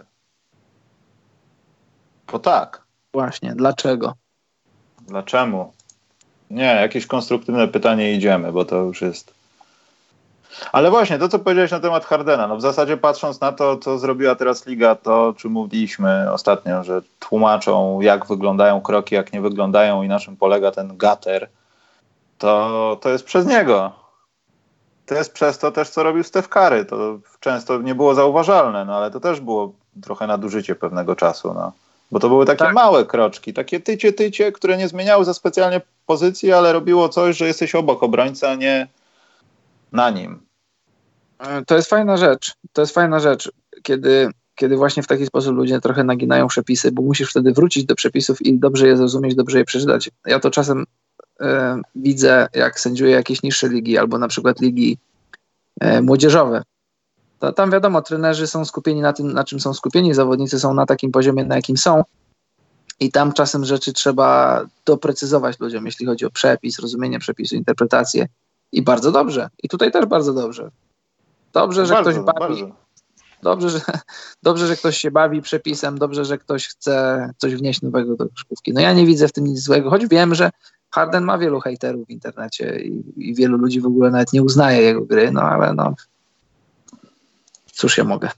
Bo tak. Właśnie, dlaczego? Dlaczego? Nie, jakieś konstruktywne pytanie idziemy, bo to już jest... Ale właśnie, to co powiedziałeś na temat Hardena, no w zasadzie patrząc na to, co zrobiła teraz Liga, to o czym mówiliśmy ostatnio, że tłumaczą, jak wyglądają kroki, jak nie wyglądają i na czym polega ten gater, to, to jest przez niego. To jest przez to też, co robił Steph Curry. To często nie było zauważalne, no ale to też było trochę nadużycie pewnego czasu, no. Bo to były takie tak. małe kroczki, takie tycie, tycie, które nie zmieniały za specjalnie pozycji, ale robiło coś, że jesteś obok obrońcy, a nie na nim. To jest fajna rzecz. To jest fajna rzecz, kiedy, kiedy właśnie w taki sposób ludzie trochę naginają przepisy, bo musisz wtedy wrócić do przepisów i dobrze je zrozumieć, dobrze je przeczytać. Ja to czasem y, widzę, jak sędziuję jakieś niższe ligi, albo na przykład ligi y, młodzieżowe. To tam wiadomo, trenerzy są skupieni na tym, na czym są skupieni, zawodnicy są na takim poziomie, na jakim są i tam czasem rzeczy trzeba doprecyzować ludziom, jeśli chodzi o przepis, rozumienie przepisu, interpretację i bardzo dobrze. I tutaj też bardzo dobrze. Dobrze, że bardzo, ktoś bawi. Bardzo. Dobrze, że, dobrze, że ktoś się bawi przepisem, dobrze, że ktoś chce coś wnieść nowego do koszykówki. No ja nie widzę w tym nic złego, choć wiem, że Harden ma wielu hejterów w internecie i, i wielu ludzi w ogóle nawet nie uznaje jego gry, no ale no cóż ja mogę.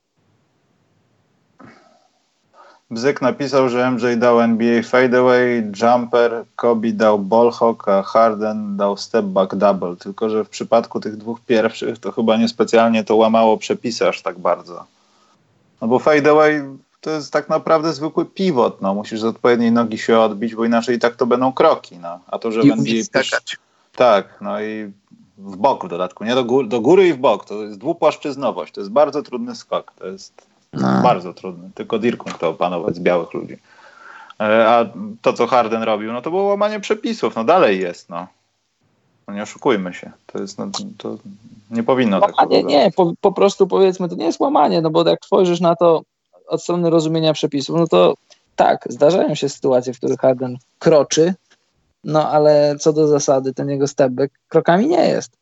Bzyk napisał, że M J dał N B A fadeaway, jumper, Kobe dał ballhawk, a Harden dał step back double. Tylko że w przypadku tych dwóch pierwszych to chyba niespecjalnie to łamało przepisy aż tak bardzo. No bo fadeaway to jest tak naprawdę zwykły pivot. No. Musisz z odpowiedniej nogi się odbić, bo inaczej i tak to będą kroki. No. A to, że I w N B A... skakać. Tak, no i w bok w dodatku, nie do góry, do góry i w bok. To jest dwupłaszczyznowość. To jest bardzo trudny skok. To jest... No. Bardzo trudny. Tylko Dirk mógł to opanować z białych ludzi. A to, co Harden robił, no to było łamanie przepisów. No dalej jest, no. No nie oszukujmy się. To jest, no, to nie powinno łamanie, tak wyglądać. Nie, po, po prostu powiedzmy, to nie jest łamanie, no bo jak spojrzysz na to od strony rozumienia przepisów, no to tak, zdarzają się sytuacje, w których Harden kroczy, no ale co do zasady, ten jego stepback krokami nie jest.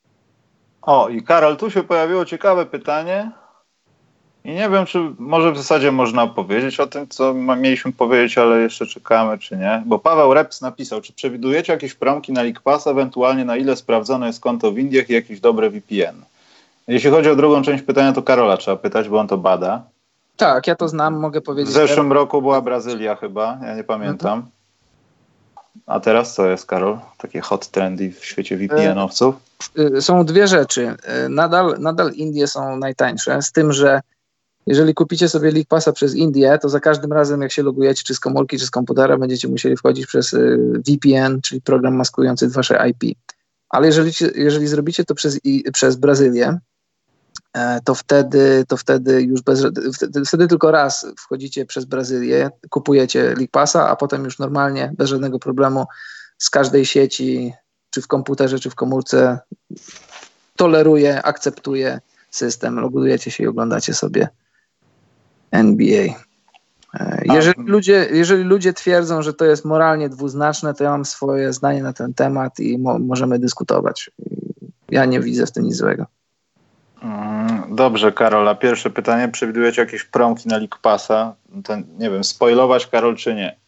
O, i Karol, tu się pojawiło ciekawe pytanie. I nie wiem, czy może w zasadzie można powiedzieć o tym, co mieliśmy powiedzieć, ale jeszcze czekamy, czy nie. Bo Paweł Reps napisał, czy przewidujecie jakieś promki na League Pass, ewentualnie na ile sprawdzone jest konto w Indiach i jakiś dobry V P N. Jeśli chodzi o drugą część pytania, to Karola trzeba pytać, bo on to bada. Tak, ja to znam, mogę powiedzieć. W zeszłym roku była Brazylia chyba, ja nie pamiętam. A teraz co jest, Karol? Takie hot trendy w świecie V P N-owców? Są dwie rzeczy. Nadal, nadal Indie są najtańsze, z tym, że jeżeli kupicie sobie League Passa przez Indię, to za każdym razem, jak się logujecie, czy z komórki, czy z komputera, będziecie musieli wchodzić przez V P N, czyli program maskujący wasze I P. Ale jeżeli, jeżeli zrobicie to przez, przez Brazylię, to wtedy, to wtedy już bez, wtedy, wtedy tylko raz wchodzicie przez Brazylię, kupujecie League Passa, a potem już normalnie, bez żadnego problemu, z każdej sieci, czy w komputerze, czy w komórce, toleruje, akceptuje system, logujecie się i oglądacie sobie N B A. Jeżeli ludzie, jeżeli ludzie twierdzą, że to jest moralnie dwuznaczne, to ja mam swoje zdanie na ten temat i mo- możemy dyskutować. Ja nie widzę w tym nic złego. Dobrze, Karola. Pierwsze pytanie. Przewidujecie jakieś promki na League Passa? To, nie wiem, spoilować, Karol, czy nie?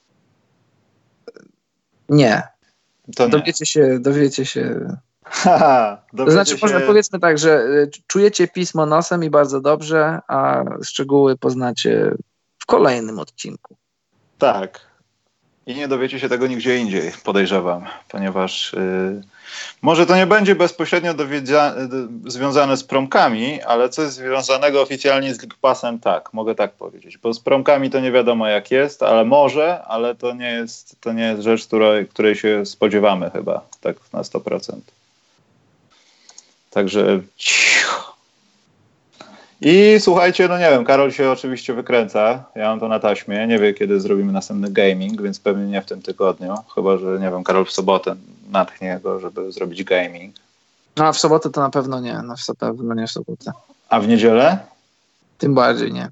Nie. To nie. Dowiecie się, dowiecie się... Haha, to znaczy, się... może powiedzmy tak, że czujecie pismo nosem i bardzo dobrze, a szczegóły poznacie w kolejnym odcinku. Tak. I nie dowiecie się tego nigdzie indziej, podejrzewam, ponieważ yy, może to nie będzie bezpośrednio dowiedzia- związane z promkami, ale coś związanego oficjalnie z League Passem, tak, mogę tak powiedzieć. Bo z promkami to nie wiadomo jak jest, ale może, ale to nie jest, to nie jest rzecz, której, której się spodziewamy chyba, tak na sto procent. Także cicho. I słuchajcie, no nie wiem, Karol się oczywiście wykręca, ja mam to na taśmie, nie wie kiedy zrobimy następny gaming, więc pewnie nie w tym tygodniu, chyba że, nie wiem, Karol w sobotę natchnie go, żeby zrobić gaming. No a w sobotę to na pewno nie, no w pewno nie w sobotę. A w niedzielę? Tym bardziej nie.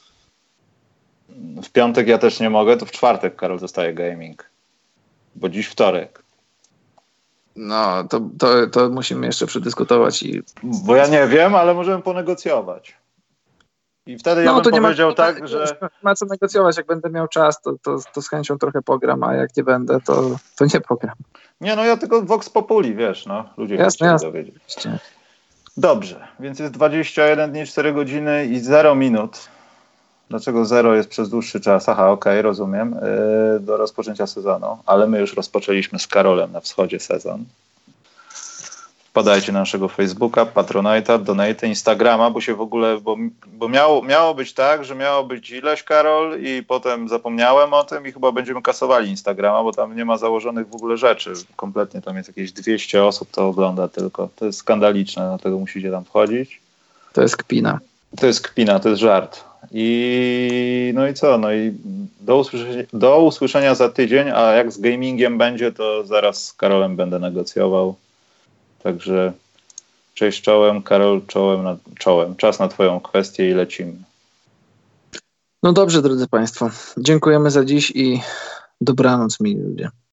W piątek ja też nie mogę, to w czwartek Karol dostaje gaming, bo dziś wtorek. No, to, to, to musimy jeszcze przedyskutować. I... Bo ja nie wiem, ale możemy ponegocjować. I wtedy ja no, bym to powiedział ma, tak, nie że... Nie ma co negocjować, jak będę miał czas, to, to, to z chęcią trochę pogram, a jak nie będę, to, to nie pogram. Nie, no ja tylko Vox Populi, wiesz, no. Ludzie jasne, się jasne. dowiedzieć. Dobrze, więc jest dwadzieścia jeden dni, cztery godziny i zero minut. Dlaczego zero jest przez dłuższy czas? Aha, okej, okay, rozumiem. Yy, do rozpoczęcia sezonu. Ale my już rozpoczęliśmy z Karolem na wschodzie sezon. Wpadajcie na naszego Facebooka, Patronite'a, Donate, Instagrama, bo się w ogóle, bo, bo miało, miało być tak, że miało być ileś, Karol, i potem zapomniałem o tym i chyba będziemy kasowali Instagrama, bo tam nie ma założonych w ogóle rzeczy. Kompletnie tam jest jakieś dwieście osób to ogląda tylko. To jest skandaliczne, dlatego musicie tam wchodzić. To jest kpina. To jest kpina, to jest żart. I no i co? No i do usłyszenia, do usłyszenia za tydzień, a jak z gamingiem będzie, to zaraz z Karolem będę negocjował. Także cześć czołem, Karol czołem, na, czołem. Czas na twoją kwestię i lecimy. No dobrze, drodzy Państwo. Dziękujemy za dziś i dobranoc, mili ludzie.